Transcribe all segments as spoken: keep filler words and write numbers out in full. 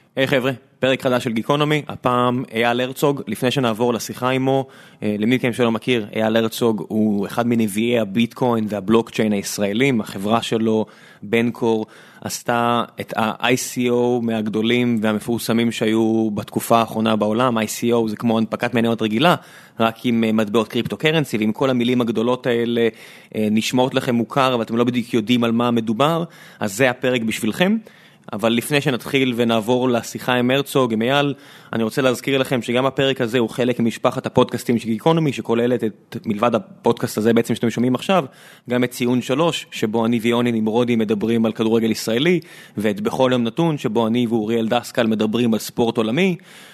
היי חבר'ה, פרק חדש של גיקונומי, הפעם אייל הרצוג, לפני שנעבור לשיחה עמו, למי מכם שלא מכיר, אייל הרצוג הוא אחד מנביאי הביטקוין והבלוקצ'יין הישראלים, החברה שלו, בנקור, עשתה את ה-איי סי או מהגדולים והמפורסמים שהיו בתקופה האחרונה בעולם, איי סי או זה כמו הנפקת מניות רגילה, רק עם מטבעות קריפטו קרנסי, ועם כל המילים הגדולות האלה נשמעות לכם מוכר, ואתם לא בדיוק יודעים על מה מדובר, אז זה הפרק בשבילכם. אבל לפני שנתחיל ונעבור לשיחה עם הרצוג, עם אייל, אני רוצה להזכיר לכם שגם הפרק הזה הוא חלק ממשפחת הפודקאסטים של גיקונומי, שכוללת את, מלבד הפודקאסט הזה בעצם שאתם שומעים עכשיו, גם את ציון שלוש, שבו אני ויוני נמרודי מדברים על כדורגל ישראלי, ואת בכל יום נתון, שבו אני ואוריאל דסקל מדברים על ספורט עולמי,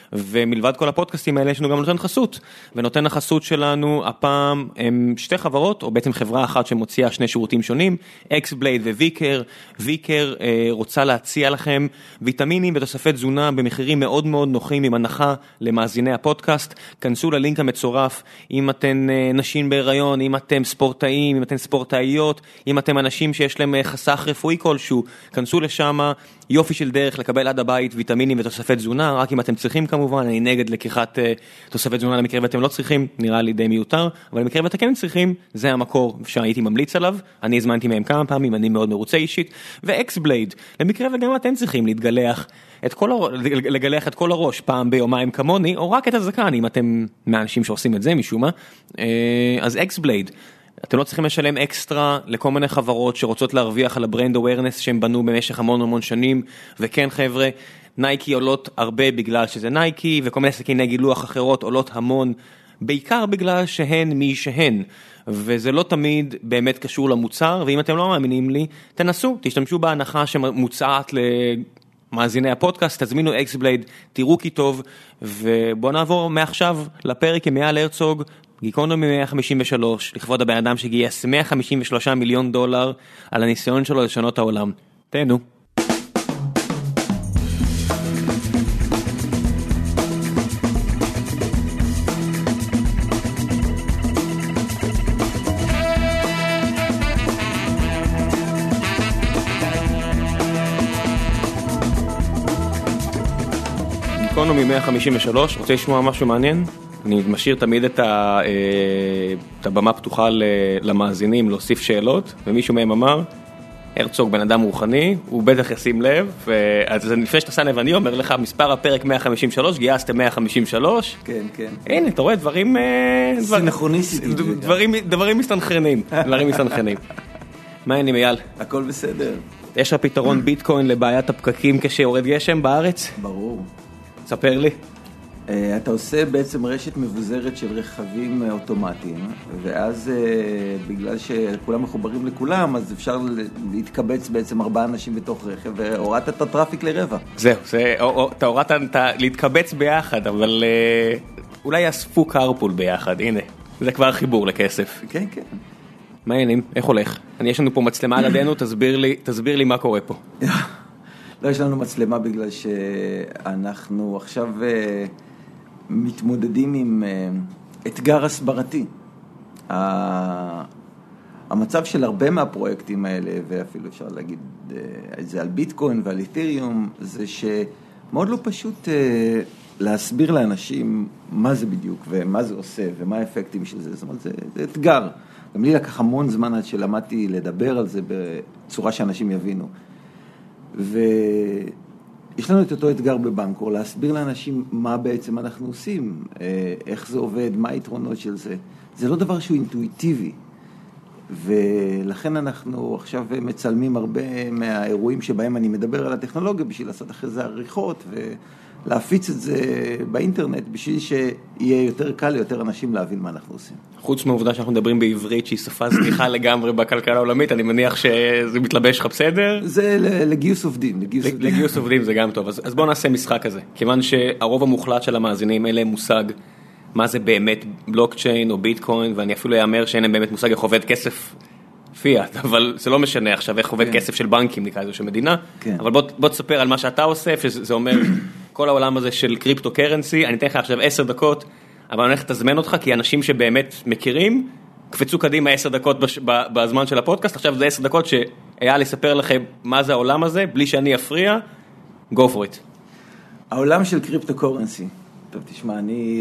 ומלבד כל הפודקאסטים האלה יש לנו גם נותן חסות, ונותן החסות שלנו הפעם הם שתי חברות, או בעצם חברה אחת שמוציאה שני שירותים שונים, אקסבלייד וויקר. ויקר אה, רוצה להציע לכם ויטמינים ותוספי תזונה במחירים מאוד מאוד נוחים עם הנחה למאזיני הפודקאסט. כנסו ללינק המצורף, אם אתן אה, נשים בהיריון, אם אתם ספורטאים, אם אתן ספורטאיות, אם אתם אנשים שיש להם חסך רפואי כלשהו, כנסו לשם, יופי של דרך לקבל עד הבית ויטמינים ותוספי תזונה, רק אם אתם צריכים כמובן, אני נגד לקיחת uh, תוספי תזונה למקרה ואתם לא צריכים, נראה לי די מיותר, אבל למקרה ואתם כן צריכים, זה המקור שהייתי ממליץ עליו, אני הזמנתי מהם כמה פעמים, אני מאוד מרוצה אישית, ואקסבלייד, למקרה וגם אתם צריכים להתגלח את כל, הר... לגלח את כל הראש פעם ביומיים כמוני, או רק את הזקן, אם אתם מהאנשים שעושים את זה משום מה, uh, אז אקסבלייד, אתם לא צריכים לשלם אקסטרה לכל מיני חברות שרוצות להרוויח על הברנד אווירנס שהם בנו במשך המון המון שנים, וכן חבר'ה, נייקי עולות הרבה בגלל שזה נייקי, וכל מיני סכיני גילוח אחרות עולות המון, בעיקר בגלל שהן מי שהן, וזה לא תמיד באמת קשור למוצר, ואם אתם לא מאמינים לי, תנסו, תשתמשו בהנחה שמוצעת למאזיני הפודקאסט, תזמינו אקסבלייד, תראו כי טוב, ובואו נעבור מעכשיו לפרק עם אייל הרצוג, גיקונומי מאה חמישים ושלוש, לכבוד הבן אדם שגייס מאה חמישים ושלושה מיליון דולר על הניסיון שלו לשנות העולם. תהנו. גיקונומי מאה חמישים ושלוש, רוצה לשמוע משהו מעניין? אני משאיר תמיד את, ה, את הבמה פתוחה למאזינים להוסיף שאלות, ומישהו מהם אמר, הרצוג בן אדם רוחני, הוא בטח ישים לב, אז לפני שאתה שם לב, אני אומר לך, מספר הפרק מאה חמישים ושלוש, גייסתם מאה חמישים ושלוש. כן, כן. הנה, אתה רואה, דברים... סינכרוניסטיים. דברים, דברים מסתנכרנים, דברים מסתנכרנים. מה העניינים, אייל? הכל בסדר. יש לך פתרון ביטקוין לבעיית הפקקים כשיורד גשם בארץ? ברור. ספר לי. אתה עושה בעצם רשת מבוזרת של רכבים אוטומטיים, ואז בגלל שכולם מחוברים לכולם, אז אפשר להתקבץ בעצם ארבעה אנשים בתוך רכב, והורדת את הטראפיק לרבע. זהו, אתה הורדת להתקבץ ביחד, אבל אולי יאספו קארפול ביחד, הנה, זה כבר חיבור לכסף. כן, כן. מה העניינים? איך הולך? אני יש לנו פה מצלמה על ידינו, תסביר לי, תסביר לי מה קורה פה. לא, יש לנו מצלמה בגלל שאנחנו עכשיו מתמודדים עם אתגר הסברתי. המצב של הרבה מהפרויקטים האלה, ואפילו אפשר להגיד את זה על ביטקוין ועל אית'ריום, זה שמאוד לא פשוט להסביר לאנשים מה זה בדיוק ומה זה עושה ומה האפקטים של זה. זאת אומרת, זה, זה אתגר. גם לי לקח המון זמן עד שלמדתי לדבר על זה בצורה שאנשים יבינו. ויש לנו את אותו אתגר בבנקור, להסביר לאנשים מה בעצם אנחנו עושים, איך זה עובד, מה היתרונות של זה. זה לא דבר שהוא אינטואיטיבי, ולכן אנחנו עכשיו מצלמים הרבה מהאירועים שבהם אני מדבר על הטכנולוגיה, בשביל לעשות אחרי זה עריכות ולהפיץ את זה באינטרנט, בשביל שיהיה יותר קל ליותר אנשים להבין מה אנחנו עושים. חוץ מהעובדה שאנחנו מדברים בעברית שהיא שפה זניחה לגמרי בכלכלה העולמית, אני מניח שזה מתלבש לך בסדר? זה לגיוס עובדים. לגיוס עובדים זה גם טוב, אז בואו נעשה משחק כזה, כיוון שהרוב המוחלט של המאזינים אלה מושג מה זה באמת בלוקצ'יין או ביטקוין, ואני אפילו יאמר שאין להם באמת מושג איך עובד כסף פיאט, אבל זה לא משנה עכשיו איך עובד כסף של בנקים, נקרא איזו של מדינה, אבל בוא תספר על מה שאתה עושה, שזה אומר כל העולם הזה של קריפטו קרנסי, אני אתן לך עכשיו עשר דקות, אבל אני הולך לתזמן אותך, כי אנשים שבאמת מכירים, קפצו קדימה עשר דקות בזמן של הפודקאסט, עכשיו זה עשר דקות שהיה לספר לכם מה זה העולם הזה, בלי שאני אפריע, go for it. העולם של קריפטו-קורנסי. טוב, תשמע, אני...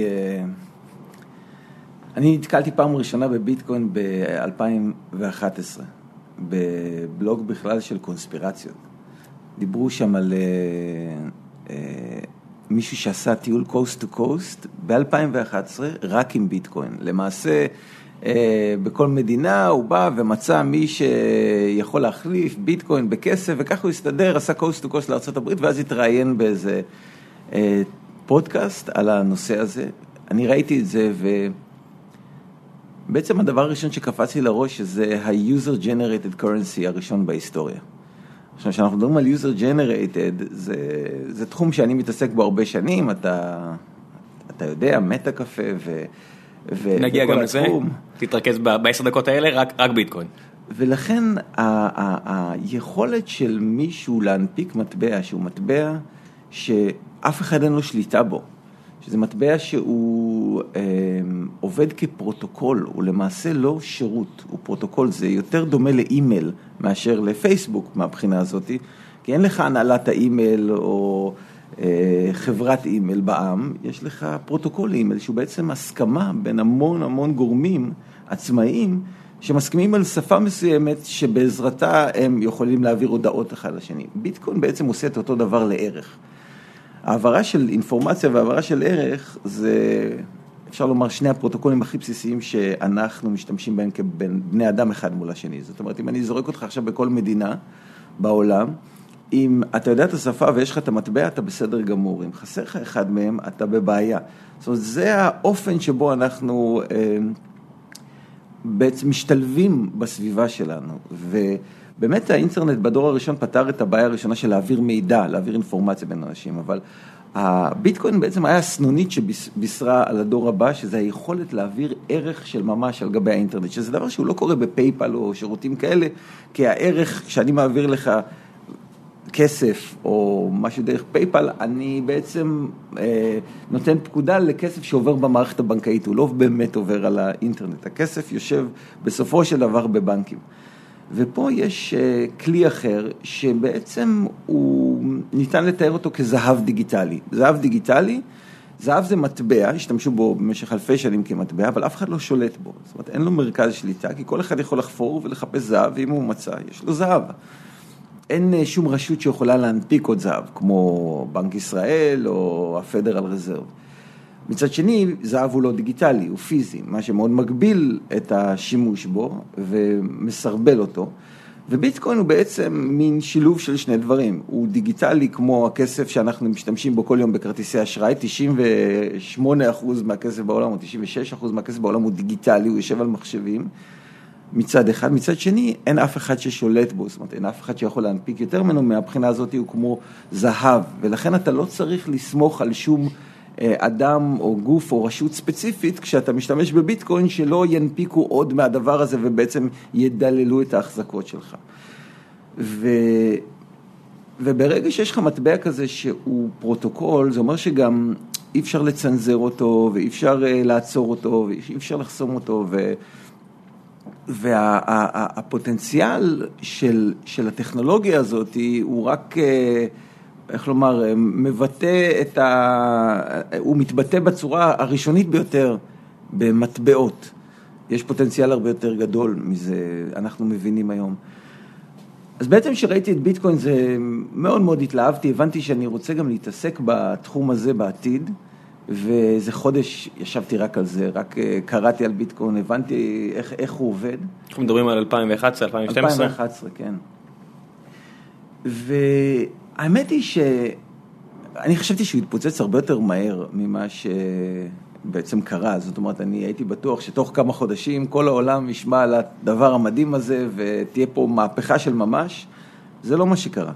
אני נתקלתי פעם ראשונה בביטקוין ב-אלפיים ואחת עשרה, בבלוג בכלל של קונספירציות. דיברו שם על uh, uh, מישהו שעשה טיול קוסט טו קוסט ב-אלפיים ואחת עשרה רק עם ביטקוין. למעשה, uh, בכל מדינה הוא בא ומצא מי שיכול להחליף ביטקוין בכסף, וכך הוא הסתדר, עשה קוסט טו קוסט לארצות הברית, ואז התראיין באיזה uh, פודקאסט על הנושא הזה. אני ראיתי את זה ו... בעצם הדבר הראשון שקפץ לי לראש זה ה-user generated currency הראשון בהיסטוריה. עכשיו, כשאנחנו מדברים על user generated, זה, זה תחום שאני מתעסק בו הרבה שנים, אתה, אתה יודע, מטה קפה ו... ו נגיע גם לזה, תתרכז בעשר דקות האלה, רק, רק ביטקוין. ולכן ה- ה- היכולת של מישהו להנפיק מטבע, שהוא מטבע שאף אחד אין לו שליטה בו, שזה מטבע שהוא אה, עובד כפרוטוקול, הוא למעשה לא שירות, הוא פרוטוקול, זה יותר דומה לאימייל מאשר לפייסבוק מהבחינה הזאת, כי אין לך הנהלת האימייל או אה, חברת אימייל בעם, יש לך פרוטוקול אימייל שהוא בעצם הסכמה בין המון המון גורמים עצמאיים, שמסכימים על שפה מסוימת שבעזרתה הם יכולים להעביר הודעות אחד לשני. ביטקוין בעצם עושה את אותו דבר לערך. העברה של אינפורמציה והעברה של ערך זה, אפשר לומר, שני הפרוטוקולים הכי בסיסיים שאנחנו משתמשים בהם כבני אדם אחד מול השני. זאת אומרת, אם אני זורק אותך עכשיו בכל מדינה בעולם, אם אתה יודע את השפה ויש לך את המטבע, אתה בסדר גמור. אם חסר לך אחד מהם, אתה בבעיה. זאת אומרת, זה האופן שבו אנחנו אה, בעצם משתלבים בסביבה שלנו. ו... באמת האינטרנט בדור הראשון פתר את הבעיה הראשונה של להעביר מידע, להעביר אינפורמציה בין אנשים, אבל הביטקוין בעצם היה הסנונית שבישרה על הדור הבא, שזה היכולת להעביר ערך של ממש על גבי האינטרנט, שזה דבר שהוא לא קורה בפייפל או שירותים כאלה, כי הערך שאני מעביר לך כסף או משהו דרך פייפל, אני בעצם אה, נותן פקודה לכסף שעובר במערכת הבנקאית, הוא לא באמת עובר על האינטרנט, הכסף יושב בסופו של דבר בבנקים. ופה יש כלי אחר שבעצם הוא ניתן לתאר אותו כזהב דיגיטלי. זהב דיגיטלי, זהב זה מטבע, השתמשו בו במשך אלפי שנים כמטבע, אבל אף אחד לא שולט בו. זאת אומרת, אין לו מרכז שליטה, כי כל אחד יכול לחפור ולחפש זהב, ואם הוא מצא, יש לו זהב. אין שום רשות שיכולה להנפיק עוד זהב, כמו בנק ישראל או הפדרל רזרב. מצד שני, זהב הוא לא דיגיטלי, הוא פיזי, מה שמאוד מגביל את השימוש בו ומסרבל אותו. וביטקוין הוא בעצם מין שילוב של שני דברים. הוא דיגיטלי כמו הכסף שאנחנו משתמשים בו כל יום בכרטיסי אשראי, תשעים ושמונה אחוז מהכסף בעולם או תשעים ושש אחוז מהכסף בעולם הוא דיגיטלי, הוא יושב על מחשבים. מצד אחד, מצד שני, אין אף אחד ששולט בו, זאת אומרת, אין אף אחד שיכול להנפיק יותר ממנו, מהבחינה הזאת הוא כמו זהב, ולכן אתה לא צריך לסמוך על שום אדם או גוף או רשות ספציפית, כשאתה משתמש בביטקוין, שלא ינפיקו עוד מהדבר הזה ובעצם ידללו את ההחזקות שלך. ו... וברגע שיש לך מטבע כזה שהוא פרוטוקול, זה אומר שגם אי אפשר לצנזר אותו, ואי אפשר לעצור אותו, ואי אפשר לחסום אותו, ו... והפוטנציאל של, של הטכנולוגיה הזאת הוא רק... איך לומר, מבטא את ה... הוא מתבטא בצורה הראשונית ביותר במטבעות. יש פוטנציאל הרבה יותר גדול מזה, אנחנו מבינים היום. אז בעצם כשראיתי את ביטקוין זה מאוד מאוד התלהבתי, הבנתי שאני רוצה גם להתעסק בתחום הזה בעתיד, וזה חודש ישבתי רק על זה, רק קראתי על ביטקוין, הבנתי איך, איך הוא עובד. אנחנו מדברים על אלפיים ואחת עשרה, אלפיים ושתים עשרה? אלפיים ואחת עשרה, כן. ו... האמת היא שאני חשבתי שהוא התפוצץ הרבה יותר מהר ממה שבעצם קרה. זאת אומרת, אני הייתי בטוח שתוך כמה חודשים כל העולם ישמע על הדבר המדהים הזה ותהיה פה מהפכה של ממש. זה לא מה שקרה.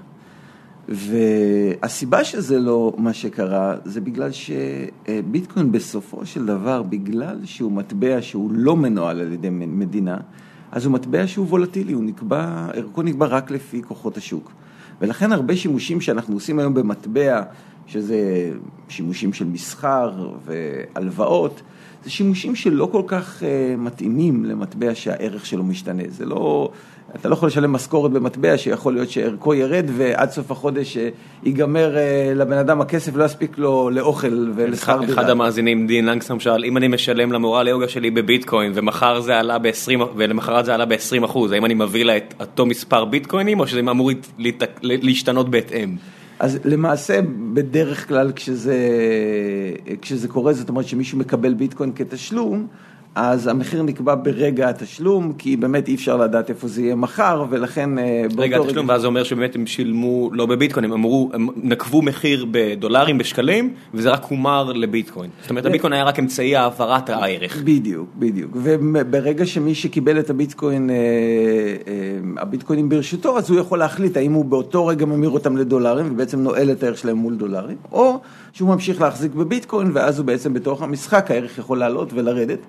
והסיבה שזה לא מה שקרה זה בגלל שביטקוין בסופו של דבר, בגלל שהוא מטבע שהוא לא מנוהל על ידי מדינה, אז הוא מטבע שהוא וולטילי, הוא נקבע, ערכו נקבע רק לפי כוחות השוק. ולכן הרבה שימושים שאנחנו עושים היום במטבע שזה שימושים של מסחר והלוואות, זה שימושים שלא כל כך מתאימים למטבע שהערך שלו משתנה. זה לא, אתה לא יכול לשלם משכורת במטבע שיכול להיות שערכו ירד ועד סוף החודש ייגמר לבן אדם הכסף, לא יספיק לו לאוכל ולשכר דירה. אחד המאזינים, דין לנגסטרום, שאל, אם אני משלם למורה ליוגה שלי בביטקוין ומחר זה עלה ב-עשרים ולמחרת זה עלה ב-עשרים אחוז, האם אני מביא לה את אותו מספר ביטקוינים או שזה אמור להשתנות בהתאם? אז למעשה, בדרך כלל כשזה, כשזה קורה, זאת אומרת שמישהו מקבל ביטקוין כתשלום, אז המחיר נקבע ברגע התשלום, כי באמת אי אפשר לדעת איפה זה יהיה מחר, ולכן... רגע התשלום, ואז זה אומר שבאמת הם שילמו, לא בביטקוין, הם אמרו, הם נקבו מחיר בדולרים, בשקלים, וזה רק הומר לביטקוין. זאת אומרת, הביטקוין היה רק אמצעי העברת הערך. בדיוק, בדיוק. וברגע שמי שקיבל את הביטקוין, הביטקוינים ברשותו, אז הוא יכול להחליט האם הוא באותו רגע ממיר אותם לדולרים, ובעצם נועל את הערך שלהם מול דולרים, או שהוא ממשיך להחזיק בביטקוין, ואז הוא בעצם בתוך המשחק, הערך יכול לעלות ולרדת.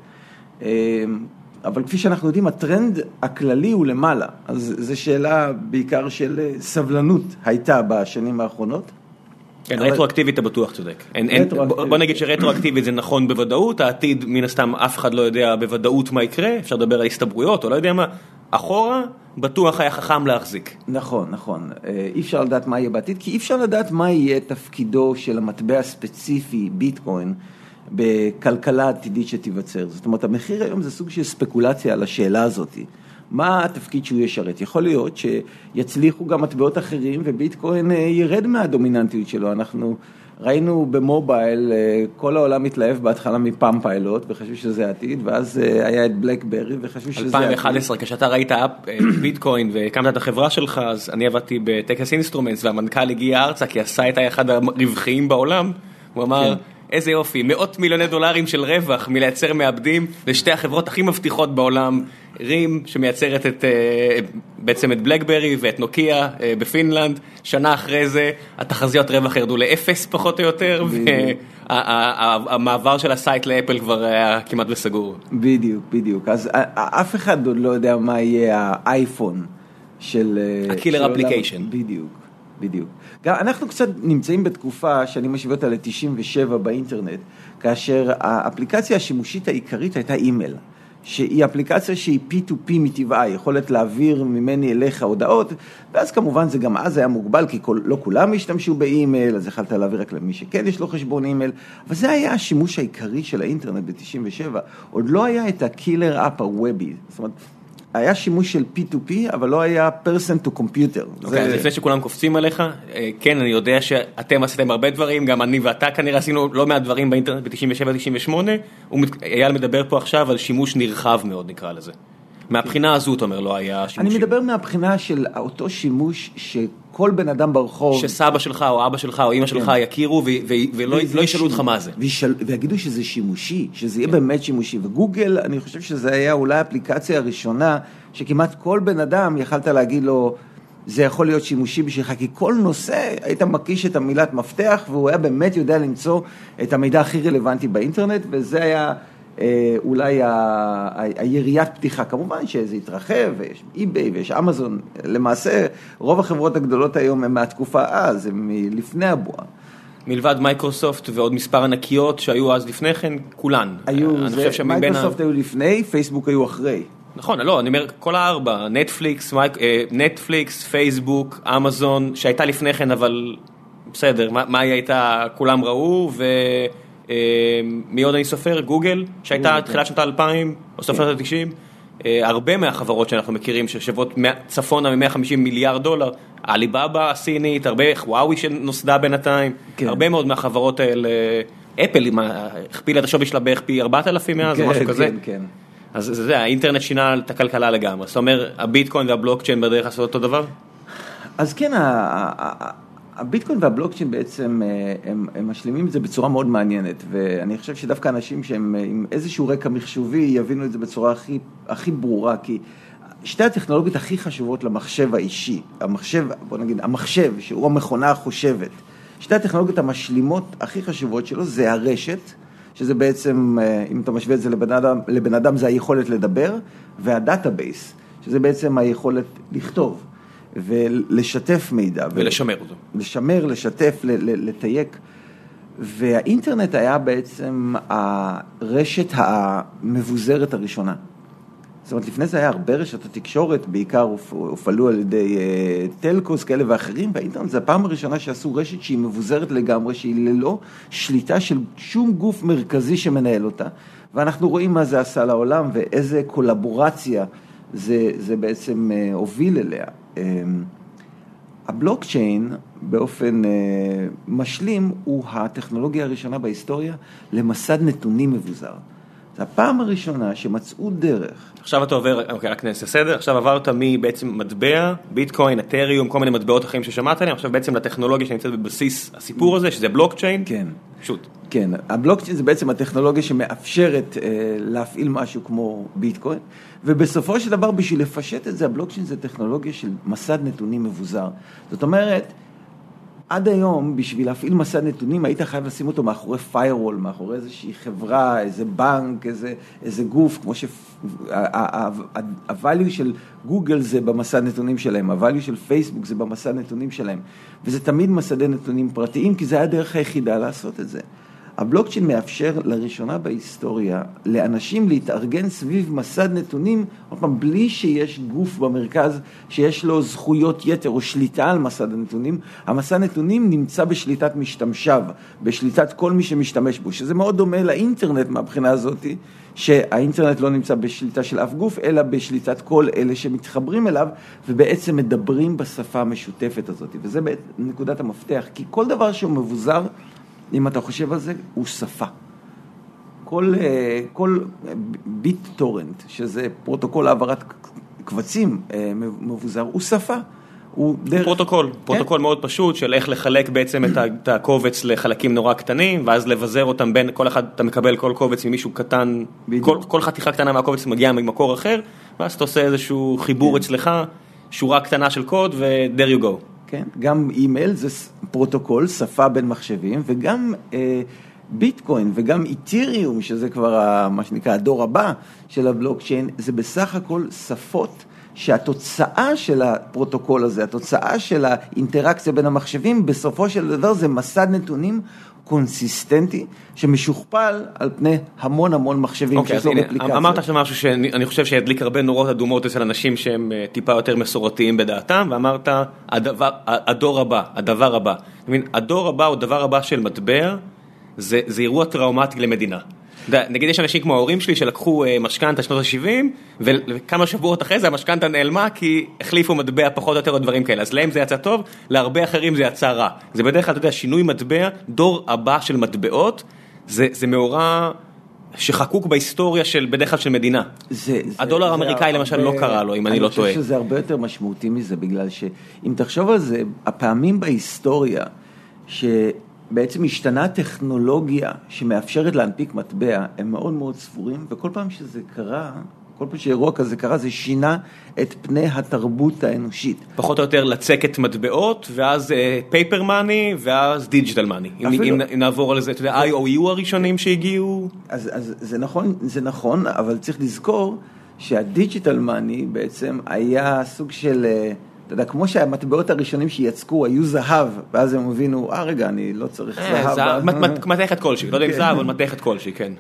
אבל כפי שאנחנו יודעים, הטרנד הכללי הוא למעלה, אז זו שאלה בעיקר של סבלנות הייתה בשנים האחרונות. כן, רטרואקטיבית אתה בטוח צודק. בוא נגיד שרטרואקטיבית זה נכון בוודאות, העתיד מן הסתם אף אחד לא יודע בוודאות מה יקרה, אפשר לדבר על הסתברויות או לא יודע מה, אחורה בטוח היה חכם להחזיק. נכון, נכון. אי אפשר לדעת מה יהיה בעתיד, כי אי אפשר לדעת מה יהיה תפקידו של המטבע הספציפי, ביטקוין, בכלכלה עתידית שתיווצר. זאת אומרת, המחיר היום זה סוג של ספקולציה על השאלה הזאת. מה התפקיד שהוא ישרת? יכול להיות שיצליחו גם מטבעות אחרים, וביטקוין ירד מהדומיננטיות שלו. אנחנו ראינו במובייל, כל העולם מתלהב בהתחלה מפאם פיילוט, וחשבו שזה העתיד, ואז היה את בלקברי, וחשבו שזה העתיד. אלפיים ואחת עשרה, כשאתה ראית ביטקוין והקמת את החברה שלך, אז אני עבדתי בטקס אינסטרומנטס, והמנכ"ל הגיע ארצה, כי הסייט היה אחד הרווחיים בעולם. הוא אמר, איזה יופי, מאות מיליוני דולרים של רווח מלייצר מעבדים לשתי החברות הכי מבטיחות בעולם, רים שמייצרת את, בעצם את בלקברי ואת נוקיה בפינלנד, שנה אחרי זה התחזיות רווח ירדו לאפס פחות או יותר, והמעבר של הסייט לאפל כבר היה כמעט בסגור. בדיוק, בדיוק, אז אף אחד עוד לא יודע מה יהיה האייפון של... הקילר אפליקיישן. בדיוק. בדיוק. גם אנחנו קצת נמצאים בתקופה שאני משווה אותה ל-תשעים ושבע באינטרנט, כאשר האפליקציה השימושית העיקרית הייתה אימייל, שהיא אפליקציה שהיא פי טו פי מטבעה, יכולת להעביר ממני אליך הודעות, ואז כמובן זה גם אז היה מוגבל, כי כל, לא כולם השתמשו באימייל, אז יכלת להעביר רק למי שכן יש לו חשבון אימייל, אבל זה היה השימוש העיקרי של האינטרנט ב-תשעים ושבע, עוד לא היה את הקילר אפ הוובי, זאת אומרת, היה שימוש של פי טו פי, אבל לא היה person to computer. אוקיי, אז לפני שכולם קופצים עליך, כן, אני יודע שאתם עשיתם הרבה דברים, גם אני ואתה כנראה עשינו לא מעט דברים באינטרנט ב-תשעים ושבע תשעים ושמונה, אייל מדבר פה עכשיו על שימוש נרחב מאוד, נקרא לזה. מהבחינה הזו, אתה אומר, לא היה שימושים. אני מדבר מהבחינה של אותו שימוש שכל בן אדם ברחוב... שסבא שלך או אבא שלך או אמא שלך יכירו ולא ישאלו אותך מה זה. ויגידו שזה שימושי, שזה יהיה באמת שימושי. וגוגל, אני חושב שזה היה אולי האפליקציה הראשונה, שכמעט כל בן אדם יכלת להגיד לו, זה יכול להיות שימושי בשבילך, כי כל נושא היית מקיש את המילת מפתח, והוא היה באמת יודע למצוא את המידע הכי רלוונטי באינטרנט, וזה היה... אולי היריית פתיחה, כמובן שזה יתרחב, ויש אי-ביי ויש אמזון, למעשה רוב החברות הגדולות היום הן מהתקופה אז, הן מלפני הבועה. מלבד מייקרוסופט ועוד מספר ענקיות שהיו אז לפני כן, כולן. היו, מייקרוסופט היו לפני, פייסבוק היו אחרי. נכון, לא, אני אומר, כל הארבע, נטפליקס, נטפליקס, פייסבוק, אמזון, שהייתה לפני כן, אבל בסדר, מה היא הייתה, כולם ראו, ו... מי עוד אני סופר? גוגל, שהייתה תחילת שנות האלפיים, או סוף שנות התשעים, הרבה מהחברות שאנחנו מכירים, ששוות צפונה מ-מאה וחמישים מיליארד דולר, אליבאבא הסינית, הרבה, וואוי שנוסדה בינתיים, הרבה מאוד מהחברות האלה, אפל הכפילה את השווי שלה בערך פי ארבעת אלפים מאז, או משהו כזה. אז זה זה, האינטרנט שינה את הכלכלה לגמרי. זאת אומרת, הביטקוין והבלוקצ'יין בדרך לעשות אותו דבר? אז כן, הביטקוין והבלוקצ'יין בעצם, הם, הם משלימים את זה בצורה מאוד מעניינת, ואני חושב שדווקא אנשים שהם עם איזשהו רקע מחשובי יבינו את זה בצורה הכי, הכי ברורה, כי שתי הטכנולוגיות הכי חשובות למחשב האישי, המחשב, בוא נגיד, המחשב, שהוא המכונה החושבת, שתי הטכנולוגיות המשלימות הכי חשובות שלו זה הרשת, שזה בעצם, אם אתה משווה את זה לבן אדם, לבן אדם זה היכולת לדבר, והדאטאבייס, שזה בעצם היכולת לכתוב. ולשתף מידע. ולשמר אותו. לשמר, לשתף, לתייק. והאינטרנט היה בעצם הרשת המבוזרת הראשונה. זאת אומרת, לפני זה היה הרבה רשת התקשורת, בעיקר הופעלו על ידי טלקוס כאלה ואחרים, והאינטרנט זה הפעם הראשונה שעשו רשת שהיא מבוזרת לגמרי, שהיא ללא שליטה של שום גוף מרכזי שמנהל אותה, ואנחנו רואים מה זה עשה לעולם, ואיזה קולבורציה זה, זה בעצם הוביל אליה. הבלוקצ'יין באופן משלים הוא הטכנולוגיה הראשונה בהיסטוריה למסד נתונים מבוזר. זו הפעם הראשונה שמצאו דרך. עכשיו אתה עובר, אוקיי, רק נעשה סדר, עכשיו עברת מבעצם מטבע, ביטקוין, אתריום, כל מיני מטבעות אחרים ששמעת עליהם, עכשיו בעצם לטכנולוגיה שנמצאת בבסיס הסיפור הזה, שזה בלוקצ'יין. כן. פשוט. כן, הבלוקצ'יין זה בעצם הטכנולוגיה שמאפשרת אה, להפעיל משהו כמו ביטקוין, ובסופו של דבר בשביל לפשט את זה, הבלוקצ'יין זה טכנולוגיה של מסד נתונים מבוזר. זאת אומרת, עד היום, בשביל להפעיל מסד נתונים, היית חייב לשים אותו מאחורי firewall, מאחורי איזושהי חברה, איזה בנק, איזה, איזה גוף, כמו ש... ה-value של גוגל זה במסד נתונים שלהם, ה-value של פייסבוק זה במסד נתונים שלהם, וזה תמיד מסדי נתונים פרטיים, כי זה היה הדרך היחידה לעשות את זה. הבלוקצ'יין מאפשר לראשונה בהיסטוריה לאנשים להתארגן סביב מסד נתונים, עוד פעם, בלי שיש גוף במרכז שיש לו זכויות יתר או שליטה על מסד הנתונים. המסד נתונים נמצא בשליטת משתמשיו, בשליטת כל מי שמשתמש בו, שזה מאוד דומה לאינטרנט מהבחינה הזאת, שהאינטרנט לא נמצא בשליטה של אף גוף, אלא בשליטת כל אלה שמתחברים אליו, ובעצם מדברים בשפה המשותפת הזאת. וזה נקודת המפתח, כי כל דבר שהוא מבוזר, אם אתה חושב על זה, הוא שפה. כל, כל ביט טורנט, שזה פרוטוקול העברת קבצים מבוזר, הוא שפה. הוא דרך... פרוטוקול, פרוטוקול מאוד פשוט של איך לחלק בעצם את הקובץ לחלקים נורא קטנים, ואז לבזר אותם בין, כל אחד אתה מקבל כל קובץ ממישהו קטן, כל, כל חתיכה קטנה מהקובץ מגיעה ממקור אחר, ואז אתה עושה איזשהו חיבור אצלך, שורה קטנה של קוד, ו-there you go. כן, גם אימייל זה פרוטוקול, שפה בין מחשבים, וגם אה, ביטקוין וגם איתריום, שזה כבר ה, מה שנקרא הדור הבא של הבלוקצ'יין, זה בסך הכל שפות שהתוצאה של הפרוטוקול הזה, התוצאה של האינטראקציה בין המחשבים, בסופו של דבר זה מסד נתונים קונסיסטנטי, שמשוכפל על פני המון המון מחשבים. אוקיי, אז הנה, אמרת עכשיו משהו שאני חושב שידליק הרבה נורות אדומות אצל אנשים שהם טיפה יותר מסורתיים בדעתם, ואמרת, הדבר, הדור הבא, הדבר הבא. אני מבין, הדור הבא או דבר הבא של מטבע, זה, זה אירוע טראומטי למדינה. נגיד יש אנשים כמו ההורים שלי שלקחו משכנתה שנות ה-שבעים, וכמה שבועות אחרי זה המשכנתה נעלמה כי החליפו מטבע פחות או יותר או דברים כאלה. אז להם זה יצא טוב, להרבה אחרים זה יצא רע. זה בדרך כלל, אתה יודע, שינוי מטבע, דור הבא של מטבעות, זה, זה מאורע שחקוק בהיסטוריה של, בדרך כלל של מדינה. זה, הדולר זה האמריקאי למשל הרבה, לא קרה לו, אם אני, אני לא טועה. אני חושב שזה הרבה יותר משמעותי מזה, בגלל שאם תחשוב על זה, הפעמים בהיסטוריה ש... בעצם השתנה טכנולוגיה שמאפשרת להנפיק מטבע, הם מאוד מאוד ספורים, וכל פעם שזה קרה, כל פעם שאירוע כזה קרה, זה שינה את פני התרבות האנושית. פחות או יותר לצקת מטבעות, ואז פייפר מאני, ואז דיג'יטל מאני. אם, אם נעבור על זה, אתה יודע, איי או יו הראשונים שהגיעו. אז, אז זה נכון, זה נכון, אבל צריך לזכור שהדיג'יטל מאני בעצם היה סוג של... אתה יודע, כמו שהמטבעות הראשונים שיצקו היו זהב, ואז הם הבינו, אה רגע, אני לא צריך זהב. מתכת כלשהי, לא יודע אם זהב, אבל מתכת כלשהי, כן.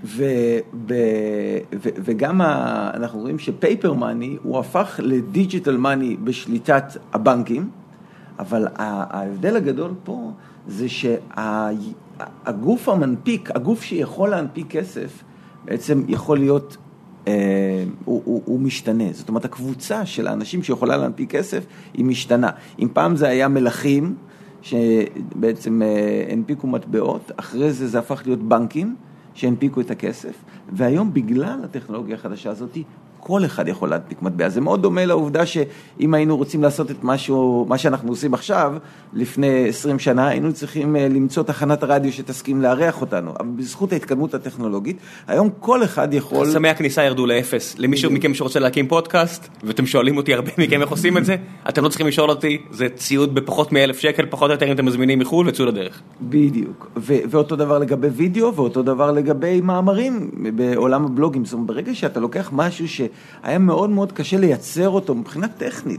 וגם אנחנו רואים שפייפר מאני, הוא הפך לדיג'יטל מאני בשליטת הבנקים, אבל ההבדל הגדול פה, זה שהגוף המנפיק, הגוף שיכול להנפיק כסף, בעצם יכול להיות... הוא, הוא, הוא משתנה. זאת אומרת, הקבוצה של האנשים שיכולה להנפיק כסף היא משתנה. אם פעם זה היה מלכים שבעצם הנפיקו מטבעות, אחרי זה זה הפך להיות בנקים שהנפיקו את הכסף, והיום בגלל הטכנולוגיה החדשה הזאת, כל אחד יכול להנפיק מטבע. זה מאוד דומה לעובדה שאם היינו רוצים לעשות את משהו, מה שאנחנו עושים עכשיו, לפני עשרים שנה, היינו צריכים למצוא תחנת רדיו שתסכים לארח אותנו. אבל בזכות ההתקדמות הטכנולוגית, היום כל אחד יכול... סמי הכניסה ירדו לאפס. למישהו מכם שרוצה להקים פודקאסט, ואתם שואלים אותי הרבה מכם איך עושים את זה, אתם לא צריכים לשאול אותי, זה ציוד בפחות מאלף שקל, פחות או יותר אם אתם מזמינים מחול וצאו לדרך. בדיוק. ו- ואותו דבר לגבי וידאו, ואותו דבר לגבי מאמרים בעולם הבלוגים. זאת אומרת, ברגע שאתה לוקח משהו שהיה מאוד מאוד קשה לייצר אותו מבחינה טכנית,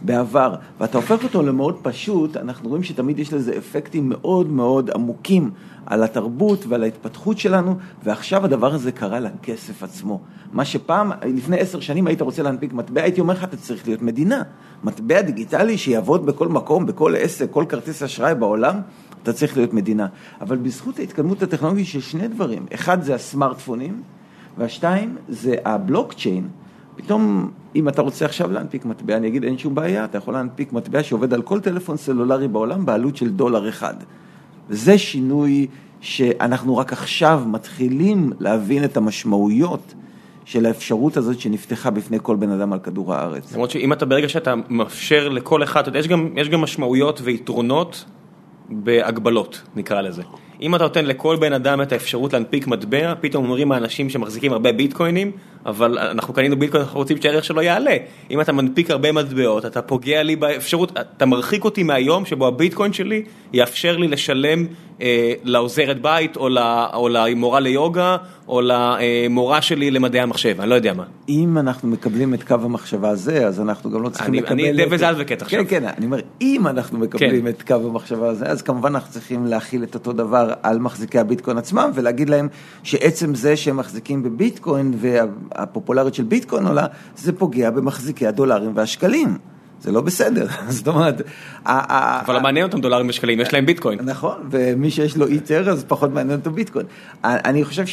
בעבר, ואתה הופך אותו למאוד פשוט, אנחנו רואים שתמיד יש לזה אפקטים מאוד מאוד עמוקים על התרבות ועל ההתפתחות שלנו, ועכשיו הדבר הזה קרה לכסף עצמו. מה שפעם, לפני עשר שנים היית רוצה להנפיק מטבע, הייתי אומר לך, אתה צריך להיות מדינה. מטבע דיגיטלי שיעבוד בכל מקום, בכל עסק, כל כרטיס אשראי בעולם, אתה צריך להיות מדינה. אבל בזכות ההתקדמות הטכנולוגית של שני דברים, אחד זה הסמארטפונים, והשתיים זה הבלוקצ'יין. פתאום, אם אתה רוצה עכשיו להנפיק מטבע, אני אגיד, אין שום בעיה, אתה יכול להנפיק מטבע שעובד על כל טלפון סלולרי בעולם, בעלות של דולר אחד. וזה שינוי שאנחנו רק עכשיו מתחילים להבין את המשמעויות של האפשרות הזאת שנפתחה בפני כל בן אדם על כדור הארץ. למרות שאם אתה ברגע שאתה מאפשר לכל אחד, אתה יודע, יש גם, יש גם משמעויות ויתרונות בהגבלות, נקרא לזה. אם אתה נותן לכל בן אדם את האפשרות להנפיק מטבע, פתאום אומרים האנשים שמחזיקים הרבה ביטקוינים, אבל אנחנו קנינו ביטקוין, אנחנו רוצים שהערך שלו יעלה. אם אתה מנפיק הרבה מטבעות, אתה פוגע לי באפשרות, אתה מרחיק אותי מהיום שבו הביטקוין שלי יאפשר לי לשלם אה, לעוזרת בית, או, לה, או למורה ליוגה, או למורה שלי למדעי המחשב, אני לא יודע מה. אם אנחנו מקבלים את קו המחשבה הזה, אז אנחנו גם לא צריכים אני, לקבל... אני די וזה אדווקט עכשיו. כן, כן, אני אומר, אם אנחנו מקבלים כן. את קו המחשבה הזה, אז כמובן אנחנו צריכים להכיל את אותו דבר על מחזיקי הביטקוין עצמם, ולהגיד להם שעצם זה שהם מחזיקים בביטקוין, והפופולריות של ביטקוין עולה, זה פוגע במחזיקי הדולרים והשקלים. זה לא בסדר. זאת אומרת... אבל מעניין אותם דולרים ושקלים, יש להם ביטקוין. נכון, ומי שיש לו איתר, אז פחות מעניין אותו ביטקוין. אני חושב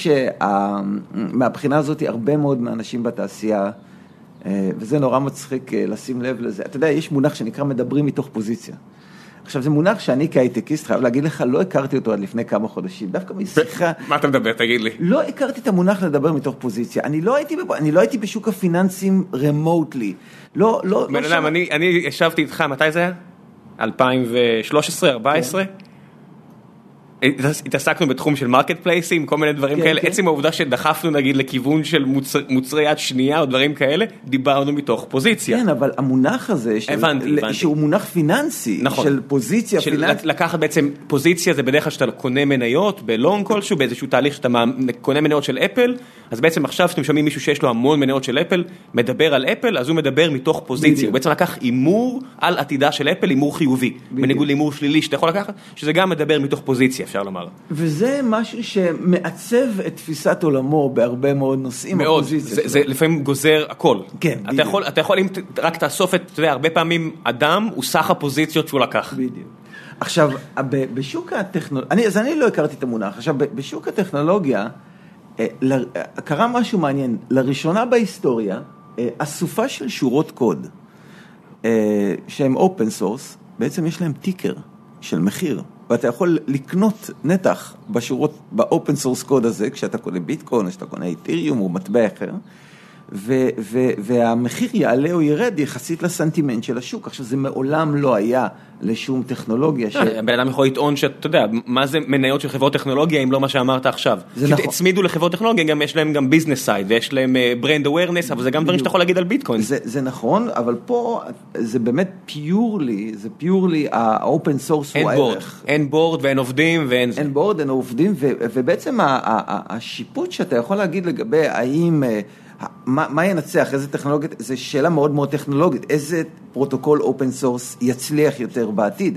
שמהבחינה הזאת, הרבה מאוד מהאנשים בתעשייה, וזה נורא מצחיק לשים לב לזה. אתה יודע, יש מונח שנקרא מדברים מתוך פוזיציה. עכשיו, זה מונח שאני כהייטקיסט חייב להגיד לך, לא הכרתי אותו עד לפני כמה חודשים, דווקא משיחה... מה אתה מדבר, תגיד לי? לא הכרתי את המונח לדבר מתוך פוזיציה. אני לא הייתי, אני לא הייתי בשוק הפיננסים רמוטלי. לא, לא, בן אדם, אני, אני ישבתי איתך, מתי זה היה? אלפיים ושלוש עשרה, ארבע עשרה? התעסקנו בתחום של מרקט פלייסים, כל מיני דברים כאלה. עצם העובדה שדחפנו נגיד לכיוון של מוצרי יד שנייה או דברים כאלה, דיברנו מתוך פוזיציה. כן, אבל המונח הזה, שהוא מונח פיננסי, של פוזיציה פיננסית. לקחת בעצם פוזיציה, זה בדרך כלל שאתה קונה מניות בלונג כלשהו, באיזשהו תהליך שאתה קונה מניות של אפל, אז בעצם עכשיו שאתם שומעים מישהו שיש לו המון מניות של אפל, מדבר על אפל, אז הוא מדבר מתוך פוזיציה. הוא בעצם לקח אימור על עתידה של אפל, אימור חיובי, בניגוד לאימור שלילי שאתה יכול לקחת, שזה גם מדבר מתוך פוזיציה, אפשר לומר. וזה משהו שמעצב את תפיסת עולמו בהרבה מאוד נושאים. מאוד, זה, זה לפעמים גוזר הכל. כן, אתה בדיוק. יכול, אתה יכול, אם רק תאסוף את, אתה יודע, הרבה פעמים אדם הוא סך הפוזיציות שהוא לקח. בדיוק. עכשיו, בשוק הטכנולוגיה, אז אני לא הכרתי את המונח, עכשיו, בשוק הטכנולוגיה, קרה משהו מעניין, לראשונה בהיסטוריה, אסופה של שורות קוד, שהם אופן סורס, בעצם יש להם טיקר של מחיר, ואתה יכול לקנות נתח בשורות, באופן סורס קוד הזה, כשאתה קונה ביטקוין, או שאתה קונה איתריום, או מטבע אחר, ו- ו- והמחיר יעלה או ירד יחסית לסנטימנט של השוק. עכשיו, זה מעולם לא היה לשום טכנולוגיה. הבן אדם יכול לטעון שאתה יודע, מה זה מניות של חברות טכנולוגיה, אם לא מה שאמרת עכשיו. שהצמידו לחברות טכנולוגיה, גם יש להם גם ביזנס סייד, ויש להם ברנד אווירנס, אבל זה גם דברים שאתה יכול להגיד על ביטקוין. זה, זה נכון, אבל פה זה באמת פיורלי, זה פיורלי, האופן סורס הוא הערך. אין בורד ואין עובדים ואין... אין בורד, אין עובדים, ו- ובעצם השיפוט שאתה יכול להגיד לגבי האם... מה, מה ינצח, איזה טכנולוגית, זו שאלה מאוד מאוד טכנולוגית, איזה פרוטוקול אופן סורס יצליח יותר בעתיד.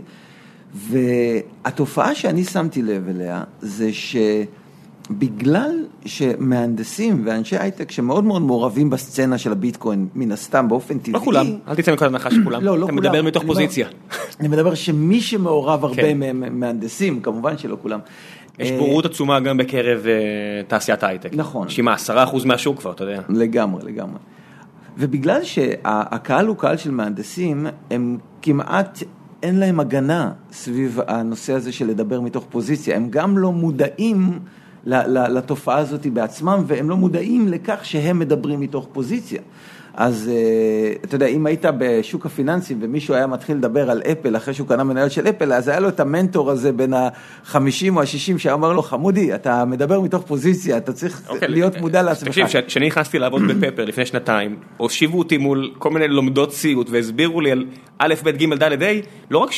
והתופעה שאני שמתי לב אליה, זה שבגלל שמהנדסים ואנשי הייטק שמאוד מאוד מעורבים בסצנה של הביטקוין, מן הסתם באופן טבעי. לא כולם, אל תצא מכל הנחה שכולם, לא, לא אתה כולם. מדבר מתוך פוזיציה. אני מדבר שמי שמעורב הרבה מהנדסים, כמובן שלא כולם. יש בורות עצומה גם בקרב תעשיית ההייטק. נכון. שימה עשרה אחוז מהשוק כבר, אתה יודע. לגמרי, לגמרי. ובגלל שהקהל הוא קהל של מהנדסים, הם כמעט אין להם הגנה סביב הנושא הזה של לדבר מתוך פוזיציה. הם גם לא מודעים לתופעה הזאת בעצמם, והם לא מודעים לכך שהם מדברים מתוך פוזיציה. אז אתה יודע, אם היית בשוק הפיננסים ומישהו היה מתחיל לדבר על אפל אחרי שהוא קנה מניות של אפל, אז היה לו את המנטור הזה בין ה-חמישים או ה-שישים שאמר לו, חמודי, אתה מדבר מתוך פוזיציה, אתה צריך להיות מודע לעצמך. תקשיב, כשאני נכנסתי לעבוד בפפר לפני שנתיים, הושיבו אותי מול כל מיני לומדות ציוט והסבירו לי על א' ב' ג' ד' ה', לא רק ש...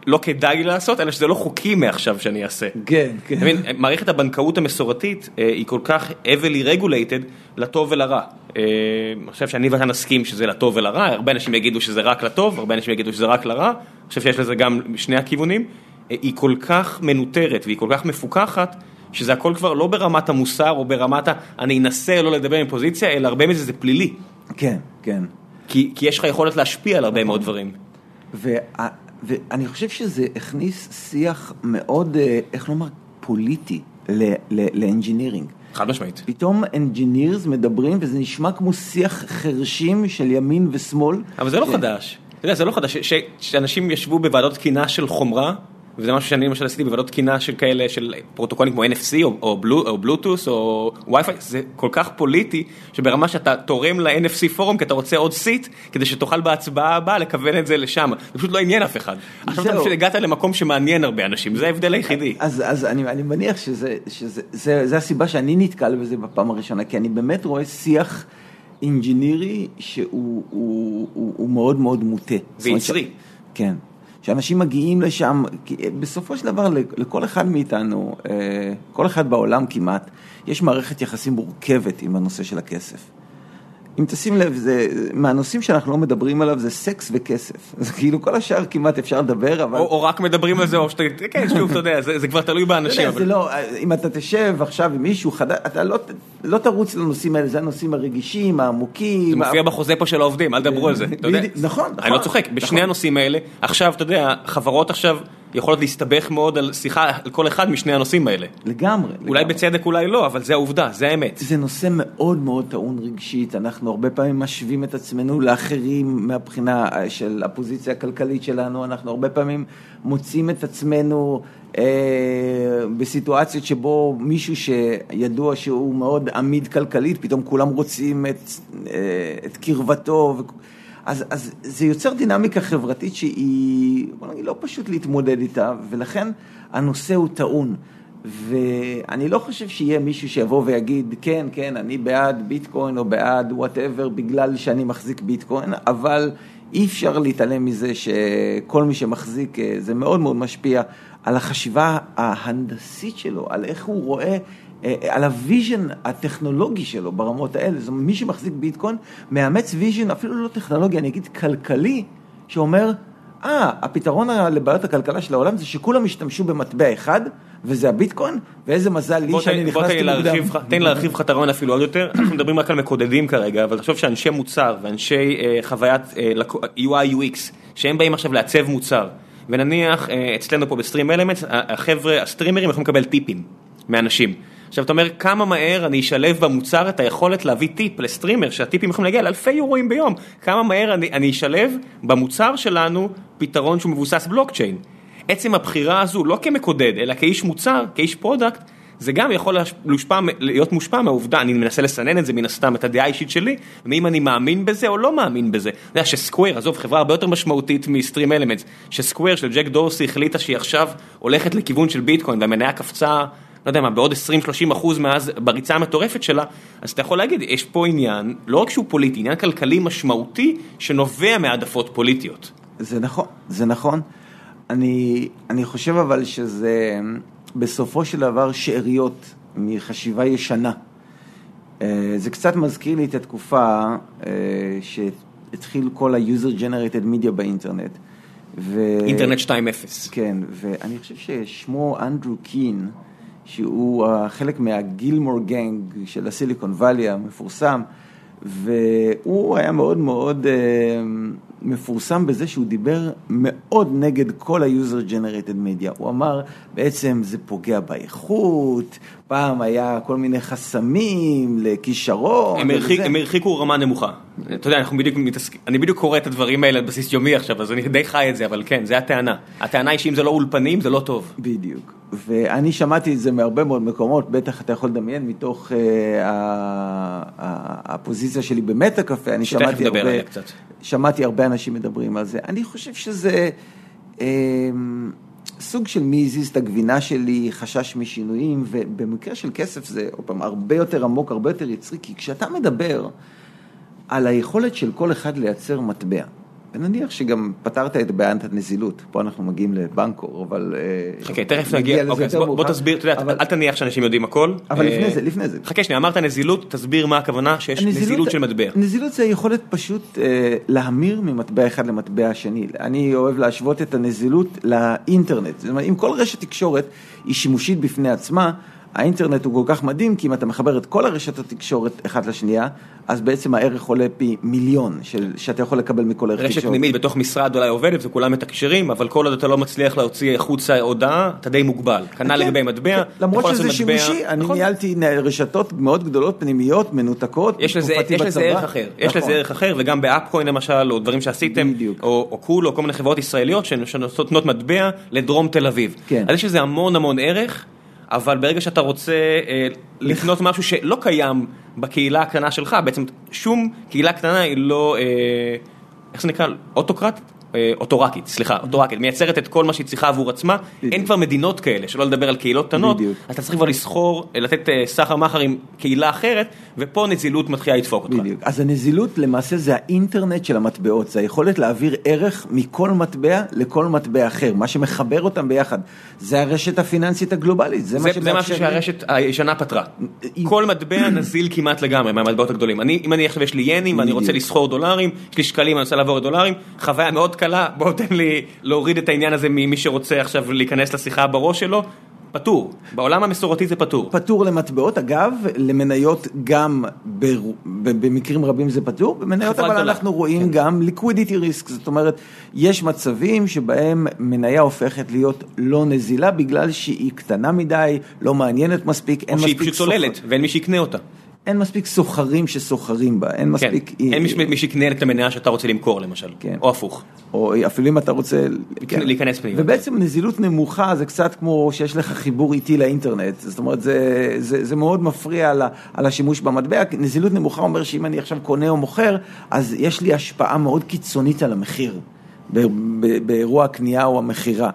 לא כדאי לעשות, אלא שזה לא חוקי מעכשיו שאני אעשה. כן, כן. אתה מבין, מערכת הבנקאות המסורתית היא כל כך heavily regulated לטוב ולרע. אני חושב שאני ואתה נסכים שזה לטוב ולרע, הרבה אנשים יגידו שזה רק לטוב, הרבה אנשים יגידו שזה רק לרע, אני חושב שיש לזה גם שני הכיוונים. היא כל כך מנוטרת והיא כל כך מפוקחת, שזה הכל כבר לא ברמת המוסר או ברמת אני אנסה לא לדבר עם פוזיציה, אלא הרבה מזה זה פלילי. כן, כן. כי, כי יש לך יכולת להשפיע על הרבה מאוד דברים. ו, ואני חושב שזה הכניס שיח מאוד, איך לומר, פוליטי לאנג'ינירינג. חד משמעית. פתאום אנג'ינירס מדברים, וזה נשמע כמו שיח חרשים של ימין ושמאל. אבל זה לא חדש. אתה יודע, זה לא חדש. שאנשים ישבו בוועדות תקינה של חומרה, וזה משהו שאני למשל עשיתי בוועדות תקינה של כאלה, של פרוטוקולים כמו אן אף סי או, או, בלו, או בלוטוס או וי-פיי, זה כל כך פוליטי, שברמה שאתה תורם ל-אן אף סי פורום, כי אתה רוצה עוד סיט, כדי שתוכל בהצבעה הבאה לכוון את זה לשם. זה פשוט לא עניין אף אחד. עכשיו אתה פשוט הגעת למקום שמעניין הרבה אנשים, זה ההבדל היחידי. אז, אז אני, אני מניח שזה, שזה, זה, זה הסיבה שאני נתקל בזה בפעם הראשונה, כי אני באמת רואה שיח אינג'ינירי שהוא הוא, הוא, הוא מאוד מאוד מוטה. ויצרי. כן. שאנשים מגיעים לשם, בסופו של דבר לכל אחד מאיתנו, כל אחד בעולם כמעט, יש מערכת יחסים מורכבת עם הנושא של הכסף. אם תשים לב, זה, מהנושאים שאנחנו לא מדברים עליו זה סקס וכסף. אז כאילו כל השאר כמעט אפשר לדבר, אבל... או, או רק מדברים על זה, או שאתה... כן, שוב, אתה יודע, זה, זה כבר תלוי באנשים. זה, אבל... זה לא, אם אתה תשב עכשיו עם מישהו חדש, אתה לא, לא תרוץ לנושאים האלה, זה הנושאים הרגישים, העמוקים... זה מופיע בחוזה פה של העובדים, אל דברו על זה. אתה יודע? נכון, נכון. אני לא צוחק, בשני הנושאים האלה, עכשיו, אתה יודע, חברות עכשיו... יכולות להסתבך מאוד על שיחה על כל אחד משני הנושאים האלה. לגמרי. אולי לגמרי. בצדק, אולי לא, אבל זה העובדה, זה האמת. זה נושא מאוד מאוד טעון רגשית, אנחנו הרבה פעמים משווים את עצמנו לאחרים מהבחינה של הפוזיציה הכלכלית שלנו, אנחנו הרבה פעמים מוצאים את עצמנו אה, בסיטואציות שבו מישהו שידוע שהוא מאוד עמיד כלכלית, פתאום כולם רוצים את, אה, את קרבתו ו... אז, אז זה יוצר דינמיקה חברתית שהיא, בוא נגיד, לא פשוט להתמודד איתה, ולכן הנושא הוא טעון. ואני לא חושב שיהיה מישהו שיבוא ויגיד, כן, כן, אני בעד ביטקוין או בעד whatever, בגלל שאני מחזיק ביטקוין, אבל אי אפשר להתעלם מזה שכל מי שמחזיק, זה מאוד מאוד משפיע על החשיבה ההנדסית שלו, על איך הוא רואה, על הוויז'ן הטכנולוגי שלו ברמות האלה. זאת אומרת, מי שמחזיק ביטקוין מאמץ ויז'ן, אפילו לא טכנולוגי, אני אגיד כלכלי, שאומר, אה, הפתרון לבעיות הכלכלה של העולם זה שכולם ישתמשו במטבע אחד, וזה הביטקוין, ואיזה מזל לי שאני נכנסתי מוקדם. תן להרחיב לך את הרעיון אפילו עוד יותר, אנחנו מדברים רק על מקודדים כרגע, אבל תחשוב שאנשי מוצר ואנשי חוויית יו איי יו אקס, שהם באים עכשיו לעצב מוצר, ונניח אצלנו פה בסטרים אלמנטס, החבר'ה, הסטרימרים יכולים לקבל טיפים מאנשים. עכשיו אתה אומר, כמה מהר אני אשלב במוצר את היכולת להביא טיפ לסטרימר, שהטיפים יכולים להגיע לאלפי יורואים ביום, כמה מהר אני, אני אשלב במוצר שלנו פתרון שהוא מבוסס בלוקצ'יין. עצם הבחירה הזו, לא כמקודד, אלא כאיש מוצר, כאיש פרודקט, זה גם יכול להושפע, להיות מושפע מהעובדה, אני מנסה לסנן את זה מן הסתם, את הדעה האישית שלי, ואם אני מאמין בזה או לא מאמין בזה. אתה יודע שסקוויר, עזוב, חברה הרבה יותר משמעותית מסטרים אלמנטס, שסקוויר של ג'ק דורסי החליטה שהיא עכשיו הולכת לכיוון של ביטקוין, והמניה קפצה, לא יודע מה, בעוד עשרים שלושים אחוז מאז בריצה המטורפת שלה, אז אתה יכול להגיד, יש פה עניין, לא רק שהוא פוליטי, עניין כלכלי משמעותי, שנובע מהעדפות פוליטיות. זה נכון, זה נכון. אני, אני חושב אבל שזה בסופו של דבר שאריות מחשיבה ישנה. זה קצת מזכיר לי את התקופה שהתחיל כל ה-user generated media באינטרנט. ו... אינטרנט שתיים אפס. כן, ואני חושב ששמו אנדרו קין, שהוא חלק מהגילמור גנג של הסיליקון ואלי המפורסם, והוא היה מאוד מאוד מפורסם בזה שהוא דיבר מאוד נגד כל ה-user generated media. הוא אמר, בעצם זה פוגע באיכות, פעם היה כל מיני חסמים לכישרון. הם, הרחיק, הם הרחיקו רמה נמוכה. אתה יודע, אנחנו בדיוק מתעסקים, אני בדיוק קורא את הדברים האלה על בסיס יומי עכשיו, אז אני די חי את זה, אבל כן, זה הטענה. הטענה היא שאם זה לא אולפנים, זה לא טוב. בדיוק. ואני שמעתי את זה מהרבה מאוד מקומות, בטח אתה יכול לדמיין מתוך uh, הפוזיציה שלי במטה קפה, אני שמעתי הרבה, שמעתי הרבה אנשים מדברים על זה. אני חושב שזה um, סוג של מי הזיז את הגבינה שלי, חשש משינויים, ובמקרה של כסף זה פעם, הרבה יותר עמוק, הרבה יותר יצרי, כי כשאתה מדבר על היכולת של כל אחד לייצר מטבע, ונניח שגם פתרת את בעיית הנזילות, פה אנחנו מגיעים לבנקור, אבל... חכה, תכף נגיע, אוקיי, אז בוא תסביר, אתה יודע, אל תניח שאנשים יודעים הכל. אבל לפני זה, לפני זה. חכה שנייה, אמרת נזילות, תסביר מה הכוונה שיש נזילות של מטבע. נזילות זה יכולת פשוט להמיר ממטבע אחד למטבע השני. אני אוהב להשוות את הנזילות לאינטרנט. זאת אומרת, אם כל רשת תקשורת היא שימושית בפני עצמה, האינטרנט הוא כל כך מדהים, כי אם אתה מחבר את כל הרשת התקשורת אחת לשנייה, אז בעצם הערך עולה פי מיליון, של, שאתה יכול לקבל מכל ערך תקשורת. רשת פנימית בתוך משרד אולי עובדת, וכולם מתקשרים, אבל כל עוד אתה לא מצליח להוציא חוצה הודעה, אתה די מוגבל. כנ"ל לגבי מטבע. למרות שזה שימושי, אני ניהלתי רשתות מאוד גדולות, פנימיות, מנותקות. יש לזה ערך אחר. יש לזה ערך אחר, וגם באפקוין למשל, או דברים שעשיתם, או קול, או כל מיני חברות ישראליות, שנותנות מטבע לדרום תל אביב. אז יש לזה המון המון ערך. אבל ברגע שאתה רוצה אה, לקנות משהו שלא קיים בקהילה הקטנה שלך, בעצם שום קהילה קטנה היא לא, אה, איך זה נקרא? אוטוקרט? אה, אוטורקית, סליחה, אוטורקית, מייצרת את כל מה שהיא צריכה עבור עצמה, בדיוק. אין כבר מדינות כאלה, שלא לדבר על קהילות קטנות, אתה צריך כבר לסחור, לתת אה, סחר מחר עם קהילה אחרת, ופה נזילות מתחילה לדפוק אותך. בדיוק, אז הנזילות למעשה זה האינטרנט של המטבעות, זה היכולת להעביר ערך מכל מטבע לכל מטבע אחר, מה שמחבר אותם ביחד, זה הרשת הפיננסית הגלובלית, זה, זה, זה מה משהו שהרשת הישנה פתרה. כל מטבע נזיל כמעט לגמרי מהמטבעות הגדולים. אני, אם אני עכשיו יש לי ינים ואני רוצה לסחור דולרים, יש לי שקלים, אני רוצה לעבור דולרים, חוויה מאוד קלה, בואו תן לי להוריד את העניין הזה ממי שרוצה עכשיו להיכנס לשיחה בראש שלו, פטור. בעולם המסורתי זה פטור. פטור למטבעות, אגב, למניות גם במקרים רבים זה פטור, במניות אבל אנחנו רואים גם liquidity risk, זאת אומרת, יש מצבים שבהם מניה הופכת להיות לא נזילה, בגלל שהיא קטנה מדי, לא מעניינת מספיק, או שהיא פשוט צוללת, ואין מי שיקנה אותה. אין מספיק סוחרים שסוחרים בה, אין מספיק... כן. אין מי שיקנה את המניה שאתה רוצה למכור, למשל, כן. או הפוך. או אפילו אם אתה רוצה... להיכנס פנימה. ובעצם נזילות נמוכה זה קצת כמו שיש לך חיבור איטי לאינטרנט, זאת אומרת, זה, זה, זה מאוד מפריע על, על השימוש במטבע, נזילות נמוכה אומר שאם אני עכשיו קונה או מוכר, אז יש לי השפעה מאוד קיצונית על המחיר. באירוע הקנייה או המחירה,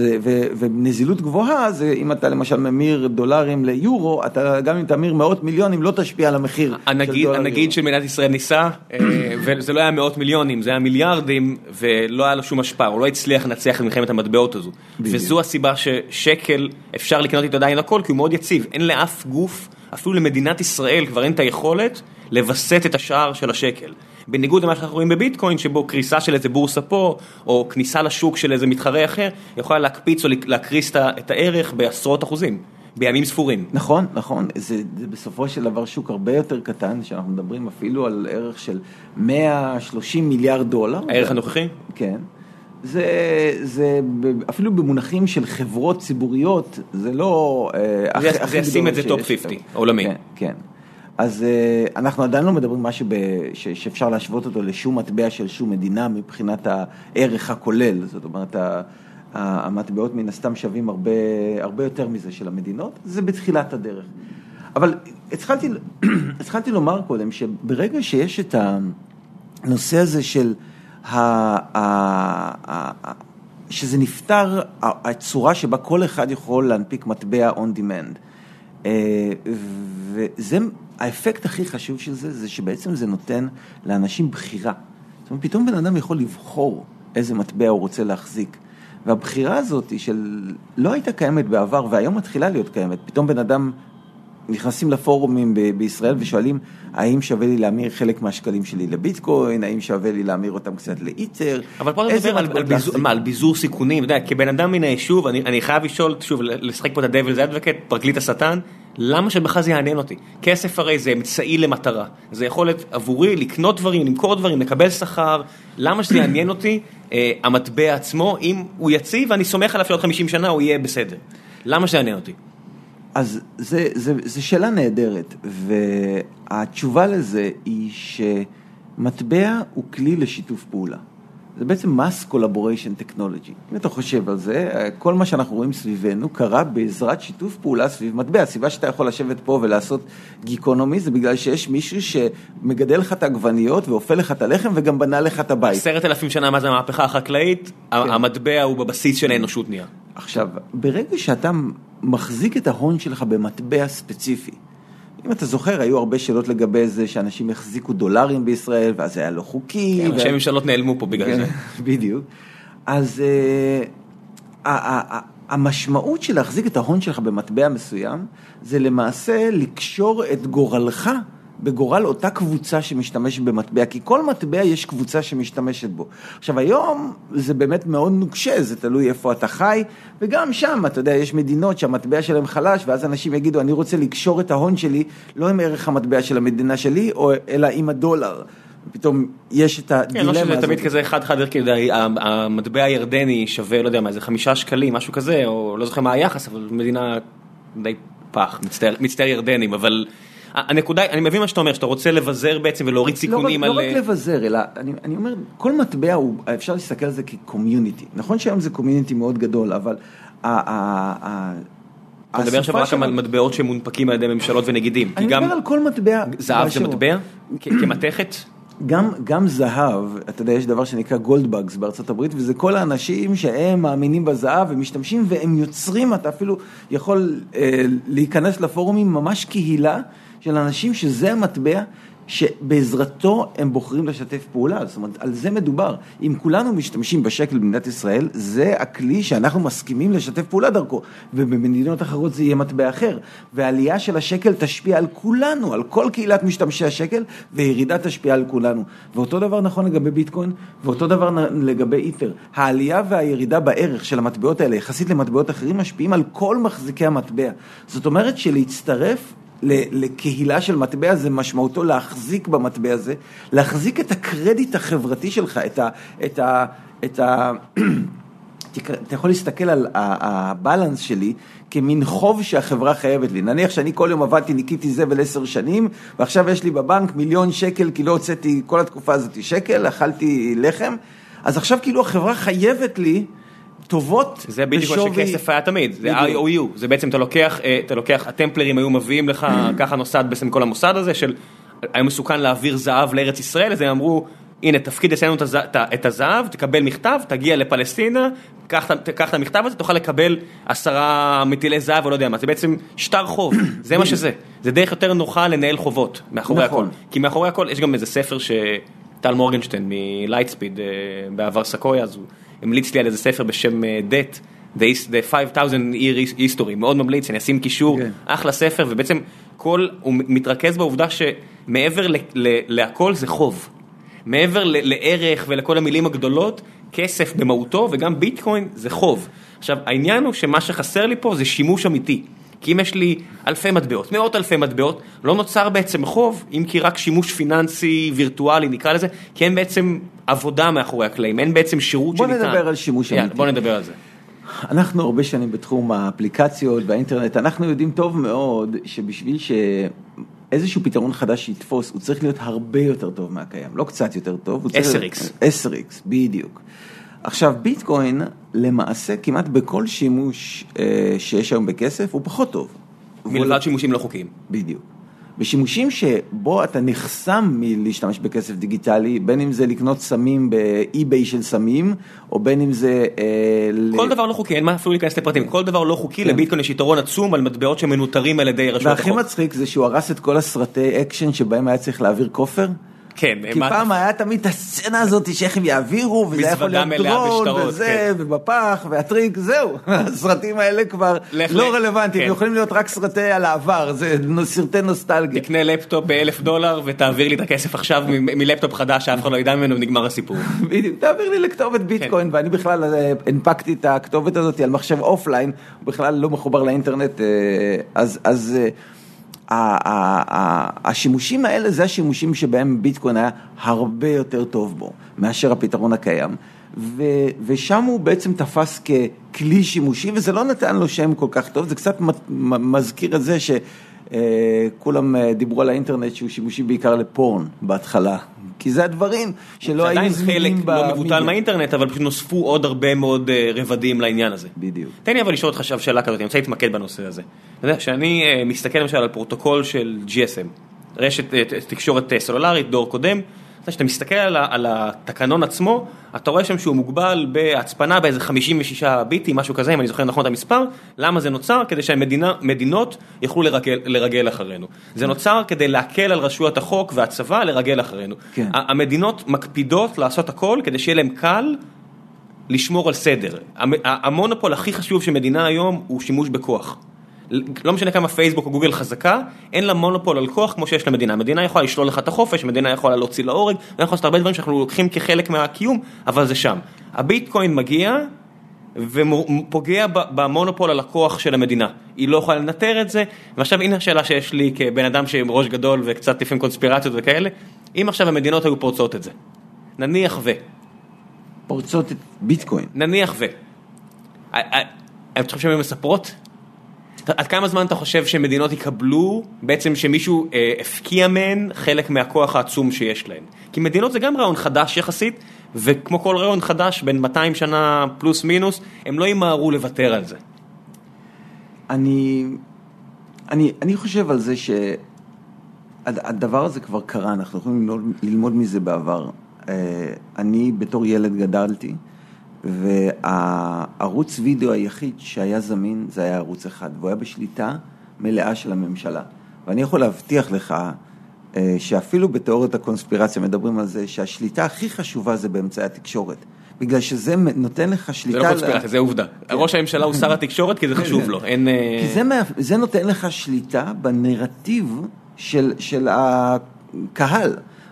ונזילות גבוהה זה אם אתה למשל ממיר דולרים ליורו, אתה גם אם תמיר מאות מיליונים לא תשפיע על המחיר. הנגיד של מדינת ישראל ניסה, וזה לא היה מאות מיליונים, זה היה מיליארדים, ולא היה לו שום השפעה, הוא לא הצליח לנצח את מלחמת המטבעות הזו, וזו הסיבה ששקל אפשר לקנות איתו עדיין הכל, כי הוא מאוד יציב, אין לאף גוף, אפילו למדינת ישראל כבר אין את היכולת לבסט את השער של השקל. בניגוד למה שאנחנו רואים בביטקוין, שבו קריסה של איזה בורסה פה, או כניסה לשוק של איזה מתחרה אחר, יכולה להקפיץ או להקריס את הערך בעשרות אחוזים, בימים ספורים. נכון, נכון. זה, זה בסופו של דבר שוק הרבה יותר קטן, שאנחנו מדברים אפילו על ערך של מאה ושלושים מיליארד דולר. הערך הנוכחי? כן. זה, זה אפילו במונחים של חברות ציבוריות, זה לא... זה, זה ישים את זה טופ חמישים, עולמי. כן, כן. אז uh, אנחנו עדיין לא מדברים משהו ב, ש, שאפשר להשוות אותו לשום מטבע של שום מדינה מבחינת הערך הכולל, זאת אומרת, ה, ה, המטבעות מן הסתם שווים הרבה, הרבה יותר מזה של המדינות, זה בתחילת הדרך. אבל התחלתי, התחלתי לומר קודם שברגע שיש את הנושא הזה של ה, ה, ה, ה, שזה נפטר, הצורה שבה כל אחד יכול להנפיק מטבע on demand, uh, וזה... האפקט הכי חשוב של זה, זה שבעצם זה נותן לאנשים בחירה. זאת אומרת, פתאום בן אדם יכול לבחור איזה מטבע הוא רוצה להחזיק. והבחירה הזאת של לא הייתה קיימת בעבר, והיום מתחילה להיות קיימת. פתאום בן אדם נכנסים לפורומים ב- בישראל ושואלים, האם שווה לי להמיר חלק מהשקלים שלי לביטקוין, האם שווה לי להמיר אותם קצת לאיתר. אבל פה אתה מדבר על, על, ביזור, מה, על ביזור סיכונים. אתה יודע, כבן אדם מן היישוב, אני, אני חייב לשאול, שוב, לשחק פה את הדבלס אדבוקט, פרקליט השטן, למה שבכלל זה יעניין אותי? כסף הרי זה אמצעי למטרה. זה יכולת עבורי לקנות דברים, למכור דברים, לקבל שכר. למה שזה יעניין אותי? אה, המטבע עצמו, אם הוא יציב, ואני סומך עליו שעוד חמישים שנה הוא יהיה בסדר. למה שזה יעניין אותי? אז זה, זה, זה שאלה נהדרת, והתשובה לזה היא שמטבע הוא כלי לשיתוף פעולה. זה בעצם mass collaboration technology. אם אתה חושב על זה, כל מה שאנחנו רואים סביבנו קרה בעזרת שיתוף פעולה סביב מטבע. הסיבה שאתה יכול לשבת פה ולעשות גיקונומי, זה בגלל שיש מישהו שמגדל לך את העגבניות ואופה לך את הלחם וגם בנה לך את הבית. עשרת אלפים שנה מה זה המהפכה החקלאית, כן. המטבע הוא בבסיס של האנושות נהיה. עכשיו, ברגע שאתה מחזיק את ההון שלך במטבע ספציפי, אם אתה זוכר, היו הרבה שאלות לגבי זה שאנשים החזיקו דולרים בישראל, ואז זה היה לא חוקי. כן, ראשי ממשלות נעלמו פה בגלל זה. בדיוק. אז המשמעות של להחזיק את ההון שלך במטבע מסוים, זה למעשה לקשור את גורלך בגורל אותה קבוצה שמשתמשת במטבע, כי כל מטבע יש קבוצה שמשתמשת בו. עכשיו היום זה באמת מאוד נוקשה, זה תלוי איפה אתה חי, וגם שם, אתה יודע, יש מדינות שהמטבע שלהם חלש, ואז אנשים יגידו, אני רוצה לקשור את ההון שלי, לא עם ערך המטבע של המדינה שלי, או, אלא עם הדולר. פתאום יש את הדילמה הזאת. כן, לא שזה תמיד כזה אחד חד ערכי, המטבע הירדני שווה, לא יודע מה, איזה חמישה שקלים, משהו כזה, או לא זוכר מה היחס, אבל מדינה די פח, מצטער, מצטער ירדנים, אבל הנקודה, אני מבין מה שאתה אומר, שאתה רוצה לבזר בעצם ולהוריד סיכונים לא, על... לא רק לבזר, אלא אני, אני אומר, כל מטבע הוא, אפשר להסתכל על זה כקומיוניטי. נכון שהיום זה קומיוניטי מאוד גדול, אבל... אתה מדבר עכשיו רק על מטבעות שמונפקים על ידי ממשלות ונגידים. אני מדבר על כל מטבע... זהב זה מטבע? כמתכת? גם, גם זהב, אתה יודע, יש דבר שנקרא גולדבאגס בארצות הברית, וזה כל האנשים שהם מאמינים בזהב ומשתמשים, והם יוצרים, אתה אפילו יכול אה, להיכנס לפורומים ממש קהילה של אנשים שזה המטבע, שבעזרתו הם בוחרים לשתף פעולה, זאת אומרת, על זה מדובר. אם כולנו משתמשים בשקל במדינת ישראל, זה הכלי שאנחנו מסכימים לשתף פעולה דרכו, ובמדינות אחרות זה יהיה מטבע אחר, והעלייה של השקל תשפיע על כולנו, על כל קהילת משתמשי השקל, וירידה תשפיע על כולנו. ואותו דבר נכון לגבי ביטקוין, ואותו דבר לגבי אית'ר. העלייה והירידה בערך של המטבעות האלה, יחסית למטבעות אחרים, משפיעים על כל מחזיקי המטבע. זאת אומרת שלהצטרף לקהילה של מטבע זה משמעותו להחזיק במטבע הזה, להחזיק את הקרדיט החברתי שלך, את ה... את ה, את ה אתה יכול להסתכל על הבלנס שלי כמין חוב שהחברה חייבת לי. נניח שאני כל יום עבדתי, ניקיתי זבל עשר שנים, ועכשיו יש לי בבנק מיליון שקל, כי לא הוצאתי כל התקופה הזאת שקל, אכלתי לחם, אז עכשיו כאילו החברה חייבת לי טובות. זה בדיוק מה שכסף היה תמיד, זה איי או יו, זה בעצם אתה לוקח, אתה לוקח, הטמפלרים היו מביאים לך, ככה נוסד בעצם כל המוסד הזה, של היה מסוכן להעביר זהב לארץ ישראל, אז הם אמרו, הנה תפקיד אצלנו את הזהב, תקבל מכתב, תגיע לפלסטינה, קח את המכתב הזה, תוכל לקבל עשרה מטילי זהב, או לא יודע מה, זה בעצם שטר חוב, זה מה שזה, זה דרך יותר נוחה לנהל חובות, מאחורי הכל, כי מאחורי הכל יש גם איזה ספר שטל מורגנשטיין מלייטספיד בעבר סקויה, אז הוא המליץ לי על איזה ספר בשם Debt, The five thousand year history, מאוד ממליץ, אני אשים קישור, אחלה ספר, ובעצם כל, הוא מתרכז בעובדה שמעבר להכל זה חוב, מעבר לערך ולכל המילים הגדולות, כסף במהותו וגם ביטקוין זה חוב. עכשיו, העניין הוא שמה שחסר לי פה זה שימוש אמיתי, כי אם יש לי אלפי מטבעות, מאות אלפי מטבעות, לא נוצר בעצם חוב, אם כי רק שימוש פיננסי, וירטואלי, נקרא לזה, כי אין בעצם עבודה מאחורי הקלעים, אין בעצם שירות שניתן. בוא נדבר על שימוש אמיתי. בוא נדבר על זה. אנחנו הרבה שנים בתחום האפליקציות והאינטרנט, אנחנו יודעים טוב מאוד שבשביל שאיזשהו פתרון חדש יתפוס, הוא צריך להיות הרבה יותר טוב מהקיים, לא קצת יותר טוב. עשר אקס. עשר אקס, בדיוק. עכשיו, ביטקוין, למעשה, כמעט בכל שימוש אה, שיש היום בכסף, הוא פחות טוב. מלבד שימושים לא חוקיים. בדיוק. בשימושים שבו אתה נחסם מלהשתמש בכסף דיגיטלי, בין אם זה לקנות סמים באי-ביי של סמים, או בין אם זה... כל ל... דבר לא חוקי, אין מה אפילו להיכנס לפרטים, כל דבר לא חוקי, כן. לביטקוין יש יתרון עצום על מטבעות שמנותרים על ידי רשויות החוק. והכי מצחיק זה שהוא הרס את כל הסרטי אקשן שבהם היה צריך להעביר כופר, כן, כי פעם היה תמיד את הסצנה הזאת שאיך הם יעבירו, וזה יכול להיות דרון, וזה, ובפח, והטריק, זהו. הסרטים האלה כבר לא רלוונטיים, הם יכולים להיות רק סרטי על העבר, זה סרטי נוסטלגיה. תקנה לפטופ באלף דולר, ותעביר לי את הכסף עכשיו מלפטופ חדש, שאף אחד לא ידע ממנו, ונגמר הסיפור. בדיוק, תעביר לי לכתובת ביטקוין, ואני בכלל הנפקתי את הכתובת הזאת על מחשב אופליין, הוא בכלל לא מחובר לאינטרנט, אז... השימושים האלה זה השימושים שבהם ביטקוין היה הרבה יותר טוב בו מאשר הפתרון הקיים, ושם הוא בעצם תפס ככלי שימושי, וזה לא נתן לו שם כל כך טוב, זה קצת מזכיר את זה שכולם דיברו על האינטרנט שהוא שימושי בעיקר לפורן בהתחלה, כי זה הדברים שלא היו זמינים במדיה. לא מבוטל מהאינטרנט, אבל פשוט נוספו עוד הרבה מאוד רבדים לעניין הזה. בדיוק. תן לי אבל לשאול אותך שאלה כזאת, אני רוצה להתמקד בנושא הזה. אתה יודע, שאני מסתכל למשל על פרוטוקול של ג'י אס אם, רשת תקשורת סלולרית, דור קודם, כשאתה מסתכל על, על התקנון עצמו, אתה רואה שם שהוא מוגבל בהצפנה באיזה חמישים ושישה ביטים, משהו כזה, אם אני זוכר נכון את המספר. למה זה נוצר? כדי שהמדינות יוכלו לרגל, לרגל אחרינו. זה נוצר כדי להקל על רשויות החוק והצבא לרגל אחרינו. כן. המדינות מקפידות לעשות הכל כדי שיהיה להם קל לשמור על סדר. המונופול הכי חשוב של מדינה היום הוא שימוש בכוח. לא משנה כמה פייסבוק או גוגל חזקה, אין לה מונופול על כוח כמו שיש למדינה. המדינה יכולה לשלול לך את החופש, המדינה יכולה להוציא להורג, ואנחנו יכולים לעשות הרבה דברים שאנחנו לוקחים כחלק מהקיום, אבל זה שם. הביטקוין מגיע ופוגע במונופול על הכוח של המדינה. היא לא יכולה לנטר את זה, ועכשיו הנה השאלה שיש לי כבן אדם שעם ראש גדול וקצת לפעמים קונספירציות וכאלה, אם עכשיו המדינות היו פורצות את זה, נניח ו... פורצות את ביטקוין. נניח ו... אני חושב שהן מספרות? עד כמה זמן אתה חושב שמדינות יקבלו בעצם שמישהו אה, הפקיע מהן חלק מהכוח העצום שיש להן? כי מדינות זה גם רעיון חדש יחסית, וכמו כל רעיון חדש בין מאתיים שנה פלוס מינוס, הם לא ימהרו לוותר על זה. אני, אני, אני חושב על זה שהדבר הזה כבר קרה, אנחנו יכולים ללמוד, ללמוד מזה בעבר. אה, אני בתור ילד גדלתי, והערוץ וידאו היחיד שהיה זמין זה היה ערוץ אחד, והוא היה בשליטה מלאה של הממשלה. ואני יכול להבטיח לך שאפילו בתיאוריית הקונספירציה מדברים על זה, שהשליטה הכי חשובה זה באמצעי התקשורת. בגלל שזה נותן לך שליטה... זה לא קונספירציה, זה עובדה. ראש הממשלה הוא שר התקשורת כי זה חשוב לו. כי זה נותן לך שליטה בנרטיב של הקהל.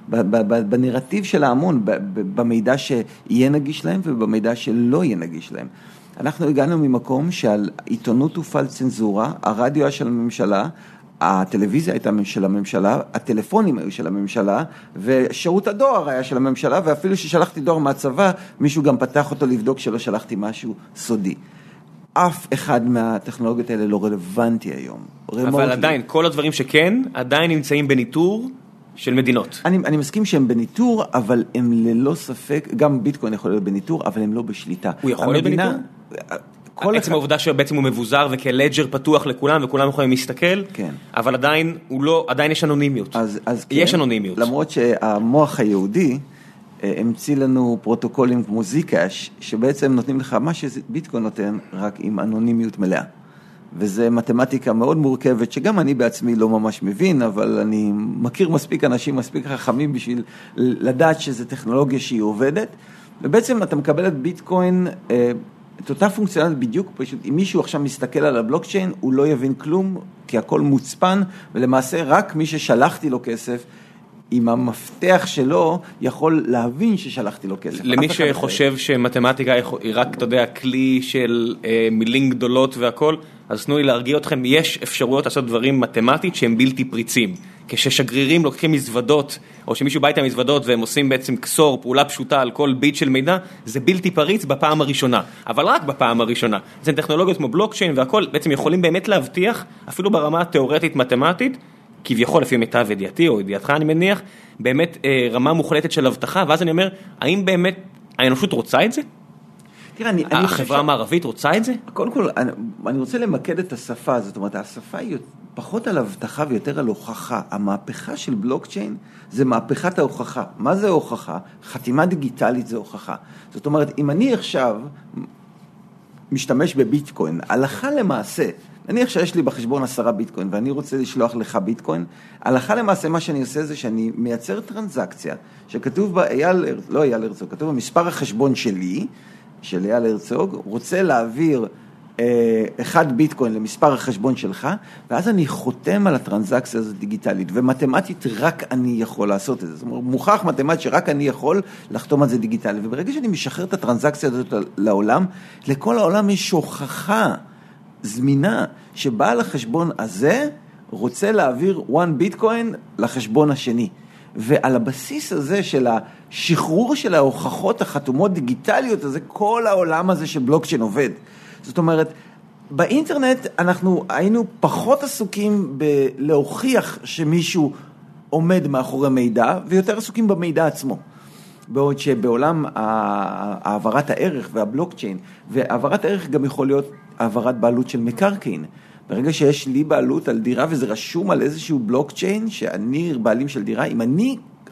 בנרטיב של ההמון, במידע שיהיה נגיש להם ובמידע שלא יהיה נגיש להם. אנחנו הגענו ממקום שעל עיתונות הופעל צנזורה, הרדיו היה של הממשלה, הטלוויזיה הייתה של הממשלה, הטלפונים היו של הממשלה, ושירות הדואר היה של הממשלה, ואפילו ששלחתי דואר מהצבא, מישהו גם פתח אותו לבדוק שלא שלחתי משהו סודי. אף אחד מהטכנולוגיות האלה לא רלוונטי היום. אבל עדיין, כל הדברים שכן, עדיין נמצאים בניטור, של מדינות. אני, אני מסכים שהם בניטור, אבל הם ללא ספק, גם ביטקוין יכול להיות בניטור, אבל הם לא בשליטה. הוא יכול להיות בניטור? כל עצם העובדה שבעצם הוא מבוזר וכלג'ר פתוח לכולם, וכולם יכולים להסתכל, כן. אבל עדיין, הוא לא, עדיין יש אנונימיות. אז, אז יש כן, אנונימיות. למרות שהמוח היהודי המציא לנו פרוטוקולים כמו זיקאש, שבעצם נותנים לך מה שביטקוין נותן, רק עם אנונימיות מלאה. וזה מתמטיקה מאוד מורכבת, שגם אני בעצמי לא ממש מבין, אבל אני מכיר מספיק אנשים, מספיק חכמים בשביל לדעת שזו טכנולוגיה שהיא עובדת, ובעצם אתה מקבל את ביטקוין, את אותה פונקציונלית בדיוק, פשוט אם מישהו עכשיו מסתכל על הבלוקצ'יין, הוא לא יבין כלום, כי הכל מוצפן, ולמעשה רק מי ששלחתי לו כסף, עם המפתח שלו, יכול להבין ששלחתי לו כסף. למי שחושב שמתמטיקה היא רק, אתה יודע, כלי של אה, מילים גדולות והכל, אז תנו לי להרגיע אתכם, יש אפשרויות לעשות דברים מתמטית שהם בלתי פריצים. כששגרירים לוקחים מזוודות, או שמישהו בא איתם מזוודות, והם עושים בעצם כסור, פעולה פשוטה על כל ביט של מידע, זה בלתי פריץ בפעם הראשונה. אבל רק בפעם הראשונה. זה טכנולוגיות כמו בלוקצ'יין והכל, בעצם יכולים באמת להבטיח, אפילו ברמה התיאורטית מתמטית, כביכול לפי מיטב ידיעתי או ידיעתך אני מניח, באמת אה, רמה מוחלטת של הבטחה, ואז אני אומר, האם באמת האנושות רוצה את זה? תראה, אני, החברה המערבית רוצה את זה? קודם כל, אני, אני רוצה למקד את השפה, זאת אומרת, השפה היא פחות על הבטחה ויותר על הוכחה. המהפכה של בלוקצ'יין זה מהפכת ההוכחה. מה זה הוכחה? חתימה דיגיטלית זה הוכחה. זאת אומרת, אם אני עכשיו משתמש בביטקוין, הלכה למעשה, נניח שיש לי בחשבון עשרה ביטקוין, ואני רוצה לשלוח לך ביטקוין, הלכה למעשה מה שאני עושה זה שאני מייצר טרנזקציה, שכתוב בה אייל, לא אייל הרצוג, כתוב במספר החשבון שלי, של אייל הרצוג, רוצה להעביר אה, אחד ביטקוין למספר החשבון שלך, ואז אני חותם על הטרנזקציה הזאת דיגיטלית, ומתמטית רק אני יכול לעשות את זה. זאת אומרת, מוכח מתמטית שרק אני יכול לחתום על זה דיגיטלי, וברגע שאני משחרר את הטרנזקציה הזאת לעולם, לכל העולם יש הוכחה זמינה, שבעל החשבון הזה רוצה להעביר one ביטקוין לחשבון השני. ועל הבסיס הזה של השחרור של ההוכחות החתומות דיגיטליות, הזה כל העולם הזה שבלוקצ'יין עובד. זאת אומרת, באינטרנט אנחנו היינו פחות עסוקים בלהוכיח שמישהו עומד מאחורי מידע, ויותר עסוקים במידע עצמו. בעוד שבעולם העברת הערך והבלוקצ'יין, והעברת הערך גם יכול להיות העברת בעלות של מקרקעין. ברגע שיש לי בעלות על דירה וזה רשום על איזשהו בלוקצ'יין, שאני בעלים של דירה, אם אני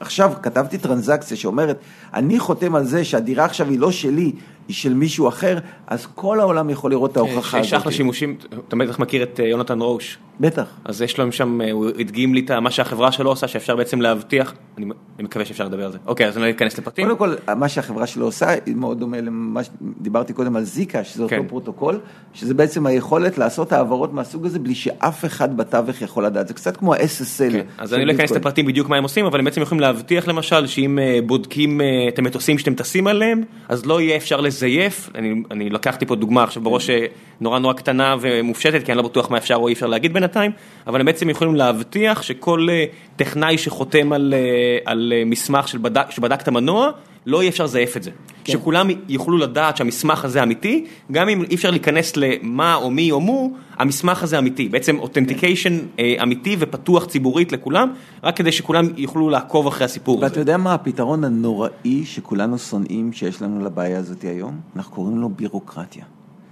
עכשיו כתבתי טרנזקציה שאומרת, אני חותם על זה שהדירה עכשיו היא לא שלי, היא של מישהו אחר, אז כל העולם יכול לראות את ההוכחה הזאת. שייך לשימושים, אתה בטח מכיר את יונתן רוש. בטח. אז יש להם שם, הוא הדגים לי את מה שהחברה שלו עושה, שאפשר בעצם להבטיח, אני מקווה שאפשר לדבר על זה. אוקיי, אז אני לא אכנס לפרטים. קודם כל, מה שהחברה שלו עושה, היא מאוד דומה למה שדיברתי קודם על זיקה, שזה אותו פרוטוקול, שזה בעצם היכולת לעשות העברות מהסוג הזה, בלי שאף אחד בתווך יכול לדעת. זה קצת כמו ה-אס אס אל. אז אני לא אכנס לפרטים בדיוק מה הם עושים, אבל הם בעצם יכולים להבטיח למשל, שאם בודקים את המטוסים שאתם טסים עליהם, אז לא יהיה אפשר לזייף. אני, אני לקחתי פה דוגמה עכשיו בראש נורא נורא קטנה ומופשטת, כי אני לא בטוח מה אפשר או אי אפשר להגיד בינתיים, אבל הם בעצם יכולים להבטיח שכל טכנאי שחותם על, על מסמך של בדק, שבדק את המנוע, לא יהיה אפשר לזייף את זה. כן. שכולם יוכלו לדעת שהמסמך הזה אמיתי, גם אם אי אפשר להיכנס למה או מי או מו, המסמך הזה אמיתי. בעצם אותנטיקיישן כן. אמיתי ופתוח ציבורית לכולם, רק כדי שכולם יוכלו לעקוב אחרי הסיפור הזה. ואתה יודע מה הפתרון הנוראי שכולנו שונאים שיש לנו לבעיה הזאת היום? אנחנו קוראים לו בירוקרטיה.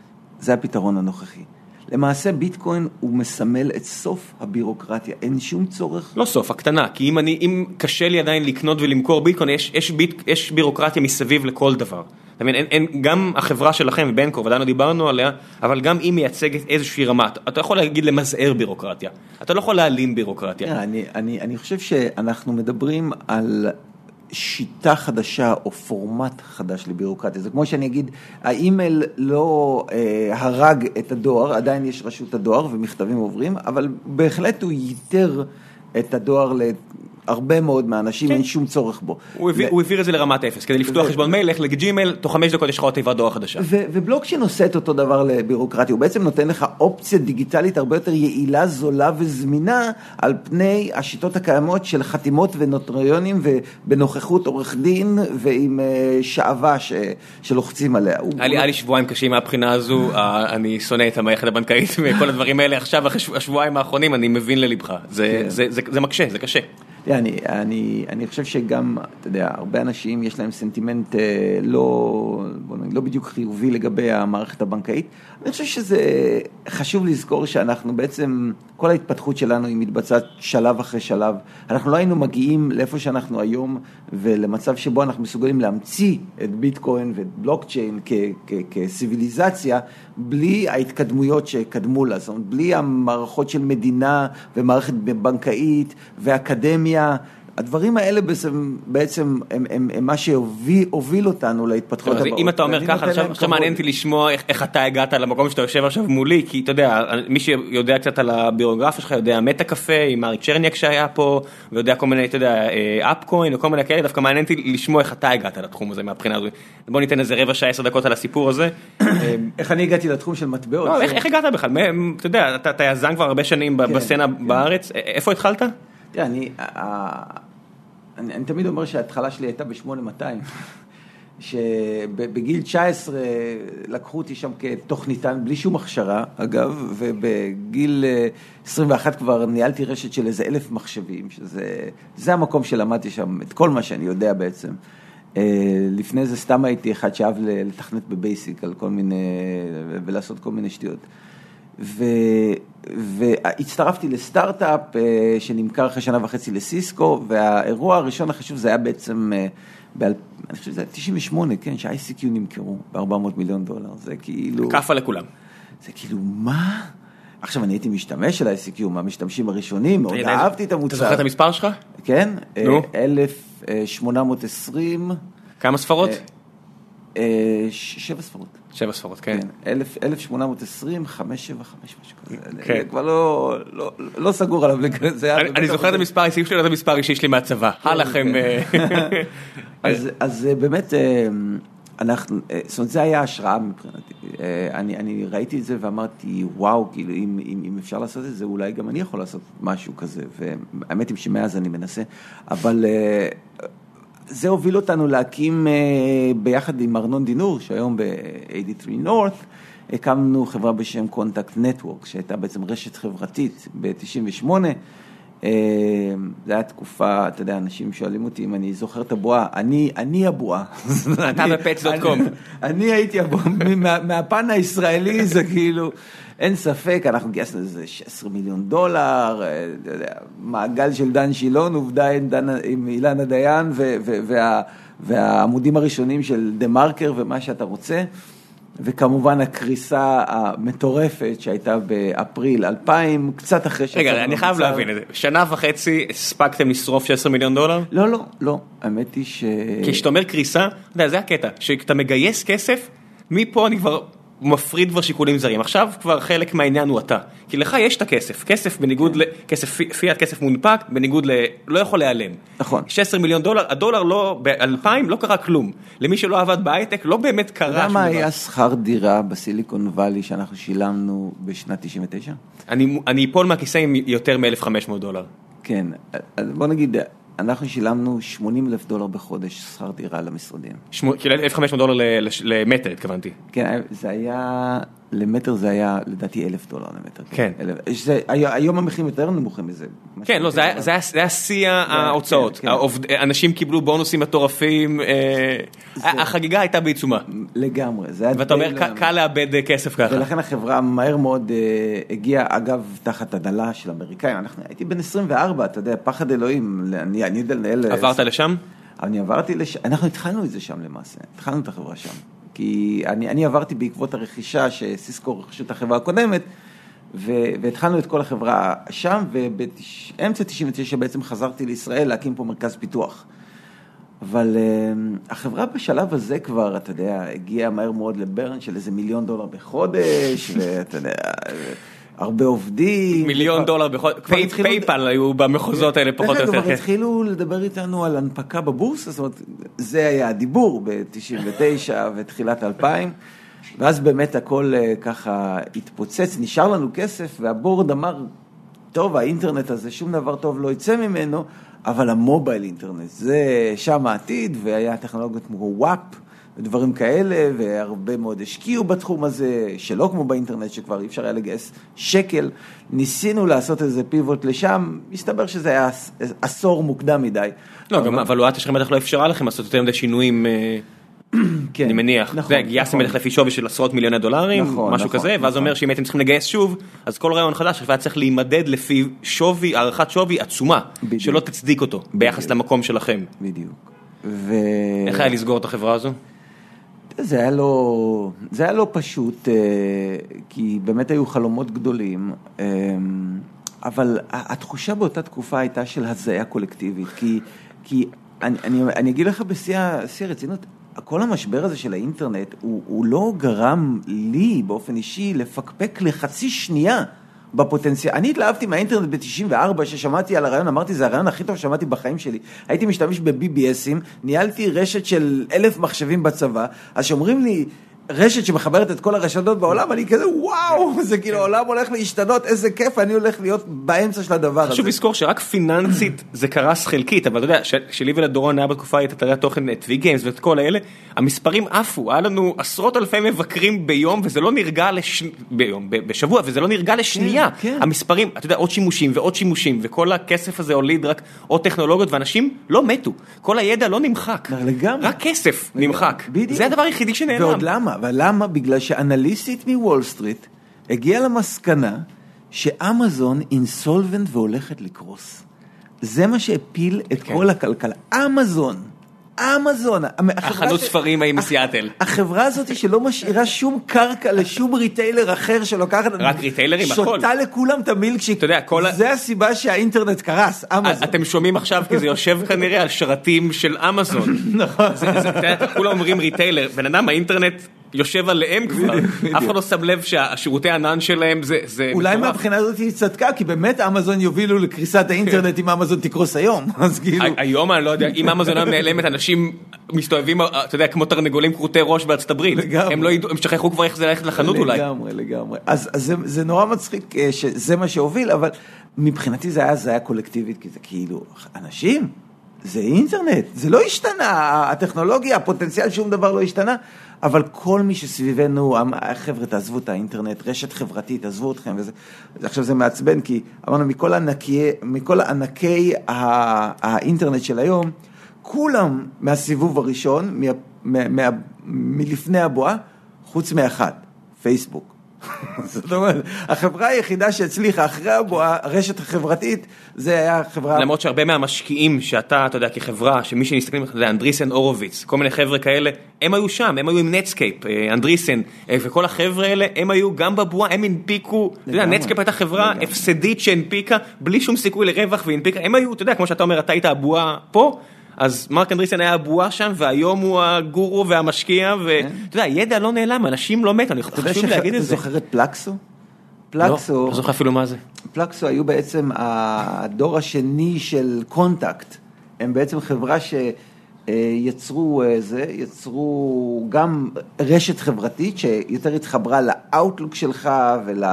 זה הפתרון הנוכחי. למעשה ביטקוין הוא מסמל את סוף הבירוקרטיה, אין שום צורך. לא סוף, הקטנה, כי אם אני, אם קשה לי עדיין לקנות ולמכור ביטקוין, יש, יש, ביט, יש בירוקרטיה מסביב לכל דבר. אתה מבין, אין, אין, גם החברה שלכם, ובנקו, ודאי לא דיברנו עליה, אבל גם היא מייצגת איזושהי רמה. אתה יכול להגיד למזער בירוקרטיה, אתה לא יכול להעלים בירוקרטיה. אני, אני, אני חושב שאנחנו מדברים על שיטה חדשה או פורמט חדש לבירוקרטיה. זה כמו שאני אגיד, האימייל לא אה, הרג את הדואר, עדיין יש רשות הדואר ומכתבים עוברים, אבל בהחלט הוא ייתר את הדואר להרבה מאוד מהאנשים, כן. אין שום צורך בו. הוא העביר, ו... הוא העביר את זה לרמת אפס, כדי לפתוח ו... חשבון מייל, לך לג'ימייל, תוך חמש דקות יש לך עוד תיבת דואר חדשה. ו... ובלוקצ'יין עושה את אותו דבר לבירוקרטיה, הוא בעצם נותן לך אופציה דיגיטלית הרבה יותר יעילה, זולה וזמינה, על פני השיטות הקיימות של חתימות ונוטריונים, ובנוכחות עורך דין, ועם שעבה ש... שלוחצים עליה. היה לי שבועיים קשים מהבחינה הזו, אני שונא את המערכת הבנקאית, וכל הדברים האלה עכשיו, אחרי השבועיים האחרונים, אני מבין ללבך. זה, זה, זה, זה מקשה, זה קשה. אני, אני, אני חושב שגם, אתה יודע, הרבה אנשים יש להם סנטימנט לא, בוא נגיד, לא בדיוק חיובי לגבי המערכת הבנקאית. אני חושב שזה חשוב לזכור שאנחנו בעצם, כל ההתפתחות שלנו היא מתבצעת שלב אחרי שלב. אנחנו לא היינו מגיעים לאיפה שאנחנו היום, ולמצב שבו אנחנו מסוגלים להמציא את ביטקוין ואת בלוקצ'יין כ, כ, כסיביליזציה, בלי ההתקדמויות שקדמו לה, זאת אומרת, בלי המערכות של מדינה ומערכת בנקאית ואקדמיה, הדברים האלה בעצם, בעצם הם, הם, הם מה שהוביל אותנו להתפתחות הבאות. אם אתה אומר ככה, עכשיו מעניין אותי לשמוע איך, איך אתה הגעת למקום שאתה יושב עכשיו מולי, כי אתה יודע, מי שיודע קצת על הביוגרפיה שלך, יודע מטה קפה עם אריק צ'רניאק שהיה פה, ויודע כל מיני, אתה יודע, אפקוין וכל מיני כאלה, דווקא מעניין אותי לשמוע איך אתה הגעת לתחום הזה מהבחינה הזו. בוא ניתן איזה רבע שעה, עשר דקות על הסיפור הזה. איך אני הגעתי לתחום של מטבעות? לא, איך הגעת בכלל? אתה יודע, אתה יזם כבר הרבה שנים בסצנה בארץ, איפה התחלת? תראה, אני, אני, אני תמיד אומר שההתחלה שלי הייתה ב-שמונה מאתיים, שבגיל תשע עשרה לקחו אותי שם כתוכניתן, בלי שום הכשרה, אגב, ובגיל עשרים ואחת כבר ניהלתי רשת של איזה אלף מחשבים, שזה, זה המקום שלמדתי שם, את כל מה שאני יודע בעצם. לפני זה סתם הייתי אחד שאהב לתכנת בבייסיק, על כל מיני, ולעשות כל מיני שטויות. ו... והצטרפתי לסטארט-אפ שנמכר אחרי שנה וחצי לסיסקו, והאירוע הראשון החשוב זה היה בעצם, ב- אני חושב שזה היה תשעים ושמונה, כן, ש-איי סי קיו נמכרו ב-ארבע מאות מיליון דולר, זה כאילו... קפה לכולם. זה כאילו, מה? עכשיו אני הייתי משתמש של איי סי קיו, מהמשתמשים הראשונים, מאוד אהבתי את המוצר. אתה זוכר את המספר שלך? כן, אלף שמונה מאות ועשרים. כמה ספרות? שבע ספרות. שבע ספרות, כן. אלף שמונה מאות ועשרים, חמש שבע חמש, משהו כזה. זה כבר לא סגור עליו. אני זוכר את המספר, הסיום שלי, לא את המספר אישי שלי מהצבא. הלכם. אז באמת, אנחנו, זאת אומרת, זה היה השראה מבחינתי. אני ראיתי את זה ואמרתי, וואו, כאילו, אם אפשר לעשות את זה, אולי גם אני יכול לעשות משהו כזה. והאמת היא שמאז אני מנסה, אבל... זה הוביל אותנו להקים ביחד עם ארנון דינור, שהיום ב-שמונים ושלושה North, הקמנו חברה בשם Contact Network, שהייתה בעצם רשת חברתית ב-תשעים ושמונה, זה היה תקופה, אתה יודע, אנשים שואלים אותי אם אני זוכר את הבועה, אני, אני הבועה. אתה בפץ דוט קום. אני הייתי הבועה, מהפן הישראלי זה כאילו, אין ספק, אנחנו גייסנו איזה שישה עשר מיליון דולר, מעגל של דן שילון, עובדה עם אילנה דיין, והעמודים הראשונים של דה מרקר ומה שאתה רוצה, וכמובן הקריסה המטורפת שהייתה באפריל אלפיים, קצת אחרי ש... רגע, אני חייב להבין את זה. שנה וחצי הספקתם לשרוף שישה עשר מיליון דולר? לא, לא, לא. האמת היא ש... כי כשאתה אומר קריסה, זה הקטע, שאתה מגייס כסף, מפה אני כבר מפריד כבר שיקולים זרים. עכשיו כבר חלק מהעניין הוא אתה. כי לך יש את הכסף. כסף בניגוד ל... כסף פיאט, כסף מונפק, בניגוד ל... לא יכול להיעלם. נכון. שישה עשר מיליון דולר, הדולר לא, ב-אלפיים לא קרה כלום. למי שלא עבד בהייטק, לא באמת קרה שום דבר. למה היה שכר דירה בסיליקון ואלי שאנחנו שילמנו בשנת תשעים ותשע? אני, אני אפול מהכיסא עם יותר מ-אלף וחמש מאות דולר. כן. אז בוא נגיד... אנחנו שילמנו שמונים אלף דולר בחודש שכר דירה למשרדים. כאילו אלף וחמש מאות דולר למטר, התכוונתי. כן, זה היה, למטר זה היה לדעתי אלף דולר למטר. כן. היום המחירים יותר נמוכים מזה. כן, לא, זה היה שיא ההוצאות. אנשים קיבלו בונוסים מטורפים, החגיגה הייתה בעיצומה. לגמרי. ואתה אומר, קל לאבד כסף ככה. ולכן החברה מהר מאוד הגיעה, אגב, תחת הדלה של אמריקאים. הייתי בן עשרים וארבע, אתה יודע, פחד אלוהים, אני אני יודע לנהל... עברת לשם? אני עברתי לשם, אנחנו התחלנו את זה שם למעשה, התחלנו את החברה שם, כי אני, אני עברתי בעקבות הרכישה שסיסקו רכשו את החברה הקודמת, ו, והתחלנו את כל החברה שם, ובאמצע תשעים ותשע בעצם חזרתי לישראל להקים פה מרכז פיתוח. אבל uh, החברה בשלב הזה כבר, אתה יודע, הגיעה מהר מאוד לברן של איזה מיליון דולר בחודש, ואתה יודע... הרבה עובדים. מיליון דולר בחודש, פייפל היו במחוזות האלה פחות או יותר. כבר התחילו לדבר איתנו על הנפקה בבורסה, זאת אומרת, זה היה הדיבור ב-תשעים ותשע ותחילת אלפיים, ואז באמת הכל ככה התפוצץ, נשאר לנו כסף, והבורד אמר, טוב, האינטרנט הזה, שום דבר טוב לא יצא ממנו, אבל המובייל אינטרנט, זה שם העתיד, והיה טכנולוגיות כמו וואפ, ודברים כאלה, והרבה מאוד השקיעו בתחום הזה, שלא כמו באינטרנט, שכבר אי אפשר היה לגייס שקל. ניסינו לעשות איזה פיבוט לשם, מסתבר שזה היה עשור מוקדם מדי. לא, גם הוולואציה שלכם בטח לא אפשרה לכם לעשות יותר מדי שינויים, אני מניח. גייסתם בטח לפי שווי של עשרות מיליוני דולרים, משהו כזה, ואז אומר שאם הייתם צריכים לגייס שוב, אז כל רעיון חדש, היה צריך להימדד לפי שווי, הערכת שווי עצומה, שלא תצדיק אותו, ביחס למקום שלכם. בדיוק. איך היה לסגור את החברה הזו? זה היה לא, זה היה לא פשוט, כי באמת היו חלומות גדולים, אבל התחושה באותה תקופה הייתה של הזיה קולקטיבית, כי, כי אני, אני, אני אגיד לך בשיא הרצינות, כל המשבר הזה של האינטרנט, הוא, הוא לא גרם לי באופן אישי לפקפק לחצי שנייה בפוטנציאל. אני התלהבתי מהאינטרנט ב-תשעים וארבע, ששמעתי על הרעיון, אמרתי, זה הרעיון הכי טוב ששמעתי בחיים שלי. הייתי משתמש ב-בי בי אסים, ניהלתי רשת של אלף מחשבים בצבא, אז שאומרים לי, רשת שמחברת את כל הרשתות בעולם, אני כזה, וואו, זה כאילו, העולם הולך להשתנות, איזה כיף, אני הולך להיות באמצע של הדבר הזה. חשוב לזכור שרק פיננסית זה קרס חלקית, אבל אתה יודע, שלי ולדורון היה בתקופה, את אתרי התוכן, את וי גיימס ואת כל האלה, המספרים עפו, היה לנו עשרות אלפי מבקרים ביום, וזה לא נרגע לש... ביום, בשבוע, וזה לא נרגע לשנייה. המספרים, אתה יודע, עוד שימושים ועוד שימושים, וכל הכסף הזה הוליד רק עוד טכנולוגיות, ואנשים לא מתו. כל הידע לא נמחק. רק כסף נמחק. זה הדבר היחידי שנעלם. ועוד למה? ולמה? בגלל שאנליסטית מוול סטריט הגיעה למסקנה שאמזון אינסולבנט והולכת לקרוס. זה מה שהפיל את כל הכלכלה. אמזון. אמזון. החנות ספרים ההיא מסיאטל. החברה הזאת שלא משאירה שום קרקע לשום ריטיילר אחר שלוקחת... רק ריטיילרים, הכל. שותה לכולם את המילקשיק. אתה יודע, כל... זה הסיבה שהאינטרנט קרס, אמזון. אתם שומעים עכשיו, כי זה יושב כנראה על שרתים של אמזון. נכון. כולם אומרים ריטיילר, בן אדם, האינטרנט יושב עליהם כבר. אף אחד לא שם לב שהשירותי הענן שלהם זה... אולי מהבחינה הזאת היא צדקה, כי באמת אמזון יובילו לקריסת האינטרנט אם אמזון תקרוס היום. היום אני לא יודע, אם אמזון היום נעלמת, אנשים מסתובבים, אתה יודע, כמו תרנגולים קרוטי ראש בארצות הברית. הם לא ידעו, הם שכחו כבר איך זה ללכת לחנות אולי. לגמרי, לגמרי. אז זה נורא מצחיק שזה מה שהוביל, אבל מבחינתי זה היה, זה היה קולקטיבית, כי זה כאילו, אנשים, זה אינטרנט, זה לא השתנה, הטכנולוגיה, הפוטנציאל, שום דבר לא השתנה, אבל כל מי שסביבנו, חבר'ה, תעזבו את האינטרנט, רשת חברתית, תעזבו אתכם, וזה, עכשיו זה מעצבן, כי אמרנו, מכל ענקי, מכל ענקי האינטרנט של היום, כולם מהסיבוב הראשון, מה, מה, מה, מלפני הבועה, חוץ מאחד, פייסבוק. זאת אומרת, החברה היחידה שהצליחה אחרי הבועה, הרשת החברתית, זה היה חברה... למרות שהרבה מהמשקיעים שאתה, אתה יודע, כחברה, שמי שנסתכלים, זה אנדריסן אורוביץ, כל מיני חבר'ה כאלה, הם היו שם, הם היו עם נטסקייפ, אנדריסן, וכל החבר'ה האלה, הם היו גם בבועה, הם הנפיקו, אתה יודע, נטסקייפ הייתה חברה הפסדית שהנפיקה, בלי שום סיכוי לרווח והנפיקה, הם היו, אתה יודע, כמו שאתה אומר, אתה היית הבועה פה, אז מרק אנדריסן היה הבועה שם, והיום הוא הגורו והמשקיע, ואתה יודע, ידע לא נעלם, אנשים לא מת, אני חושב להגיד את זה. אתה זוכר את פלקסו? פלקסו... לא זוכר אפילו מה זה. פלקסו היו בעצם הדור השני של קונטקט, הם בעצם חברה שיצרו זה, יצרו גם רשת חברתית, שיותר התחברה לאוטלוק שלך ול...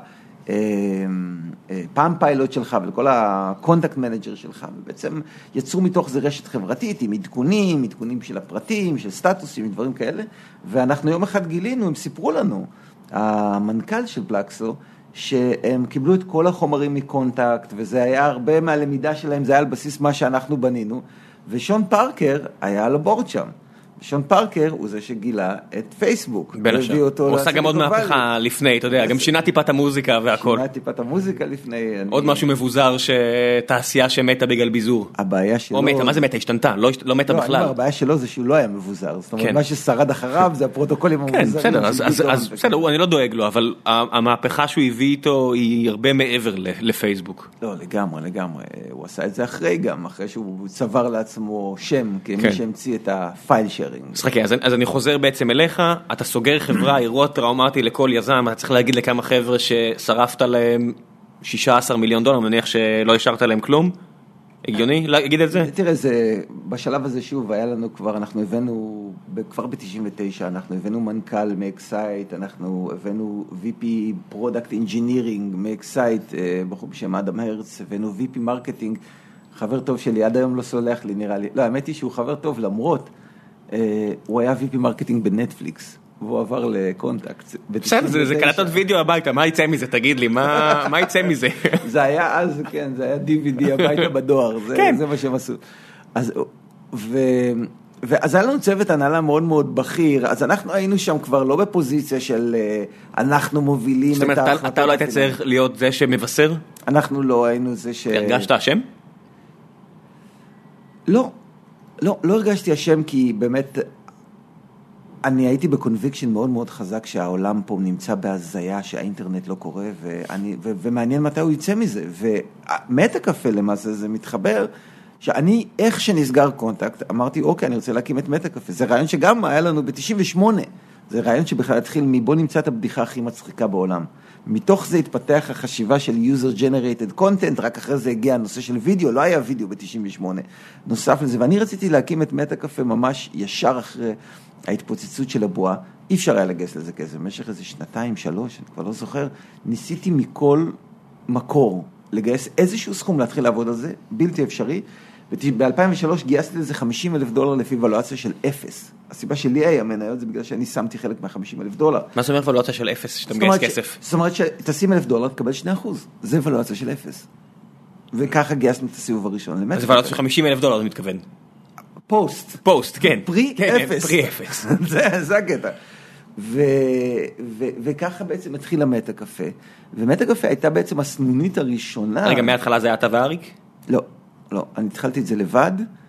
פעם פיילוט שלך ולכל הקונטקט מנג'ר שלך, ובעצם יצרו מתוך זה רשת חברתית עם עדכונים, עדכונים של הפרטים, של סטטוסים, דברים כאלה, ואנחנו יום אחד גילינו, הם סיפרו לנו, המנכ"ל של פלקסו, שהם קיבלו את כל החומרים מקונטקט, וזה היה הרבה מהלמידה שלהם, זה היה על בסיס מה שאנחנו בנינו, ושון פארקר היה על הבורד שם. שון פארקר הוא זה שגילה את פייסבוק. בין השאר. הוא עושה גם עוד מהפכה לפני, אתה יודע, גם שינה טיפה את המוזיקה והכל. שינה טיפה את המוזיקה לפני. עוד משהו מבוזר שתעשייה שמתה בגלל ביזור. הבעיה שלו... או מתה, מה זה מתה? השתנתה, לא מתה בכלל. לא, הבעיה שלו זה שהוא לא היה מבוזר. זאת אומרת, מה ששרד אחריו זה הפרוטוקולים המבוזרים. כן, בסדר, אז בסדר, אני לא דואג לו, אבל המהפכה שהוא הביא איתו היא הרבה מעבר לפייסבוק. לא, לגמרי, לגמרי. הוא עשה את זה אחרי גם, אחרי שהוא צבר לעצמו שם, כמי שהמציא את הפייל שיירינג. אז חכה, אז אני חוזר בעצם אליך, אתה סוגר חברה, אירוע טראומטי לכל יזם, אתה צריך להגיד לכמה חבר'ה ששרפת להם שישה עשר מיליון דולר, מניח שלא השארת להם כלום? הגיוני להגיד את זה? תראה, זה, בשלב הזה שוב, היה לנו כבר, אנחנו הבאנו, כבר ב-תשעים ותשע, אנחנו הבאנו מנכ"ל מאקסייט, אנחנו הבאנו וי פי Product Engineering מאקסייט, בחור בשם אדם הרץ, הבאנו וי פי Marketing, חבר טוב שלי, עד היום לא סולח לי, נראה לי, לא, האמת היא שהוא חבר טוב, למרות, הוא היה וי פי מרקטינג בנטפליקס, והוא עבר לקונטקט. בסדר, זה קלטות וידאו הביתה, מה יצא מזה? תגיד לי, מה יצא מזה? זה היה אז, כן, זה היה די וי די הביתה בדואר, זה מה שהם עשו. ואז היה לנו צוות הנהלה מאוד מאוד בכיר, אז אנחנו היינו שם כבר לא בפוזיציה של אנחנו מובילים את ההחלטות. זאת אומרת, אתה לא היית צריך להיות זה שמבשר? אנחנו לא היינו זה ש... הרגשת השם? לא. לא, לא הרגשתי השם כי באמת אני הייתי בקונביקשן מאוד מאוד חזק שהעולם פה נמצא בהזיה שהאינטרנט לא קורה ואני, ו, ומעניין מתי הוא יצא מזה. ומטה קפה למעשה זה מתחבר שאני איך שנסגר קונטקט אמרתי אוקיי אני רוצה להקים את מטה קפה. זה רעיון שגם היה לנו ב-תשעים ושמונה. זה רעיון שבכלל התחיל מבוא נמצא את הבדיחה הכי מצחיקה בעולם. מתוך זה התפתח החשיבה של user generated content, רק אחרי זה הגיע הנושא של וידאו, לא היה וידאו ב-תשעים ושמונה, נוסף לזה, ואני רציתי להקים את מטה קפה ממש ישר אחרי ההתפוצצות של הבועה, אי אפשר היה לגייס לזה כסף, במשך איזה שנתיים, שלוש, אני כבר לא זוכר, ניסיתי מכל מקור לגייס איזשהו סכום להתחיל לעבוד על זה, בלתי אפשרי, ב-אלפיים ושלוש גייסתי לזה חמישים אלף דולר לפי ולואציה של אפס. הסיבה שלי היה מניות זה בגלל שאני שמתי חלק מה-חמישים אלף דולר. מה זאת אומרת ולואציה של אפס, שאתה מגייס כסף? זאת אומרת שתשים אלף דולר, תקבל שני אחוז. זה ולואציה של אפס. וככה גייסנו את הסיבוב הראשון. אז ולואציה של חמישים אלף דולר, אני מתכוון. פוסט. פוסט, כן. פרי אפס. פרי אפס. זה הקטע. וככה בעצם התחיל המטה קפה. ומטה קפה הייתה בעצם הסנונית הראשונה. רגע, מההתחלה זה היה אתה ואריק? לא. לא, אני התחלתי את זה לבד.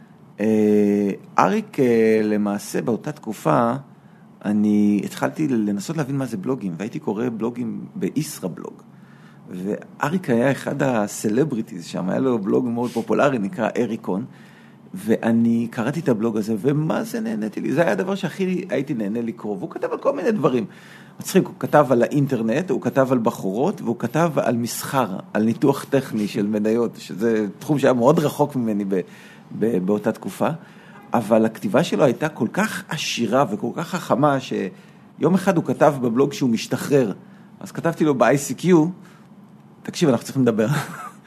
אריק, למעשה, באותה תקופה, אני התחלתי לנסות להבין מה זה בלוגים, והייתי קורא בלוגים בישרא בלוג. ואריק היה אחד הסלבריטיז שם, היה לו בלוג מאוד פופולרי, נקרא אריקון, ואני קראתי את הבלוג הזה, ומה זה נהניתי לי? זה היה הדבר שהכי הייתי נהנה לקרוא, והוא כתב על כל מיני דברים. מצחיק, הוא כתב על האינטרנט, הוא כתב על בחורות, והוא כתב על מסחר, על ניתוח טכני של מניות, שזה תחום שהיה מאוד רחוק ממני ב, ב, באותה תקופה, אבל הכתיבה שלו הייתה כל כך עשירה וכל כך חכמה, שיום אחד הוא כתב בבלוג שהוא משתחרר, אז כתבתי לו ב-איי סי קיו, תקשיב, אנחנו צריכים לדבר.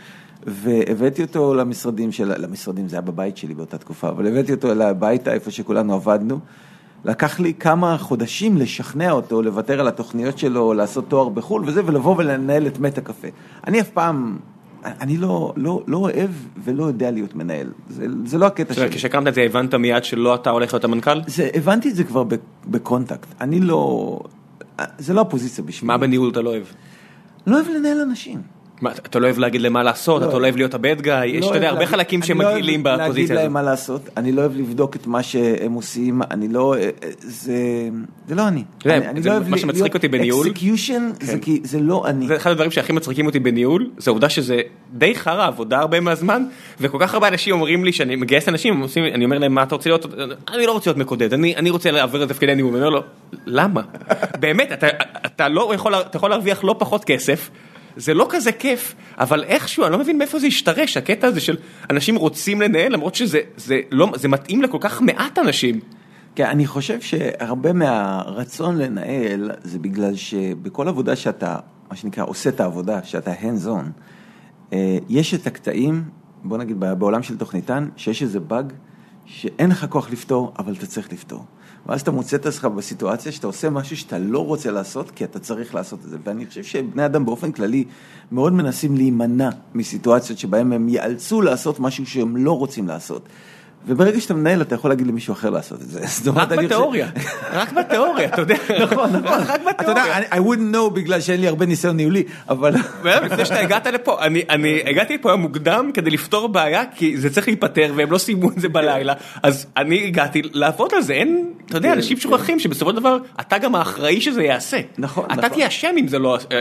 והבאתי אותו למשרדים של, למשרדים, זה היה בבית שלי באותה תקופה, אבל הבאתי אותו לבית איפה שכולנו עבדנו, לקח לי כמה חודשים לשכנע אותו, לוותר על התוכניות שלו, לעשות תואר בחול וזה, ולבוא ולנהל את מטה קפה. אני אף פעם, אני לא, לא, לא אוהב ולא יודע להיות מנהל. זה, זה לא הקטע שלי. כשקמת את זה, הבנת מיד שלא אתה הולך להיות המנכ"ל? זה, הבנתי את זה כבר בקונטקט. אני לא, זה לא הפוזיציה בשבילי. מה בניהול אתה לא אוהב? לא אוהב לנהל אנשים. מה, אתה לא אוהב להגיד למה לעשות, אתה לא אוהב להיות הבד גאי, יש, אתה יודע, הרבה חלקים שמגעילים בפוזיציה הזאת. להגיד להם מה לעשות, אני לא אוהב לבדוק את מה שהם עושים, אני לא, זה, זה לא אני. אני לא אוהב מה שמצחיק אותי בניהול. אקסקיושן, זה לא אני. זה אחד הדברים שהכי מצחיקים אותי בניהול, זה העובדה שזה די חרא עבודה הרבה מהזמן, וכל כך הרבה אנשים אומרים לי, שאני מגייס אנשים, אני אומר להם, מה אתה רוצה להיות? אני לא רוצה להיות מקודד, אני רוצה לעבור את תפקידי ניהול, ואני אומר לו, למה? באמת, אתה לא יכול, אתה יכול להרוויח לא פחות כסף, זה לא כזה כיף, אבל איכשהו, אני לא מבין מאיפה זה ישתרש, הקטע הזה של אנשים רוצים לנהל, למרות שזה זה לא, זה מתאים לכל כך מעט אנשים. כן, אני חושב שהרבה מהרצון לנהל, זה בגלל שבכל עבודה שאתה, מה שנקרא, עושה את העבודה, שאתה hands on, יש את הקטעים, בוא נגיד, בעולם של תוכניתן, שיש איזה באג, שאין לך כוח לפתור, אבל אתה צריך לפתור. ואז אתה מוצא את עצמך בסיטואציה שאתה עושה משהו שאתה לא רוצה לעשות, כי אתה צריך לעשות את זה. ואני חושב שבני אדם באופן כללי מאוד מנסים להימנע מסיטואציות שבהם הם יאלצו לעשות משהו שהם לא רוצים לעשות. וברגע שאתה מנהל, אתה יכול להגיד למישהו אחר לעשות את זה. רק בתיאוריה, רק בתיאוריה, אתה יודע. נכון, נכון. רק בתיאוריה. אתה יודע, I wouldn't know בגלל שאין לי הרבה ניסיון ניהולי, אבל... לפני שאתה הגעת לפה, אני הגעתי לפה מוקדם כדי לפתור בעיה, כי זה צריך להיפטר, והם לא סיימו את זה בלילה, אז אני הגעתי לעבוד על זה, אין, אתה יודע, אנשים שוכחים שבסופו של דבר, אתה גם האחראי שזה יעשה. נכון, נכון. אתה תהיה אשם אם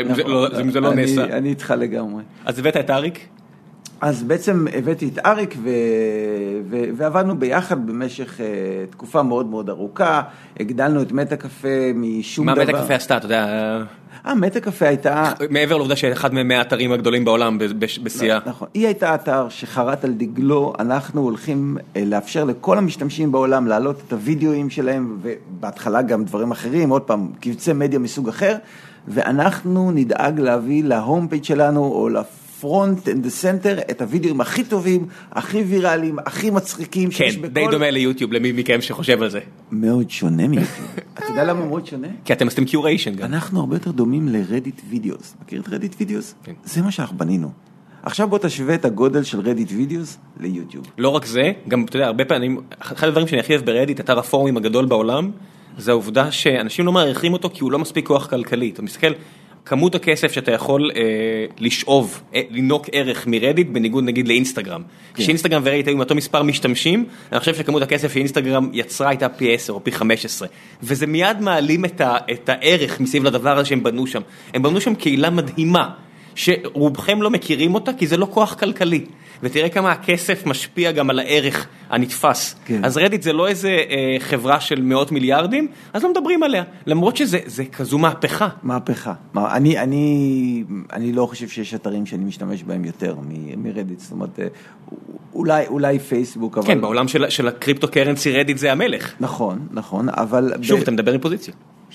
זה לא נעשה. אני איתך לגמרי. אז הבאת את אריק? אז בעצם הבאתי את אריק ו... ו... ועבדנו ביחד במשך uh, תקופה מאוד מאוד ארוכה, הגדלנו את מטה קפה משום מה דבר. מה מטה קפה עשתה, אתה יודע? אה, מטה קפה הייתה... מעבר לעובדה שאחד ממאה האתרים הגדולים בעולם בשיאה. נכון, היא הייתה אתר שחרט על דגלו, אנחנו הולכים לאפשר לכל המשתמשים בעולם להעלות את הוידאוים שלהם, ובהתחלה גם דברים אחרים, עוד פעם, קבצי מדיה מסוג אחר, ואנחנו נדאג להביא להום פייג' שלנו, או לפ... פרונט and the center, את הוידאוים הכי טובים, הכי ויראליים, הכי מצחיקים. כן, די דומה ליוטיוב, למי מכם שחושב על זה. מאוד שונה מיוטיוב. אתה יודע למה מאוד שונה? כי אתם עושים קיוריישן גם. אנחנו הרבה יותר דומים לרדיט וידאוס. מכיר את רדיט וידאוס? כן. זה מה שאנחנו בנינו. עכשיו בוא תשווה את הגודל של רדיט וידאוס ליוטיוב. לא רק זה, גם, אתה יודע, הרבה פעמים, אחד הדברים שאני הכי אוהב ברדיט, אתר הפורומים הגדול בעולם, זה העובדה שאנשים לא מעריכים אותו כי הוא לא מספיק כוח כלכלי. אתה מסתכל, כמות הכסף שאתה יכול אה, לשאוב, אה, לנוק ערך מרדיט, בניגוד נגיד לאינסטגרם. כן. כשאינסטגרם ורדיט היו עם אותו מספר משתמשים, אני חושב שכמות הכסף שאינסטגרם יצרה הייתה פי עשר או פי חמש עשרה. וזה מיד מעלים את, ה, את הערך מסביב לדבר הזה שהם בנו שם. הם בנו שם קהילה מדהימה, שרובכם לא מכירים אותה, כי זה לא כוח כלכלי. ותראה כמה הכסף משפיע גם על הערך הנתפס. כן. אז רדיט זה לא איזה אה, חברה של מאות מיליארדים, אז לא מדברים עליה. למרות שזה זה כזו מהפכה. מהפכה. אני, אני, אני לא חושב שיש אתרים שאני משתמש בהם יותר מרדיט. זאת אומרת, אולי, אולי פייסבוק, אבל... כן, בעולם של, של הקריפטו קרנסי רדיט זה המלך. נכון, נכון, אבל... שוב, ב... אתה מדבר עם פוזיציה.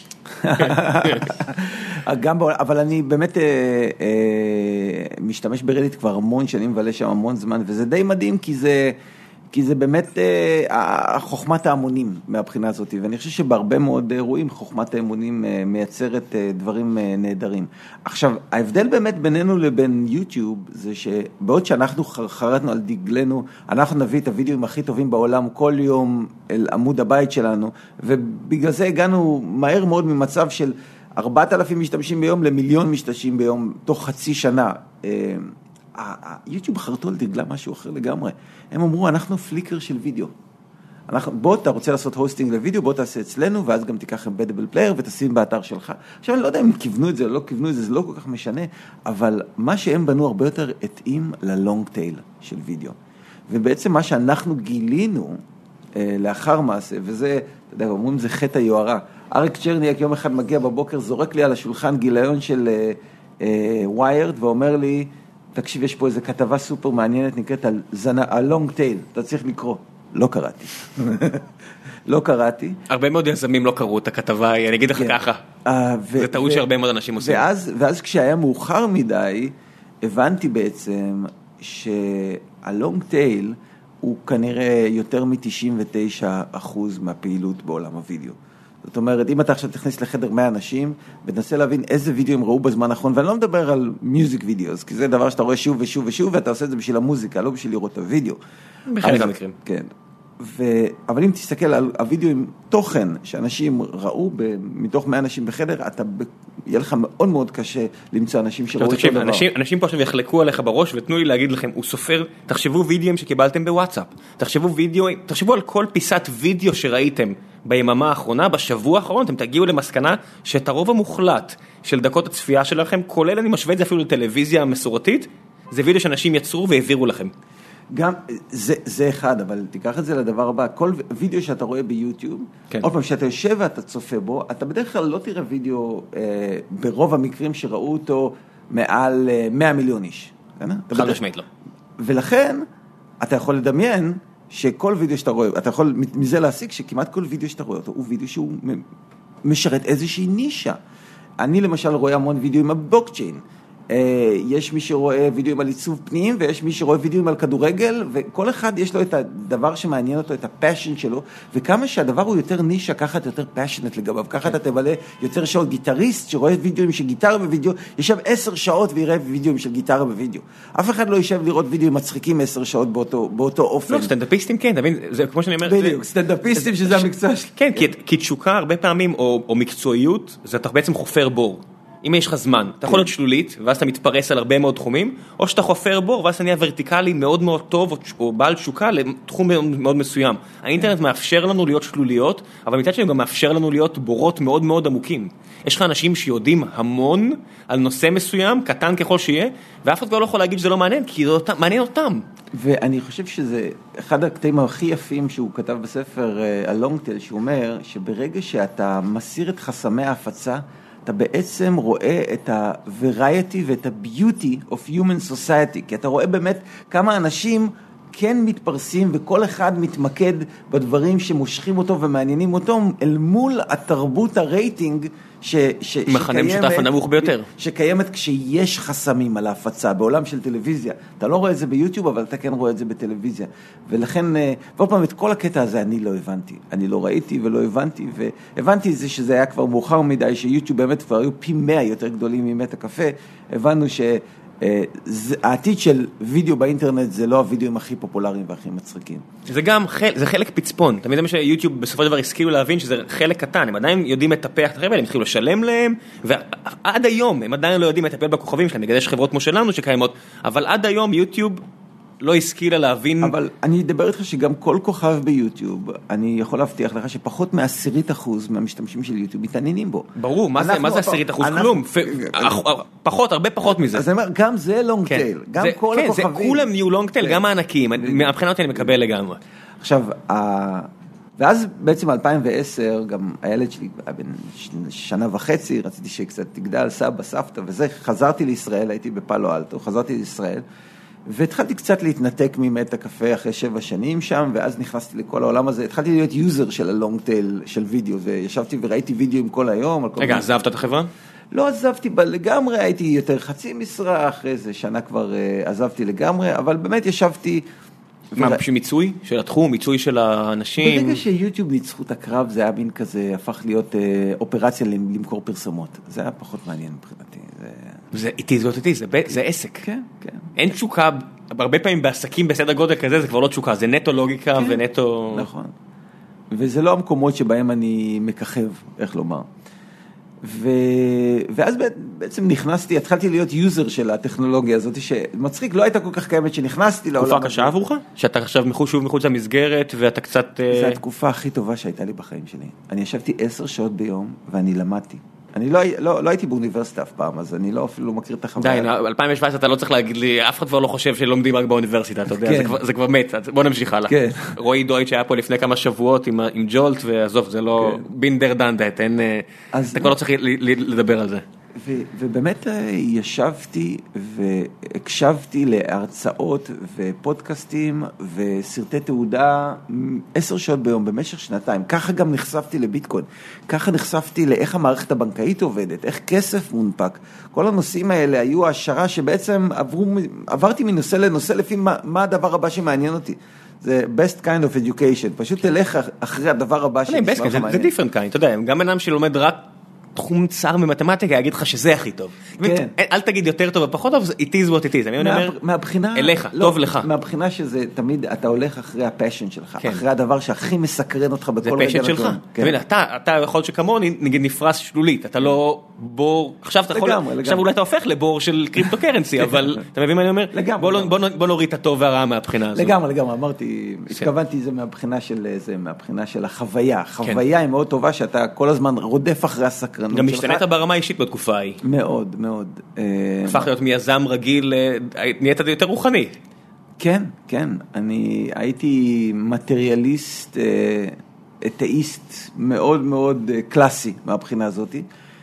גם, אבל אני באמת אה, אה, משתמש ברדיט כבר המון שנים, מבלה שם המון זמן, וזה די מדהים, כי זה, כי זה באמת אה, חוכמת ההמונים מהבחינה הזאת, ואני חושב שבהרבה מאוד אירועים, חוכמת ההמונים אה, מייצרת אה, דברים אה, נהדרים. עכשיו, ההבדל באמת בינינו לבין יוטיוב, זה שבעוד שאנחנו חרטנו על דגלנו, אנחנו נביא את הוידאוים הכי טובים בעולם כל יום אל עמוד הבית שלנו, ובגלל זה הגענו מהר מאוד ממצב של ארבעת אלפים משתמשים ביום למיליון משתמשים ביום, תוך חצי שנה. יוטיוב חרטו על דגלה משהו אחר לגמרי. הם אמרו, אנחנו פליקר של וידאו. אנחנו, בוא, אתה רוצה לעשות הוסטינג לוידאו, בוא תעשה אצלנו, ואז גם תיקח אמבדבל פלייר ותשים באתר שלך. עכשיו, אני לא יודע אם כיוונו את זה או לא כיוונו את זה, זה לא כל כך משנה, אבל מה שהם בנו הרבה יותר התאים ללונג טייל של וידאו. ובעצם מה שאנחנו גילינו לאחר מעשה, וזה, אתה יודע, אומרים, זה חטא היוהרה. אריק צ'רניאק יום אחד מגיע בבוקר, זורק לי על השולחן גיליון של וויירד, ואומר לי, תקשיב, יש פה איזו כתבה סופר מעניינת, נקראת על הלונג טייל, אתה צריך לקרוא. לא קראתי. לא קראתי. הרבה מאוד יזמים לא קראו את הכתבה, אני אגיד לך ככה. זה טעות שהרבה מאוד אנשים עושים. ואז כשהיה מאוחר מדי, הבנתי בעצם שהלונג טייל הוא כנראה יותר מ-תשעים ותשעה אחוז מהפעילות בעולם הוידאו. זאת אומרת, אם אתה עכשיו תכניס לחדר מאה אנשים, ותנסה להבין איזה וידאו הם ראו בזמן האחרון, ואני לא מדבר על מיוזיק וידאוס, כי זה דבר שאתה רואה שוב ושוב ושוב, ואתה עושה את זה בשביל המוזיקה, לא בשביל לראות את הוידאו. בחלק המקרים. כן. ו... אבל אם תסתכל על הוידאו עם תוכן שאנשים ראו ב... מתוך מאה אנשים בחדר, אתה ב... יהיה לך מאוד מאוד קשה למצוא אנשים שראו אותו דבר. אנשים, אנשים פה עכשיו יחלקו עליך בראש ותנו לי להגיד לכם, הוא סופר, תחשבו וידאוים שקיבלתם בוואטסאפ, תחשבו וידאו, תחשבו על כל פיסת וידאו שראיתם ביממה האחרונה, בשבוע האחרון, אתם תגיעו למסקנה שאת הרוב המוחלט של דקות הצפייה שלכם, כולל אני משווה את זה אפילו לטלוויזיה המסורתית, זה וידאו שאנשים יצרו והעבירו לכם. גם, זה, זה אחד, אבל תיקח את זה לדבר הבא, כל וידאו שאתה רואה ביוטיוב, כן. עוד פעם, שאתה יושב ואתה צופה בו, אתה בדרך כלל לא תראה וידאו אה, ברוב המקרים שראו אותו מעל אה, מאה מיליון איש. חד משמעית לא. ולכן, אתה יכול לדמיין שכל וידאו שאתה רואה, אתה יכול מזה להסיק שכמעט כל וידאו שאתה רואה אותו, הוא וידאו שהוא משרת איזושהי נישה. אני למשל רואה המון וידאו עם הבלוקצ'יין, יש מי שרואה וידאוים על עיצוב פנים, ויש מי שרואה וידאוים על כדורגל, וכל אחד יש לו את הדבר שמעניין אותו, את הפשן שלו, וכמה שהדבר הוא יותר נישה, ככה אתה יותר פשנט לגביו, ככה אתה תבלה יותר שעות. גיטריסט שרואה וידאוים של גיטרה בוידאו, ישב עשר שעות ויראה וידאוים של גיטרה בוידאו. אף אחד לא ישב לראות וידאוים מצחיקים עשר שעות באותו, באותו אופן. לא, סטנדאפיסטים כן, תבין, זה כמו שאני אומר. בדיוק, סטנדאפיסטים שזה המקצוע שלי. כן, כי תשוקה הרבה פעמים, או מקצועיות, זה אתה בעצם חופר בור. אם יש לך זמן, אתה יכול להיות שלולית, ואז אתה מתפרס על הרבה מאוד תחומים, או שאתה חופר בור, ואז אתה נהיה ורטיקלי מאוד מאוד טוב, או בעל תשוקה לתחום מאוד מסוים. האינטרנט מאפשר לנו להיות שלוליות, אבל מצד שני גם מאפשר לנו להיות בורות מאוד מאוד עמוקים. יש לך אנשים שיודעים המון על נושא מסוים, קטן ככל שיהיה, ואף אחד לא יכול להגיד שזה לא מעניין, כי זה מעניין אותם. ואני חושב שזה אחד הקטעים הכי יפים שהוא כתב בספר הלונג-טייל, שהוא אומר שברגע שאתה מסיר את חסמי ההפצה, אתה בעצם רואה את ה-variety ואת ה-beauty of human society, כי אתה רואה באמת כמה אנשים כן מתפרסים, וכל אחד מתמקד בדברים שמושכים אותו ומעניינים אותו, אל מול התרבות הרייטינג ש, ש, מחנה משותף הנמוך ביותר. שקיימת כשיש חסמים על ההפצה, בעולם של טלוויזיה. אתה לא רואה את זה ביוטיוב, אבל אתה כן רואה את זה בטלוויזיה. ולכן, ועוד פעם, את כל הקטע הזה אני לא הבנתי. אני לא ראיתי ולא הבנתי, והבנתי את זה שזה היה כבר מאוחר מדי, שיוטיוב באמת כבר היו פי מאה יותר גדולים מבית הקפה. הבנו ש... העתיד של וידאו באינטרנט זה לא הוידאוים הכי פופולריים והכי מצחיקים. זה גם חלק, זה חלק פצפון. תמיד זה מה שיוטיוב בסופו של דבר השכילו להבין שזה חלק קטן. הם עדיין יודעים לטפח את החבר'ה, הם התחילו לשלם להם, ועד היום הם עדיין לא יודעים לטפל בכוכבים שלהם, בגלל יש חברות כמו שלנו שקיימות, אבל עד היום יוטיוב לא השכילה להבין. אבל אני אדבר איתך שגם כל כוכב ביוטיוב, אני יכול להבטיח לך שפחות מעשירית אחוז מהמשתמשים של יוטיוב מתעניינים בו. ברור, מה זה, מה זה עשירית אחוז? כלום. פחות, הרבה פחות מזה. אז אני אומר, גם זה לונג טייל. גם כל הכוכבים. כן, כולם נהיו לונג טייל, גם הענקים. מהבחינה אותי אני מקבל לגמרי. עכשיו, ואז בעצם אלפיים ועשר, גם הילד שלי, בן שנה וחצי, רציתי שקצת תגדל, סבא, סבתא, וזה, חזרתי לישראל, הייתי בפאלו אלטו, חזרתי לישראל, והתחלתי קצת להתנתק ממט הקפה אחרי שבע שנים שם, ואז נכנסתי לכל העולם הזה, התחלתי להיות יוזר של הלונג טייל של וידאו, וישבתי וראיתי וידאוים כל היום. רגע, עזבת את החברה? לא עזבתי לגמרי, הייתי יותר חצי משרה, אחרי זה שנה כבר עזבתי לגמרי, אבל באמת ישבתי... מה, מיצוי של התחום, מיצוי של האנשים? ברגע שיוטיוב ניצחו את הקרב, זה היה מין כזה, הפך להיות אופרציה למכור פרסומות. זה היה פחות מעניין מבחינתי. זה איתי, זה איתי, זה עסק. כן, כן. אין תשוקה, הרבה פעמים בעסקים בסדר גודל כזה, זה כבר לא תשוקה, זה נטו לוגיקה ונטו... נכון. וזה לא המקומות שבהם אני מככב, איך לומר. ו... ואז בעצם נכנסתי, התחלתי להיות יוזר של הטכנולוגיה הזאת, שמצחיק, לא הייתה כל כך קיימת שנכנסתי לעולם. תקופה קשה עבורך? שאתה עכשיו שוב מחוץ למסגרת, ואתה קצת... זו התקופה הכי טובה שהייתה לי בחיים שלי. אני ישבתי עשר שעות ביום, ואני למדתי. אני לא, לא, לא הייתי באוניברסיטה אף פעם, אז אני לא אפילו לא מכיר את החוויה. די, אלפיים שבע עשרה אתה לא צריך להגיד לי, אף אחד כבר לא חושב שלומדים רק באוניברסיטה, אתה יודע, כן. זה, כבר, זה כבר מת, בוא נמשיך הלאה. כן. רועי דויטש היה פה לפני כמה שבועות עם, עם ג'ולט, ועזוב, זה לא, כן. בינדר דנדט, אין, אז... אתה כבר לא צריך לדבר על זה. ו- ובאמת ישבתי והקשבתי להרצאות ופודקאסטים וסרטי תעודה עשר שעות ביום במשך שנתיים. ככה גם נחשפתי לביטקוין, ככה נחשפתי לאיך המערכת הבנקאית עובדת, איך כסף מונפק. כל הנושאים האלה היו השערה שבעצם עברו, עברתי מנושא לנושא לפי מה, מה הדבר הבא שמעניין אותי. זה best kind of education, פשוט תלך אחרי הדבר הבא שנשמע לך מעניין. זה different kind, אתה יודע, גם אדם שלומד רק תחום צר ממתמטיקה, יגיד לך שזה הכי טוב. כן. אל תגיד יותר טוב ופחות טוב, it is what it is. אני אומר, מהבחינה, אליך, לא, טוב לך. מהבחינה שזה תמיד, אתה הולך אחרי הפשן שלך, כן. אחרי הדבר שהכי מסקרן אותך בכל רגע נתון. זה פשן שלך. כן. תבין, אתה, אתה יכול להיות שכמוני, נגיד נפרס שלולית, אתה לא בור, עכשיו אתה יכול, לגמרי, עכשיו אולי אתה הופך לבור של קריפטו-קרנסי, אבל אתה מבין מה אני אומר? לגמרי. בוא, לא, בוא, בוא נוריד את הטוב והרע מהבחינה הזו. לגמרי, לגמרי, אמרתי, התכוונתי זה מהבחינה של, זה מהבחינה של החוויה. חוויה היא מאוד טובה שאתה כל הזמן רודף אחרי הסקרנות שלך. גם משתנית ברמה האישית בתקופה ההיא. מאוד, מאוד. הפך להיות מיזם רגיל, נהיית יותר רוחני. כן, כן. אני הייתי מטריאליסט, אתאיסט מאוד מאוד קלאסי מהבחינה הזאת,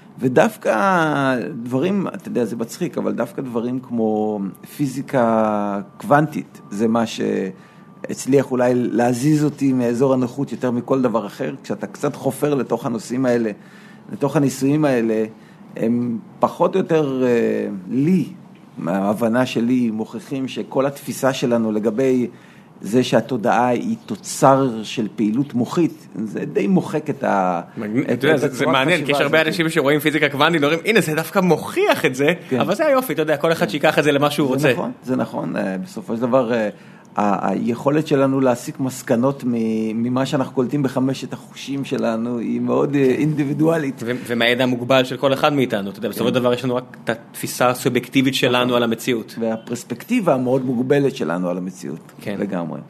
ודווקא דברים, אתה יודע, זה מצחיק, אבל דווקא דברים כמו פיזיקה קוונטית, זה מה שהצליח אולי להזיז אותי מאזור הנוחות יותר מכל דבר אחר, כשאתה קצת חופר לתוך הנושאים האלה, לתוך הניסויים האלה, הם פחות או יותר uh, לי, מההבנה שלי, מוכיחים שכל התפיסה שלנו לגבי זה שהתודעה היא תוצר של פעילות מוחית, זה די מוחק את ה... אתה יודע, זה מעניין, כי יש הרבה אנשים שרואים פיזיקה קוונטית, אומרים, הנה, זה דווקא מוכיח את זה, אבל זה היופי, אתה יודע, כל אחד שיקח את זה למה שהוא רוצה. זה נכון, זה נכון, בסופו של דבר... היכולת שלנו להסיק מסקנות ממה שאנחנו קולטים בחמשת החושים שלנו היא מאוד אינדיבידואלית. ומהידע המוגבל של כל אחד מאיתנו, אתה יודע, בסופו של דבר יש לנו רק את התפיסה הסובייקטיבית שלנו על המציאות. והפרספקטיבה המאוד מוגבלת שלנו על המציאות, לגמרי.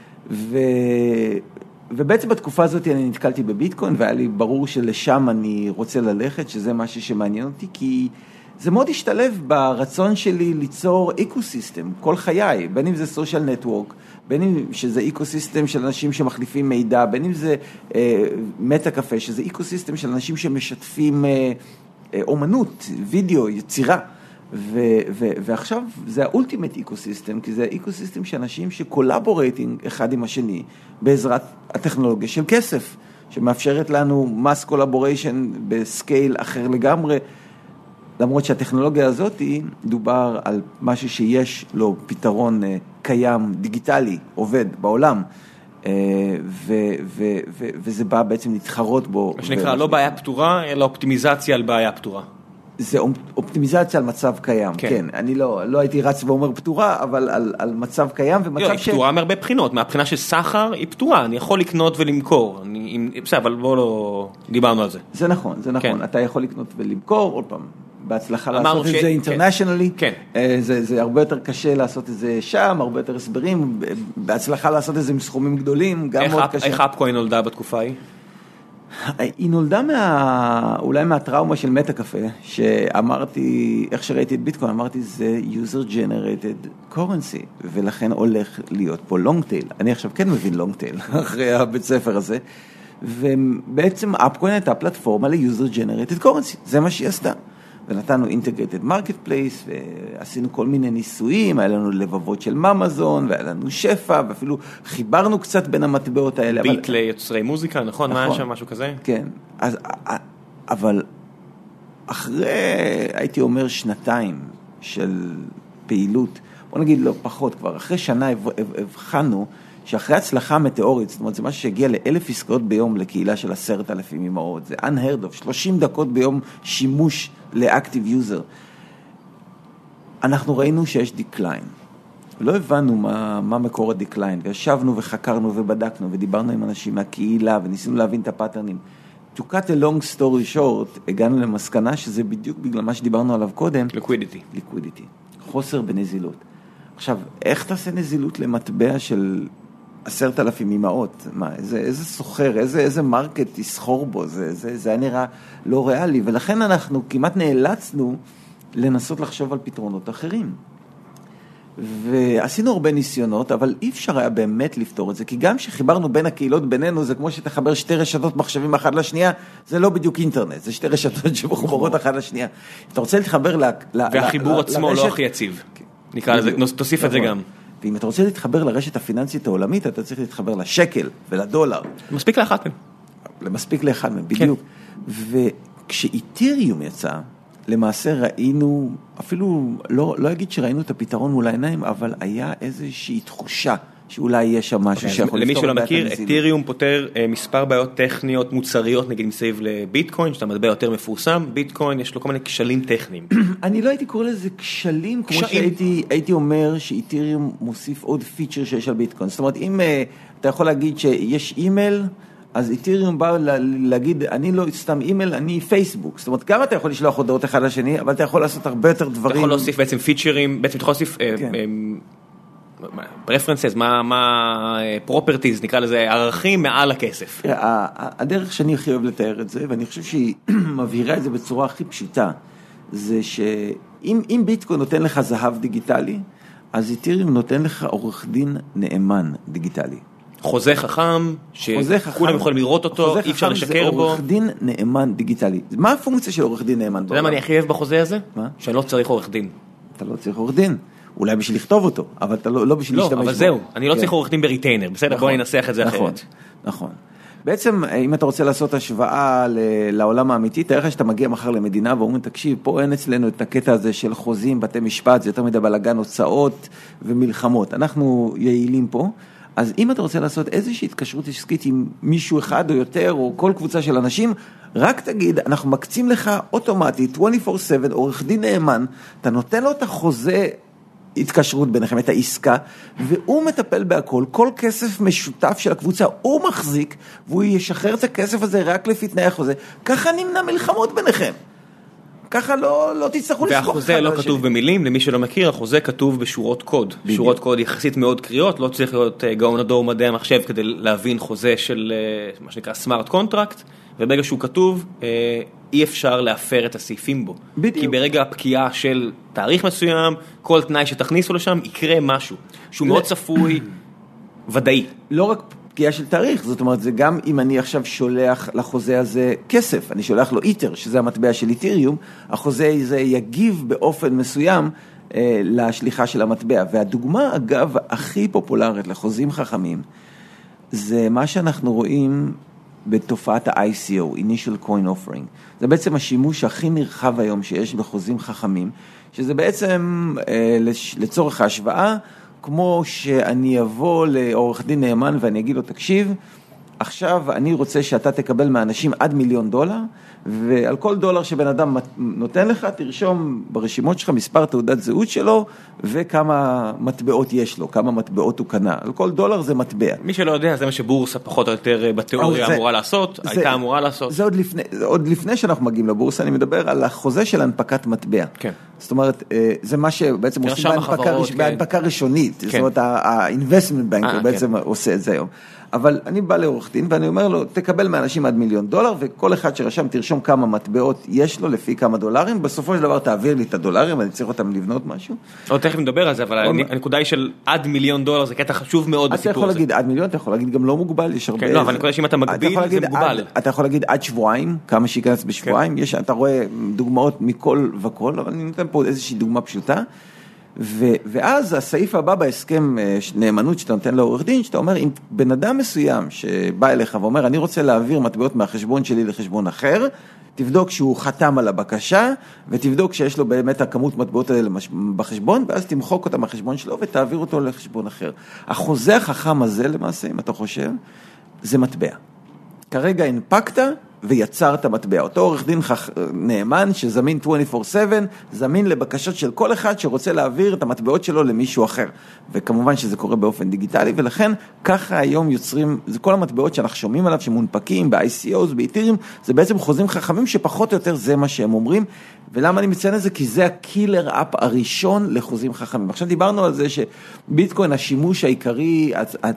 ובעצם בתקופה הזאת אני נתקלתי בביטקוין, והיה לי ברור שלשם אני רוצה ללכת, שזה משהו שמעניין אותי, כי... זה מאוד השתלב ברצון שלי ליצור אקוסיסטם, כל חיי, בין אם זה סושיאל נטוורק, בין אם שזה אקוסיסטם של אנשים שמחליפים מידע, בין אם זה אה, מטה קפה, שזה אקוסיסטם של אנשים שמשתפים אה, אה, אומנות, וידאו, יצירה, ו, ו, ועכשיו זה האולטימט אקוסיסטם, כי זה אקוסיסטם של אנשים שקולבורייטינג אחד עם השני, בעזרת הטכנולוגיה של כסף, שמאפשרת לנו מס קולבוריישן בסקייל אחר לגמרי, למרות שהטכנולוגיה הזאת דובר על משהו שיש לו פתרון קיים, דיגיטלי, עובד בעולם, ו- ו- ו- וזה בא בעצם להתחרות בו. מה שנקרא, לא בעיה פתורה, אלא אופטימיזציה על בעיה פתורה. זה אופטימיזציה על מצב קיים, כן. כן. אני לא, לא הייתי רץ ואומר פתורה, אבל על, על מצב קיים ומצב לא, ש... היא פתורה מהרבה בחינות, מהבחינה של סחר היא פתורה, אני יכול לקנות ולמכור, אני, בסדר, אבל בוא לא דיברנו על זה. זה נכון, זה נכון, כן. אתה יכול לקנות ולמכור, עוד פעם, בהצלחה לעשות ש... את זה אינטרנשיונלי, כן. זה, זה הרבה יותר קשה לעשות את זה שם, הרבה יותר הסברים, בהצלחה לעשות את זה עם סכומים גדולים, גם מאוד קשה. איך אפקוין נולדה בתקופה ההיא? היא נולדה מה, אולי מהטראומה של מטה קפה, שאמרתי, איך שראיתי את ביטקוין, אמרתי, זה user generated currency, ולכן הולך להיות פה long tail. אני עכשיו כן מבין long tail, אחרי הבית ספר הזה, ובעצם אפקוין הייתה פלטפורמה ל-user generated currency, זה מה שהיא עשתה. ונתנו integrated marketplace, ועשינו כל מיני ניסויים, היה לנו לבבות של ממזון, והיה לנו שפע, ואפילו חיברנו קצת בין המטבעות האלה. ביט אבל... ליוצרי מוזיקה, נכון? נכון? מה היה שם משהו כזה? כן, אז, אבל אחרי, הייתי אומר, שנתיים של פעילות, בוא נגיד לא פחות כבר, אחרי שנה הבחנו, שאחרי הצלחה מטאורית, זאת אומרת, זה משהו שהגיע לאלף עסקאות ביום לקהילה של עשרת אלפים אמהות, זה unheard of, שלושים דקות ביום שימוש לאקטיב יוזר. אנחנו ראינו שיש דיקליין. לא הבנו מה, מה מקור הדיקליין, וישבנו וחקרנו ובדקנו, ודיברנו עם אנשים מהקהילה, וניסינו להבין את הפאטרנים. To cut a long story short, הגענו למסקנה שזה בדיוק בגלל מה שדיברנו עליו קודם. Liquidity. Liquidity. חוסר בנזילות. עכשיו, איך תעשה נזילות למטבע של עשרת אלפים אמהות? מה, איזה, איזה סוחר, איזה, איזה מרקט יסחור בו? זה, זה, זה היה נראה לא ריאלי, ולכן אנחנו כמעט נאלצנו לנסות לחשוב על פתרונות אחרים. ועשינו הרבה ניסיונות, אבל אי אפשר היה באמת לפתור את זה, כי גם שחיברנו בין הקהילות בינינו, זה כמו שתחבר שתי רשתות מחשבים אחת לשנייה, זה לא בדיוק אינטרנט, זה שתי רשתות שמחוברות אחת לשנייה. אתה רוצה להתחבר ל... והחיבור עצמו לא הכי יציב. נקרא לזה, תוסיף את זה גם. ואם אתה רוצה להתחבר לרשת הפיננסית העולמית, אתה צריך להתחבר לשקל ולדולר. מספיק לאחת מהם. מספיק לאחד מהם, בדיוק. וכשאיתריום יצא, למעשה ראינו, אפילו לא, לא אגיד שראינו את הפתרון מול העיניים, אבל היה איזושהי תחושה שאולי יש שם משהו שיכול למי שלא מכיר, איתריום פותר מספר בעיות טכניות מוצריות, נגיד מסביב לביטקוין, שאתה מטבע יותר מפורסם, ביטקוין יש לו כל מיני כשלים טכניים. אני לא הייתי קורא לזה כשלים, כמו שהייתי הייתי אומר שאיתריום מוסיף עוד פיצ'ר שיש על ביטקוין. זאת אומרת, אם אתה יכול להגיד שיש אימייל, אז איתריום בא להגיד, אני לא סתם אימייל, אני פייסבוק. זאת אומרת, גם אתה יכול לשלוח הודעות אחד לשני, אבל אתה יכול לעשות הרבה יותר דברים. אתה יכול להוסיף בעצם פיצ'רים, בעצם אתה יכול להוסיף פרפרנסס, מה פרופרטיז, נקרא לזה, ערכים מעל הכסף. הדרך שאני הכי אוהב לתאר את זה, ואני חושב שהיא מבהירה את זה בצורה הכי פשוטה, זה שאם ביטקוין נותן לך זהב דיגיטלי, אז איתריום נותן לך עורך דין נאמן דיגיטלי. חוזה חכם, שכולם יכולים לראות אותו, אי אפשר לשקר בו. חוזה חכם זה עורך דין נאמן דיגיטלי. מה הפונקציה של עורך דין נאמן? אתה יודע מה אני הכי אוהב בחוזה הזה? מה? שאני לא צריך עורך דין. אתה לא צריך עורך דין. אולי בשביל לכתוב אותו, אבל אתה לא בשביל להשתמש בו. לא, אבל זהו, אני לא צריך עורך דין בריטיינר, בסדר? בוא ננסח את זה אחרת. נכון. בעצם, אם אתה רוצה לעשות השוואה לעולם האמיתי, תאר לך שאתה מגיע מחר למדינה ואומרים, תקשיב, פה אין אצלנו את הקטע הזה של חוזים, בתי משפט, זה יותר מדי בלגן, הוצאות ומלחמות. אנחנו יעילים פה. אז אם אתה רוצה לעשות איזושהי התקשרות עסקית עם מישהו אחד או יותר, או כל קבוצה של אנשים, רק תגיד, אנחנו מקצים לך אוטומטית, עשרים וארבע שבע, עורך דין נאמן, אתה נותן לו את החוזה התקשרות ביניכם, את העסקה, והוא מטפל בהכל, כל כסף משותף של הקבוצה, הוא מחזיק, והוא ישחרר את הכסף הזה רק לפי תנאי החוזה, ככה נמנע מלחמות ביניכם. ככה לא, לא תצטרכו לסבוך. והחוזה לא כתוב במילים, למי שלא מכיר, החוזה כתוב בשורות קוד. שורות קוד יחסית מאוד קריאות, לא צריך להיות גאון הדור מדעי המחשב כדי להבין חוזה של מה שנקרא סמארט קונטרקט, וברגע שהוא כתוב, אי אפשר להפר את הסעיפים בו. בדיוק. כי ברגע הפקיעה של תאריך מסוים, כל תנאי שתכניסו לשם, יקרה משהו, שהוא מאוד צפוי, ודאי. לא רק פקיעה של תאריך, זאת אומרת, זה גם אם אני עכשיו שולח לחוזה הזה כסף, אני שולח לו איתר, שזה המטבע של איתריום, החוזה הזה יגיב באופן מסוים אה, לשליחה של המטבע. והדוגמה, אגב, הכי פופולרית לחוזים חכמים, זה מה שאנחנו רואים בתופעת ה-איי סי או, Initial Coin Offering. זה בעצם השימוש הכי נרחב היום שיש בחוזים חכמים, שזה בעצם אה, לצורך ההשוואה, כמו שאני אבוא לעורך דין נאמן ואני אגיד לו, תקשיב, עכשיו אני רוצה שאתה תקבל מאנשים עד מיליון דולר, ועל כל דולר שבן אדם נותן לך, תרשום ברשימות שלך מספר תעודת זהות שלו, וכמה מטבעות יש לו, כמה מטבעות הוא קנה. על כל דולר זה מטבע. מי שלא יודע, זה מה שבורסה פחות או יותר בתיאוריה אמורה לעשות, הייתה אמורה לעשות. זה עוד לפני, עוד לפני שאנחנו מגיעים לבורסה, אני מדבר על החוזה של הנפקת מטבע. כן. זאת אומרת, זה מה שבעצם עושים בהנפקה ראשונית. זאת אומרת, ה-investment bank בעצם עושה את זה היום. אבל אני בא לעורך דין ואני אומר לו, תקבל מאנשים עד מיליון דולר, וכל אחד שרשם תרשום כמה מטבעות יש לו לפי כמה דולרים, בסופו של דבר תעביר לי את הדולרים, אני צריך אותם לבנות משהו. עוד תכף נדבר על זה, אבל הנקודה היא של עד מיליון דולר, זה קטע חשוב מאוד בסיפור הזה. אתה יכול להגיד עד מיליון, אתה יכול להגיד גם לא מוגבל, יש הרבה... כן, לא, אבל הנקודה שאם אתה מגביל, זה מוגבל. אתה יכול להגיד עד שבועיים, כמה שיכנס בשבועיים, יש, אתה רואה דוגמאות מכל וכל, אבל אני נותן פה איזושהי דוגמה פשוטה. ו- ואז הסעיף הבא בהסכם נאמנות שאתה נותן לעורך דין, שאתה אומר, אם בן אדם מסוים שבא אליך ואומר, אני רוצה להעביר מטבעות מהחשבון שלי לחשבון אחר, תבדוק שהוא חתם על הבקשה, ותבדוק שיש לו באמת הכמות מטבעות האלה בחשבון, ואז תמחוק אותה מהחשבון שלו ותעביר אותו לחשבון אחר. החוזה החכם הזה למעשה, אם אתה חושב, זה מטבע. כרגע הנפקת ויצרת מטבע. אותו עורך דין נאמן שזמין עשרים וארבע שבע, זמין לבקשות של כל אחד שרוצה להעביר את המטבעות שלו למישהו אחר. וכמובן שזה קורה באופן דיגיטלי, ולכן ככה היום יוצרים, זה כל המטבעות שאנחנו שומעים עליו, שמונפקים ב-איי סי או's, באתריום, זה בעצם חוזים חכמים שפחות או יותר זה מה שהם אומרים. ולמה אני מציין את זה? כי זה הקילר אפ הראשון לחוזים חכמים. עכשיו דיברנו על זה שביטקוין, השימוש העיקרי,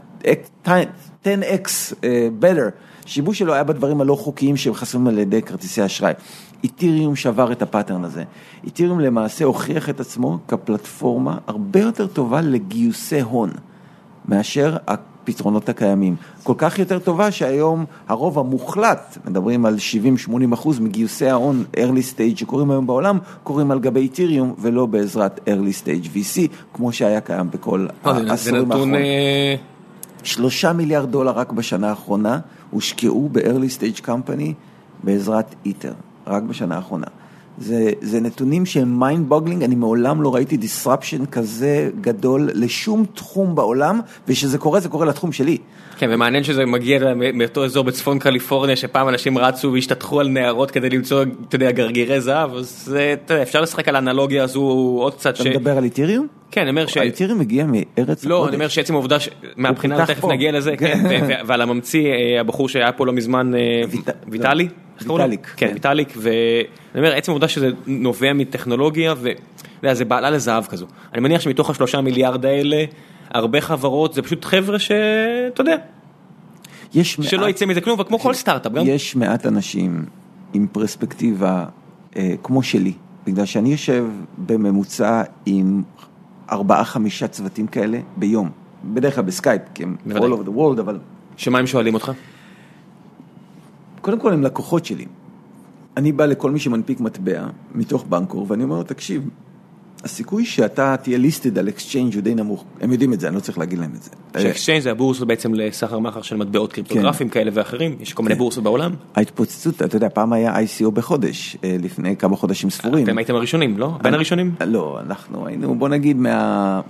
עשר אקס better, שיבוש שלו היה בדברים הלא חוקיים שהם חסומים על ידי כרטיסי אשראי. איתריום שבר את הפאטרן הזה. איתריום למעשה הוכיח את עצמו כפלטפורמה הרבה יותר טובה לגיוסי הון, מאשר הפתרונות הקיימים. כל כך יותר טובה שהיום הרוב המוחלט, מדברים על שבעים שמונים אחוז מגיוסי ההון early stage שקוראים היום בעולם, קוראים על גבי איתריום ולא בעזרת early stage וי סי, כמו שהיה קיים בכל העשורים האחרונים. שלושה מיליארד דולר רק בשנה האחרונה הושקעו ב-early stage company בעזרת איתר, רק בשנה האחרונה. זה, זה נתונים שהם mind boggling, אני מעולם לא ראיתי disruption כזה גדול לשום תחום בעולם, ושזה קורה, זה קורה לתחום שלי. כן, ומעניין שזה מגיע מאותו אזור בצפון קליפורניה, שפעם אנשים רצו והשתתחו על נערות כדי למצוא, אתה יודע, גרגירי זהב, אז זה, אתה יודע, אפשר לשחק על האנלוגיה הזו עוד קצת ש... אתה מדבר על איתריום? כן, אני אומר ש... האיתריום מגיע מארץ הקודש. לא, אני אומר שעצם העובדה, מהבחינה, תכף נגיע לזה, כן, ועל הממציא, הבחור שהיה פה לא מזמן, ויטלי? ויטליק. כן, ויטליק, ואני אומר, עצם העובדה שזה נובע מטכנולוגיה, וזה בעלה לזהב כזו. אני מניח שמתוך השלושה מיליארד האלה, הרבה חברות, זה פשוט חבר'ה שאתה יודע, שלא יצא מזה כלום, וכמו כל סטארט-אפ גם. יש מעט אנשים עם פרספקטיבה כמו שלי, בגלל שאני יושב בממוצע עם ארבעה, חמישה צוותים כאלה ביום, בדרך כלל בסקייפ, כי הם all over the world, אבל... שמה הם שואלים אותך? קודם כל הם לקוחות שלי. אני בא לכל מי שמנפיק מטבע מתוך בנקור, ואני אומר לו, תקשיב, הסיכוי שאתה תהיה ליסטד על אקסצ'יינג' הוא די נמוך. הם יודעים את זה, אני לא צריך להגיד להם את זה. שאקסצ'יינג' זה הבורסות בעצם לסחר מחר של מטבעות קריפטוגרפיים כאלה ואחרים, יש כל מיני בורסות בעולם. ההתפוצצות, אתה יודע, פעם היה איי סי או בחודש, לפני כמה חודשים ספורים. אתם הייתם הראשונים, לא? בין הראשונים? לא, אנחנו היינו, בוא נגיד, מה...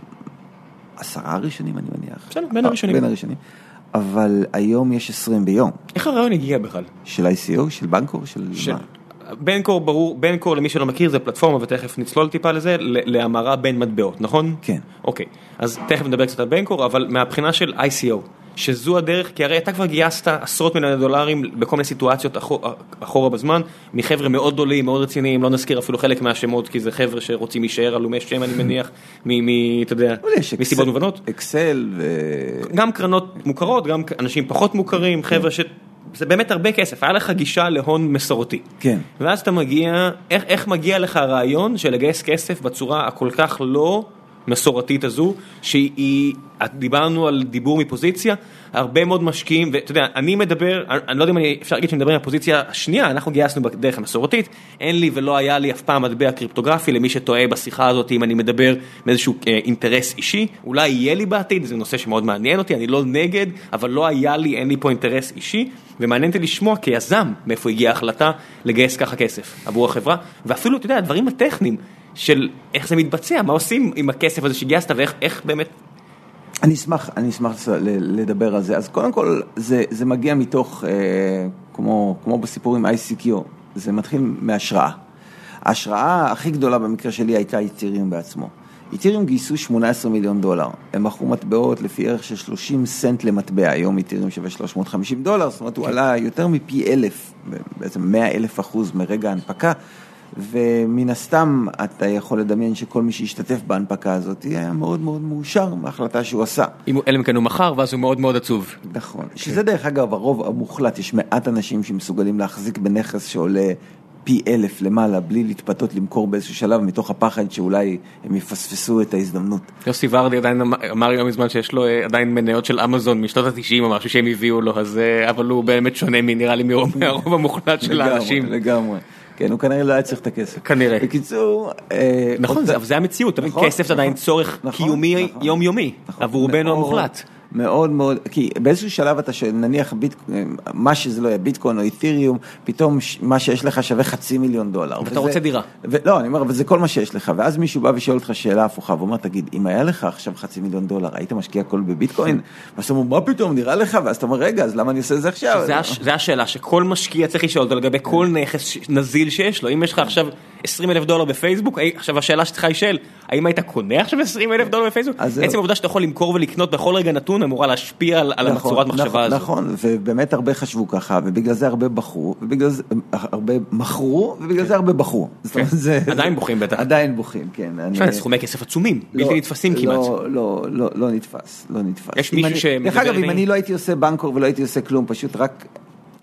עשרה הראשונים, אני מניח. בסדר, בין הראשונים. בין הראשונים. אבל היום יש עשרים ביום. איך הרעיון הגיע בכלל? של איי סי או, של בנקור, של מה? בנקור, ברור, בנקור למי שלא מכיר זה פלטפורמה, ותכף נצלול טיפה לזה, להמרה בין מטבעות, נכון? כן. אוקיי, אז תכף נדבר קצת על בנקור, אבל מהבחינה של איי סי או, שזו הדרך, כי הרי אתה כבר גייסת עשרות מיליוני דולרים בכל מיני סיטואציות אחורה בזמן, מחבר'ה מאוד גדולים, מאוד רציניים, לא נזכיר אפילו חלק מהשמות, כי זה חבר'ה שרוצים להישאר עלומי שם, אני מניח, אתה יודע, מסיבות מובנות. אקסל ו... גם קרנות מוכרות, גם אנשים פחות מוכרים, חבר'ה ש... זה באמת הרבה כסף, היה לך גישה להון מסורתי. כן. ואז אתה מגיע, איך, איך מגיע לך הרעיון של לגייס כסף בצורה הכל כך לא מסורתית הזו, שהיא, דיברנו על דיבור מפוזיציה, הרבה מאוד משקיעים, ואתה יודע, אני מדבר, אני לא יודע אם אני, אפשר להגיד שמדברים על הפוזיציה השנייה, אנחנו גייסנו בדרך המסורתית, אין לי ולא היה לי אף פעם מטבע קריפטוגרפי, למי שטועה בשיחה הזאת, אם אני מדבר מאיזשהו אה, אינטרס אישי, אולי יהיה לי בעתיד, זה נושא שמאוד מעניין אותי, אני לא נגד, אבל לא היה לי, אין לי פה אינטרס אישי, ומעניין אותי לשמוע כיזם, מאיפה הגיעה ההחלטה לגייס ככה כסף עבור החברה, ואפילו, אתה יודע, הדברים הטכניים, של איך זה מתבצע, מה עושים עם הכסף הזה שגייסת, ואיך איך באמת... אני אשמח, אני אשמח לדבר על זה. אז קודם כל, זה, זה מגיע מתוך, אה, כמו, כמו בסיפור עם איי סי קיו, זה מתחיל מהשראה. ההשראה הכי גדולה במקרה שלי הייתה איתריום בעצמו. איתריום גייסו שמונה עשרה מיליון דולר. הם מכרו מטבעות לפי ערך של שלושים סנט למטבע. היום איתריום שווה שלוש מאות וחמישים דולר, זאת אומרת, הוא עלה יותר מפי אלף, בעצם מאה אלף אחוז מרגע ההנפקה. ומן הסתם אתה יכול לדמיין שכל מי שישתתף בהנפקה הזאת היה מאוד מאוד מאושר מההחלטה שהוא עשה. אלא אם כן הוא מחר, ואז הוא מאוד מאוד עצוב. נכון. שזה דרך אגב הרוב המוחלט, יש מעט אנשים שמסוגלים להחזיק בנכס שעולה פי אלף למעלה, בלי להתפתות למכור באיזשהו שלב, מתוך הפחד שאולי הם יפספסו את ההזדמנות. יוסי ורדי עדיין אמר יום מזמן שיש לו עדיין מניות של אמזון משנות ה-תשעים או משהו שהם הביאו לו, אז, אבל הוא באמת שונה מנראה לי מהרוב המוחלט של האנשים. לגמרי. כן, הוא כנראה לא היה צריך את הכסף. כנראה. בקיצור... נכון, אבל זה המציאות, כסף זה עדיין צורך קיומי יומיומי, עבור רובנו המוחלט. מאוד מאוד, כי באיזשהו שלב אתה שנניח ביטקוין, מה שזה לא יהיה ביטקוין או איתריום, פתאום מה שיש לך שווה חצי מיליון דולר. ואתה רוצה דירה. לא, אני אומר, וזה כל מה שיש לך, ואז מישהו בא ושואל אותך שאלה הפוכה, ואומר, תגיד, אם היה לך עכשיו חצי מיליון דולר, היית משקיע הכל בביטקוין? ואז אתה אומר, מה פתאום, נראה לך? ואז אתה אומר, רגע, אז למה אני עושה את זה עכשיו? זה השאלה, שכל משקיע צריך לשאול אותו לגבי כל נכס נזיל שיש לו. אם יש לך עכשיו עשרים אלף דולר בפייסבוק, עכשיו השאלה שצריכה לשאול, האם היית קונה עכשיו עשרים אלף דולר בפייסבוק? עצם העובדה שאתה יכול למכור ולקנות בכל רגע נתון אמורה להשפיע על הצורת מחשבה הזו. נכון, ובאמת הרבה חשבו ככה, ובגלל זה הרבה בחרו, ובגלל זה הרבה מכרו, ובגלל זה הרבה בחרו. עדיין בוכים בטח. עדיין בוכים, כן. סכומי כסף עצומים, בלתי נתפסים כמעט. לא, לא, לא נתפס, לא נתפס. יש מישהו ש... דרך אגב, אם אני לא הייתי עושה בנקור ולא הייתי עושה כלום, פשוט רק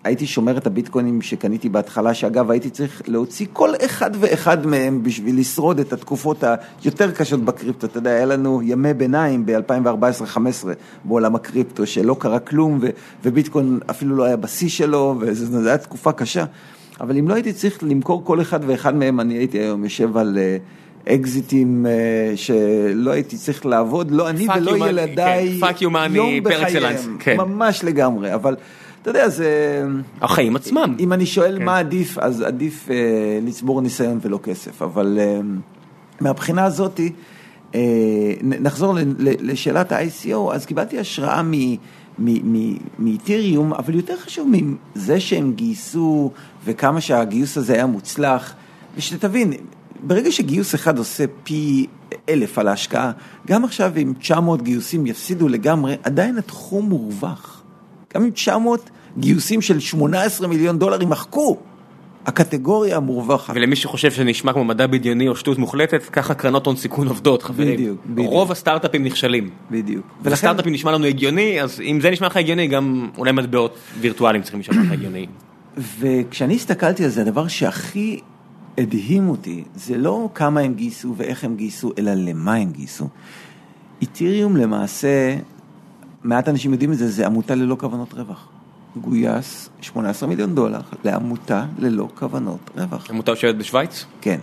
הייתי שומר את הביטקוינים שקניתי בהתחלה, שאגב הייתי צריך להוציא כל אחד ואחד מהם בשביל לשרוד את התקופות היותר קשות בקריפטו. אתה יודע, היה לנו ימי ביניים ב-אלפיים וארבע עשרה חמש עשרה בעולם הקריפטו, שלא קרה כלום, ו- וביטקוין אפילו לא היה בשיא שלו, וזו הייתה תקופה קשה. אבל אם לא הייתי צריך למכור כל אחד ואחד מהם, אני הייתי היום יושב על אקזיטים שלא הייתי צריך לעבוד, לא אני ולא ילדיי, יום בחייהם, ממש לגמרי, אבל אתה יודע, זה... החיים עצמם. אם אני שואל מה עדיף, אז עדיף לצבור ניסיון ולא כסף, אבל מהבחינה הזאת, נחזור לשאלת ה-איי סי או, אז קיבלתי השראה מ... מאתריום, אבל יותר חשוב מזה שהם גייסו וכמה שהגיוס הזה היה מוצלח, ושתבין, ברגע שגיוס אחד עושה פי אלף על ההשקעה, גם עכשיו עם תשע מאות גיוסים יפסידו לגמרי, עדיין התחום מורווח. גם עם תשע מאות גיוסים של שמונה עשרה מיליון דולר ימחקו, הקטגוריה המורווחת. ולמי שחושב שנשמע כמו מדע בדיוני או שטות מוחלטת, ככה קרנות הון סיכון עובדות, חברים. בדיוק, בדיוק. רוב הסטארט-אפים נכשלים. בדיוק. ולסטארט-אפים נשמע לנו הגיוני, אז אם זה נשמע לך הגיוני, גם אולי מטבעות וירטואליים צריכים לשמוע לך הגיוני. וכשאני הסתכלתי על זה, הדבר שהכי הדהים אותי, זה לא כמה הם גייסו ואיך הם גייסו, אלא למה הם גייסו. אתריום למעשה, מעט אנשים יודעים את זה, זה עמותה ללא כוונות רווח. גויס שמונה עשרה מיליון דולר לעמותה ללא כוונות רווח. עמותה יושבת בשוויץ? כן.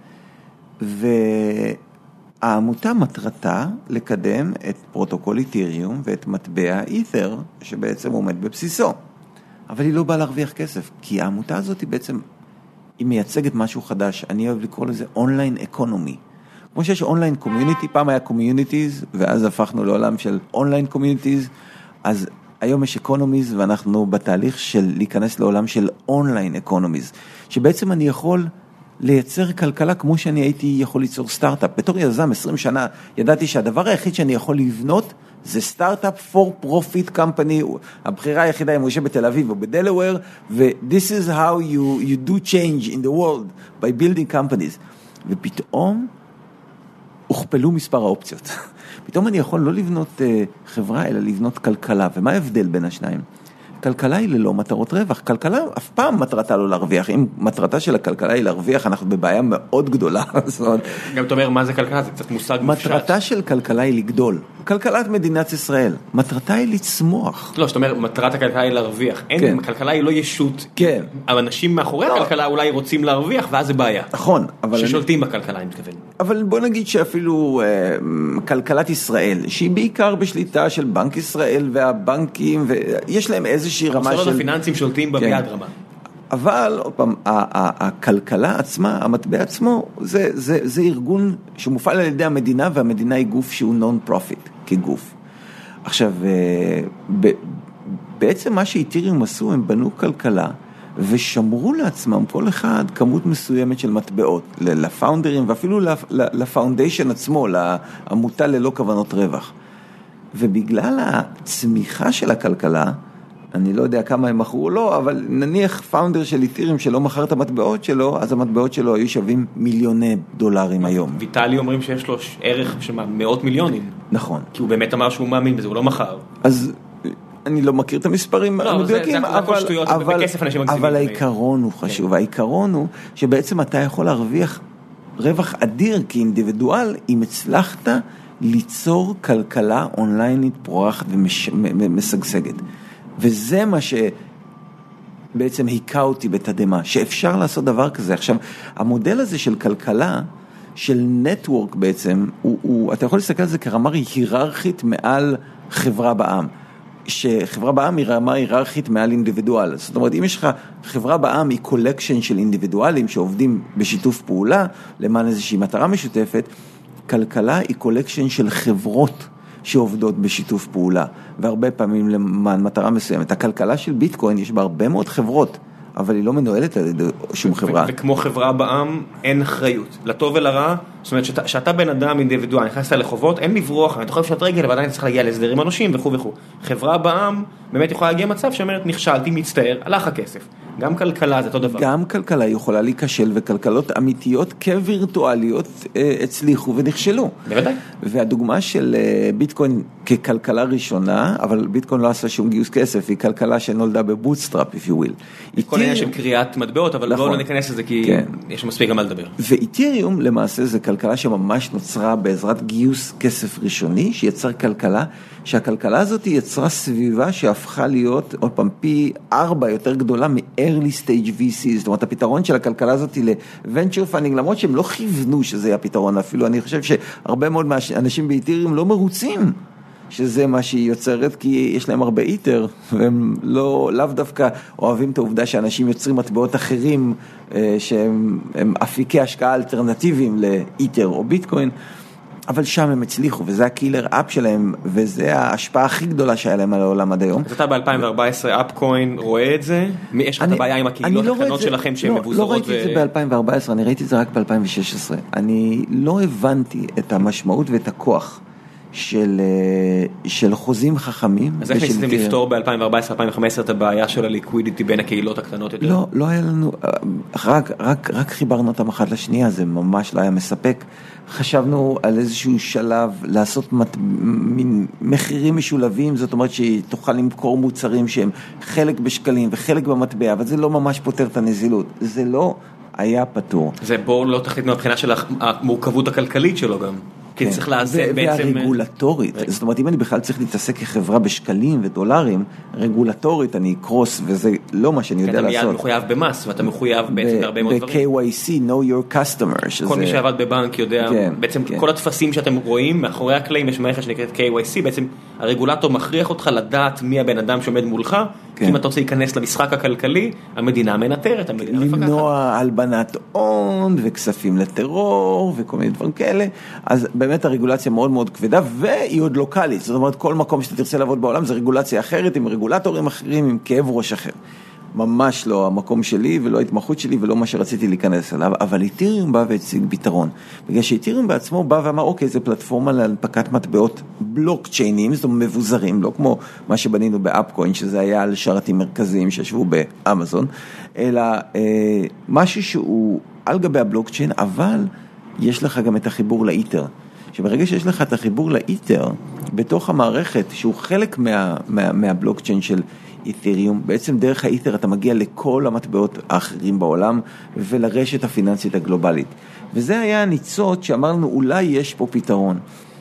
והעמותה מטרתה לקדם את פרוטוקול איתריום ואת מטבע אית'ר, שבעצם עומד בבסיסו. אבל היא לא באה להרוויח כסף, כי העמותה הזאת היא בעצם, היא מייצגת משהו חדש. אני אוהב לקרוא לזה אונליין אקונומי. כמו שיש אונליין קומיוניטי, פעם היה קומיוניטיז, ואז הפכנו לעולם של אונליין קומיוניטיז, אז היום יש אקונומיז, ואנחנו בתהליך של להיכנס לעולם של אונליין אקונומיז, שבעצם אני יכול לייצר כלכלה כמו שאני הייתי יכול ליצור סטארט-אפ. בתור יזם עשרים שנה ידעתי שהדבר היחיד שאני יכול לבנות זה סטארט-אפ for profit company, הבחירה היחידה היא מוישה בתל אביב או בדלוור, ו-this is how you, you do change in the world by building companies. ופתאום הוכפלו מספר האופציות. פתאום אני יכול לא לבנות חברה, אלא לבנות כלכלה. ומה ההבדל בין השניים? כלכלה היא ללא מטרות רווח. כלכלה אף פעם מטרתה לא להרוויח. אם מטרתה של הכלכלה היא להרוויח, אנחנו בבעיה מאוד גדולה. גם אתה אומר, מה זה כלכלה? זה קצת מושג מופשט. מטרתה של כלכלה היא לגדול. כלכלת מדינת ישראל. מטרתה היא לצמוח. לא, זאת אומרת, מטרת הכלכלה היא להרוויח. אין, הכלכלה היא לא ישות. כן. אבל אנשים מאחורי הכלכלה אולי רוצים להרוויח, ואז זה בעיה. נכון. ששולטים בכלכלה, אני מתכוון. אבל בוא נגיד שאפילו כלכלת ישראל, שהיא בעיקר בשליטה של בנק ישראל והבנקים, ויש להם איזושהי רמה של... המוסדות הפיננסיים שולטים ביד רמה. אבל, עוד פעם, הכלכלה עצמה, המטבע עצמו, זה, זה, זה ארגון שמופעל על ידי המדינה, והמדינה היא גוף שהוא non-profit, כגוף. עכשיו, בעצם מה שאתריום עשו, הם בנו כלכלה, ושמרו לעצמם כל אחד כמות מסוימת של מטבעות, לפאונדרים, ואפילו לפאונדיישן עצמו, לעמותה ללא כוונות רווח. ובגלל הצמיחה של הכלכלה, אני לא יודע כמה הם מכרו או לא, אבל נניח פאונדר של איתריום שלא מכר את המטבעות שלו, אז המטבעות שלו היו שווים מיליוני דולרים היום. ויטלי אומרים שיש לו ערך של מאות מיליונים. נכון. כי הוא באמת אמר שהוא מאמין בזה, הוא לא מכר. אז אני לא מכיר את המספרים המדויקים, אבל העיקרון הוא חשוב. העיקרון הוא שבעצם אתה יכול להרוויח רווח אדיר כאינדיבידואל, אם הצלחת ליצור כלכלה אונליינית פורחת ומשגשגת. וזה מה שבעצם היכה אותי בתדמה, שאפשר לעשות דבר כזה. עכשיו, המודל הזה של כלכלה, של נטוורק בעצם, הוא, הוא, אתה יכול להסתכל על זה כרמה היררכית מעל חברה בעם. שחברה בעם היא רמה היררכית מעל אינדיבידואל. זאת אומרת, אם יש לך חברה בעם היא קולקשן של אינדיבידואלים שעובדים בשיתוף פעולה, למען איזושהי מטרה משותפת, כלכלה היא קולקשן של חברות שעובדות בשיתוף פעולה, והרבה פעמים למען מטרה מסוימת. הכלכלה של ביטקוין יש בה הרבה מאוד חברות, אבל היא לא מנוהלת על ידי שום חברה. וכמו חברה בעם, אין אחריות. לטוב ולרע, זאת אומרת, שאתה, שאתה בן אדם אינדיבידואל, נכנסת לחובות, אין לברוח, אתה יכול לפשוט רגל, ועדיין צריך להגיע להסדרים אנושים וכו' וכו'. חברה בעם, באמת יכולה להגיע מצב שאומרת, נכשלתי, מצטער, הלך הכסף. גם כלכלה זה אותו דבר. גם כלכלה יכולה להיכשל, וכלכלות אמיתיות כווירטואליות הצליחו ונכשלו. בוודאי. והדוגמה של ביטקוין ככלכלה ראשונה, אבל ביטקוין לא עשה שום גיוס כסף, היא כלכלה שנולדה בבוטסטראפ, if you will. כל העניין של קריאת מטבעות, אבל בואו לא ניכנס לזה כי יש מספיק גם מה לדבר. ואיתריום למעשה זה כלכלה שממש נוצרה בעזרת גיוס כסף ראשוני, שיצר כלכלה, שהכלכלה הזאת יצרה סביבה שהפכה להיות עוד פעם פי ארבע יותר גדולה מ-early stage וי סי, זאת אומרת הפתרון של הכלכלה הזאת ל-venture funding, למרות שהם לא כיוונו שזה יהיה הפתרון, אפילו אני חושב שהרבה מאוד אנשים באיתריום לא מרוצים שזה מה שהיא יוצרת, כי יש להם הרבה איתר, והם לא, לאו דווקא אוהבים את העובדה שאנשים יוצרים מטבעות אחרים, שהם הם אפיקי השקעה אלטרנטיביים לאיתר או ביטקוין, אבל שם הם הצליחו, וזה הקילר אפ שלהם, וזה ההשפעה הכי גדולה שהיה להם על העולם עד היום. אז אתה ב-אלפיים וארבע עשרה אפקוין רואה את זה? יש לך את הבעיה עם הקהילות הקטנות שלכם שהן מבוזרות? לא ראיתי את זה ב-אלפיים וארבע עשרה, אני ראיתי את זה רק ב-אלפיים ושש עשרה. אני לא הבנתי את המשמעות ואת הכוח של, של חוזים חכמים. אז איך ניסיתם לפתור ב-אלפיים וארבע עשרה אלפיים וחמש עשרה את הבעיה של הליקווידיטי בין הקהילות הקטנות יותר? לא, לא היה לנו, רק, רק, רק חיברנו אותם אחת לשנייה, זה ממש לא היה מספק. חשבנו על איזשהו שלב לעשות מת, מין מחירים משולבים, זאת אומרת שהיא תוכל למכור מוצרים שהם חלק בשקלים וחלק במטבע, אבל זה לא ממש פותר את הנזילות. זה לא היה פתור. זה בואו לא תחליט מהבחינה של המורכבות הכלכלית שלו גם. כי צריך לאזן בעצם... והרגולטורית, זאת אומרת, אם אני בכלל צריך להתעסק כחברה בשקלים ודולרים, רגולטורית אני אקרוס, וזה לא מה שאני יודע לעשות. כי אתה מיד מחויב במס, ואתה מחויב בעצם בהרבה מאוד דברים. ב-קיי וואי סי, know your customer. כל מי שעבד בבנק יודע, בעצם כל התפסים שאתם רואים, מאחורי הקלעים יש מערכת שנקראת קיי וואי סי, בעצם הרגולטור מכריח אותך לדעת מי הבן אדם שעומד מולך, כי אם אתה רוצה להיכנס למשחק הכלכלי, המדינה מנטרת, המדינה מפקחת. למנוע הלבנת הון וכספים לטרור וכל מיני דברים כאלה. אז באמת הרגולציה מאוד מאוד כבדה, והיא עוד לוקלית. זאת אומרת, כל מקום שאתה תרצה לעבוד בעולם זה רגולציה אחרת, עם רגולטורים אחרים, עם כאב ראש אחר. ממש לא המקום שלי ולא ההתמחות שלי ולא מה שרציתי להיכנס אליו, אבל איתריום בא והציג פתרון. בגלל שאיתריום בעצמו בא ואמר, אוקיי, זה פלטפורמה להנפקת מטבעות בלוקצ'יינים, זאת אומרת מבוזרים, לא כמו מה שבנינו באפקוין, שזה היה על שרתים מרכזיים שישבו באמזון, אלא אה, משהו שהוא על גבי הבלוקצ'יין, אבל יש לך גם את החיבור לאיתר. שברגע שיש לך את החיבור לאיתר, בתוך המערכת, שהוא חלק מה, מה, מהבלוקצ'יין של איתריום, בעצם דרך האיתר אתה מגיע לכל המטבעות האחרים בעולם, ולרשת הפיננסית הגלובלית. וזה היה הניצוץ שאמרנו, אולי יש פה פתרון.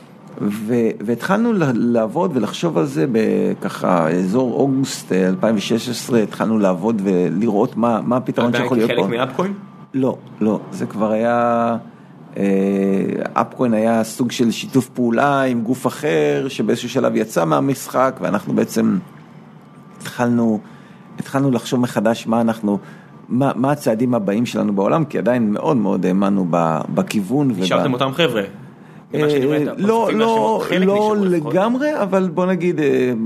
ו- והתחלנו לעבוד ולחשוב על זה בככה, אזור אוגוסט אלפיים ושש עשרה, התחלנו לעבוד ולראות מה, מה הפתרון שיכול להיות פה. חלק מאפקוין? לא, לא, זה כבר היה... אפקוין היה סוג של שיתוף פעולה עם גוף אחר, שבאיזשהו שלב יצא מהמשחק, ואנחנו בעצם התחלנו, התחלנו לחשוב מחדש מה אנחנו, מה, מה הצעדים הבאים שלנו בעולם, כי עדיין מאוד מאוד האמנו בכיוון. נשארתם אותם חבר'ה? לא, לא, לא לגמרי, אבל בוא נגיד,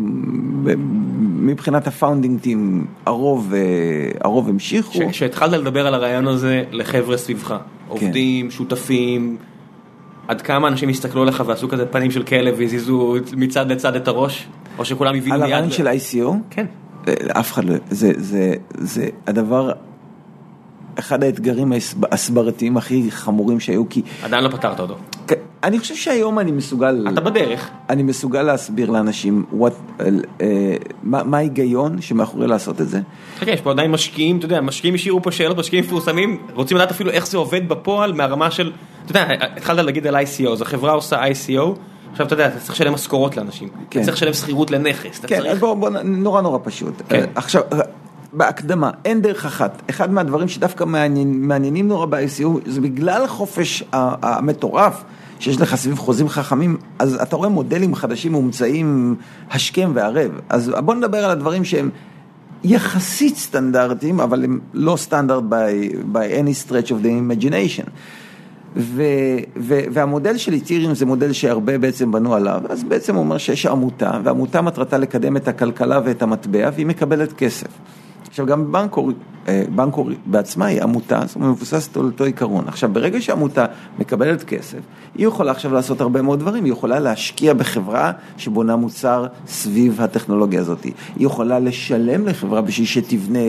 מבחינת הפאונדינג טים, הרוב, הרוב המשיכו. כשהתחלת לדבר על הרעיון הזה לחבר'ה סביבך, עובדים, שותפים, עד כמה אנשים הסתכלו לך ועשו כזה פנים של כלב והזיזו מצד לצד את הראש, או שכולם הביאו מיד? על הרעיון של איי סי או? כן. אף אחד לא, זה, זה, זה הדבר, אחד האתגרים ההסברתיים הכי חמורים שהיו, כי... עדיין לא פתרת אותו. אני חושב שהיום אני מסוגל... אתה בדרך. אני מסוגל להסביר לאנשים what, uh, מה, מה ההיגיון שמאחורי לעשות את זה. חכה, יש פה עדיין משקיעים, אתה יודע, משקיעים השאירו פה שאלות, משקיעים מפורסמים, רוצים לדעת אפילו איך זה עובד בפועל מהרמה של... אתה יודע, התחלת להגיד על איי סי או, אז החברה עושה איי סי או, עכשיו אתה יודע, אתה צריך לשלם משכורות לאנשים, אתה צריך לשלם שכירות לנכס. כן, אז בוא, בוא, נורא נורא פשוט. עכשיו... בהקדמה, אין דרך אחת. אחד מהדברים שדווקא מעניינים, מעניינים נורא ב-איי סי או, זה בגלל החופש המטורף שיש לך סביב חוזים חכמים, אז אתה רואה מודלים חדשים מומצאים השכם והערב. אז בוא נדבר על הדברים שהם יחסית סטנדרטיים, אבל הם לא סטנדרט by, by any stretch of the imagination. ו, ו, והמודל של איתריום זה מודל שהרבה בעצם בנו עליו, אז בעצם הוא אומר שיש עמותה, והעמותה מטרתה לקדם את הכלכלה ואת המטבע, והיא מקבלת כסף. עכשיו גם בנקור, בנקור בעצמה היא עמותה, זאת אומרת מבוססת על אותו עיקרון. עכשיו ברגע שהעמותה מקבלת כסף, היא יכולה עכשיו לעשות הרבה מאוד דברים, היא יכולה להשקיע בחברה שבונה מוצר סביב הטכנולוגיה הזאת. היא יכולה לשלם לחברה בשביל שתבנה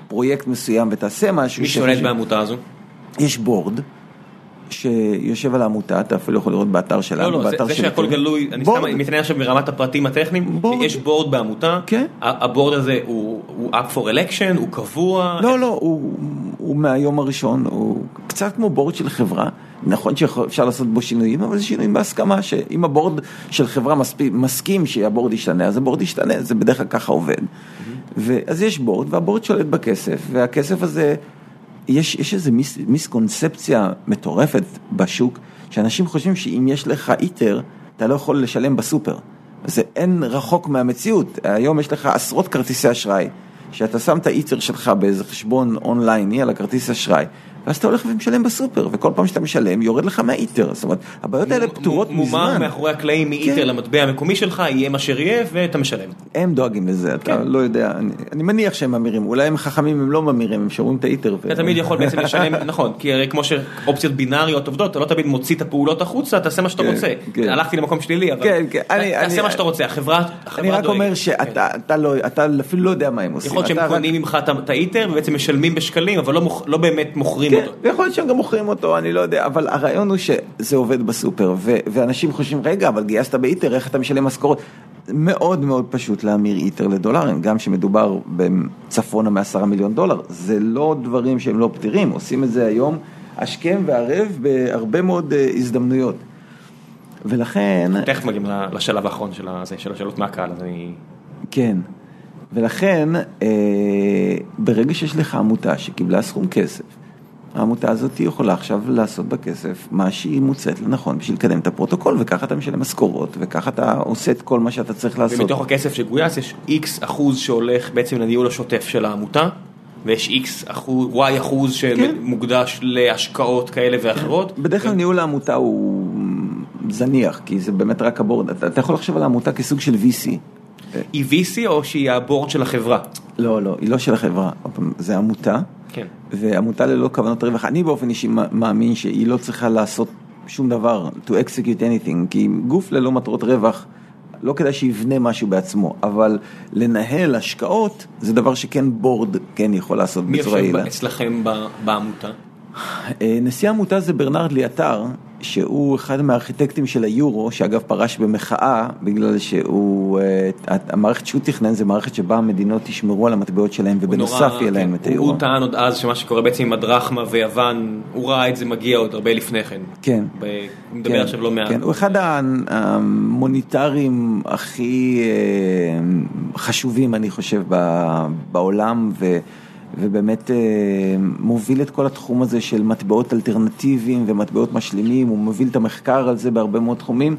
פרויקט מסוים ותעשה משהו. מי שולט בעמותה הזו? יש בורד. שיושב על העמותה, אתה אפילו יכול לראות באתר שלנו. לא, לא, זה שהכל גלוי, אני סתם מתעניין עכשיו ברמת הפרטים הטכניים, יש בורד בעמותה, הבורד הזה הוא up for election, הוא קבוע? לא, לא, הוא מהיום הראשון, הוא קצת כמו בורד של חברה, נכון שאפשר לעשות בו שינויים, אבל זה שינויים בהסכמה, שאם הבורד של חברה מסכים שהבורד ישתנה, אז הבורד ישתנה, זה בדרך כלל ככה עובד. אז יש בורד, והבורד שולט בכסף, והכסף הזה יש, יש איזו מיס, מיסקונספציה מטורפת בשוק, שאנשים חושבים שאם יש לך איתר, אתה לא יכול לשלם בסופר. זה אין רחוק מהמציאות. היום יש לך עשרות כרטיסי אשראי, שאתה שם את האיתר שלך באיזה חשבון אונלייני על הכרטיס אשראי, ואז אתה הולך ומשלם בסופר, וכל פעם שאתה משלם, יורד לך מהאיתר. זאת אומרת, הבעיות האלה פתורות מזמן. מומר מאחורי הקלעים מאיתר למטבע המקומי שלך, יהיה מה שיהיה, ואתה משלם. הם דואגים לזה, אתה לא יודע, אני מניח שהם ממירים, אולי הם חכמים, הם לא ממירים, הם שומרים את האיתר. אתה תמיד יכול בעצם לשלם, נכון, כי הרי כמו שאופציות בינאריות עובדות, אתה לא תמיד מוציא את הפעולות החוצה, תעשה מה שאתה רוצה. הלכתי למקום שלילי, אבל תעשה מה שאתה רוצה, החברה דואגת. אני רק אומר שאתה אפילו לא יודע מה הם עושים. יכול להיות שהם קונים ממך את האיתר, ובעצם משלמים בשקלים, אבל לא באמת מוכרים אותו. ויכול להיות שהם גם מוכרים אותו, אני לא יודע, אבל הרעיון הוא שזה עובד בסופר, ואנשים חושבים, רגע, אבל גייסת באיתר, איך אתה משלם משכורות? מאוד מאוד פשוט להמיר איתר לדולרים, גם שמדובר בצפונה מעשרה מיליון דולר, זה לא דברים שהם לא פתירים, עושים את זה היום השכם והערב בהרבה מאוד הזדמנויות. ולכן... תכף מגיעים לשלב האחרון של השאלות מהקהל, אז אני... כן. ולכן, ברגע שיש לך עמותה שקיבלה סכום כסף, העמותה הזאת יכולה עכשיו לעשות בכסף מה שהיא מוצאת לנכון בשביל לקדם את הפרוטוקול, וככה אתה משלם משכורות, וככה אתה עושה את כל מה שאתה צריך לעשות. ומתוך הכסף שגויס יש X אחוז שהולך בעצם לניהול השוטף של העמותה, ויש X אחוז, Y אחוז שמוקדש להשקעות כאלה ואחרות. בדרך כלל ניהול העמותה הוא זניח, כי זה באמת רק הבורד. אתה יכול לחשוב על העמותה כסוג של וי סי. היא וי סי או שהיא הבורד של החברה? לא, לא, היא לא של החברה. זה עמותה. כן. ועמותה ללא כוונות רווח. אני באופן אישי מאמין שהיא לא צריכה לעשות שום דבר, to execute anything, כי גוף ללא מטרות רווח, לא כדאי שיבנה משהו בעצמו, אבל לנהל השקעות, זה דבר שכן בורד כן יכול לעשות בצורה יעילה. מי יושב אצלכם בעמותה? נשיא העמותה זה ברנרד ליאטר, שהוא אחד מהארכיטקטים של היורו, שאגב פרש במחאה, בגלל שהוא, המערכת שהוא תכנן, זה מערכת שבה המדינות תשמרו על המטבעות שלהם, ובנוסף יהיה להם את היורו. הוא טען עוד אז שמה שקורה בעצם עם הדרחמה ויוון, הוא ראה את זה מגיע עוד הרבה לפני כן. כן. הוא מדבר עכשיו לא מעט. כן, הוא אחד המוניטרים הכי חשובים, אני חושב, בעולם, ו... ובאמת מוביל את כל התחום הזה של מטבעות אלטרנטיביים ומטבעות משלימים, הוא מוביל את המחקר על זה בהרבה מאוד תחומים,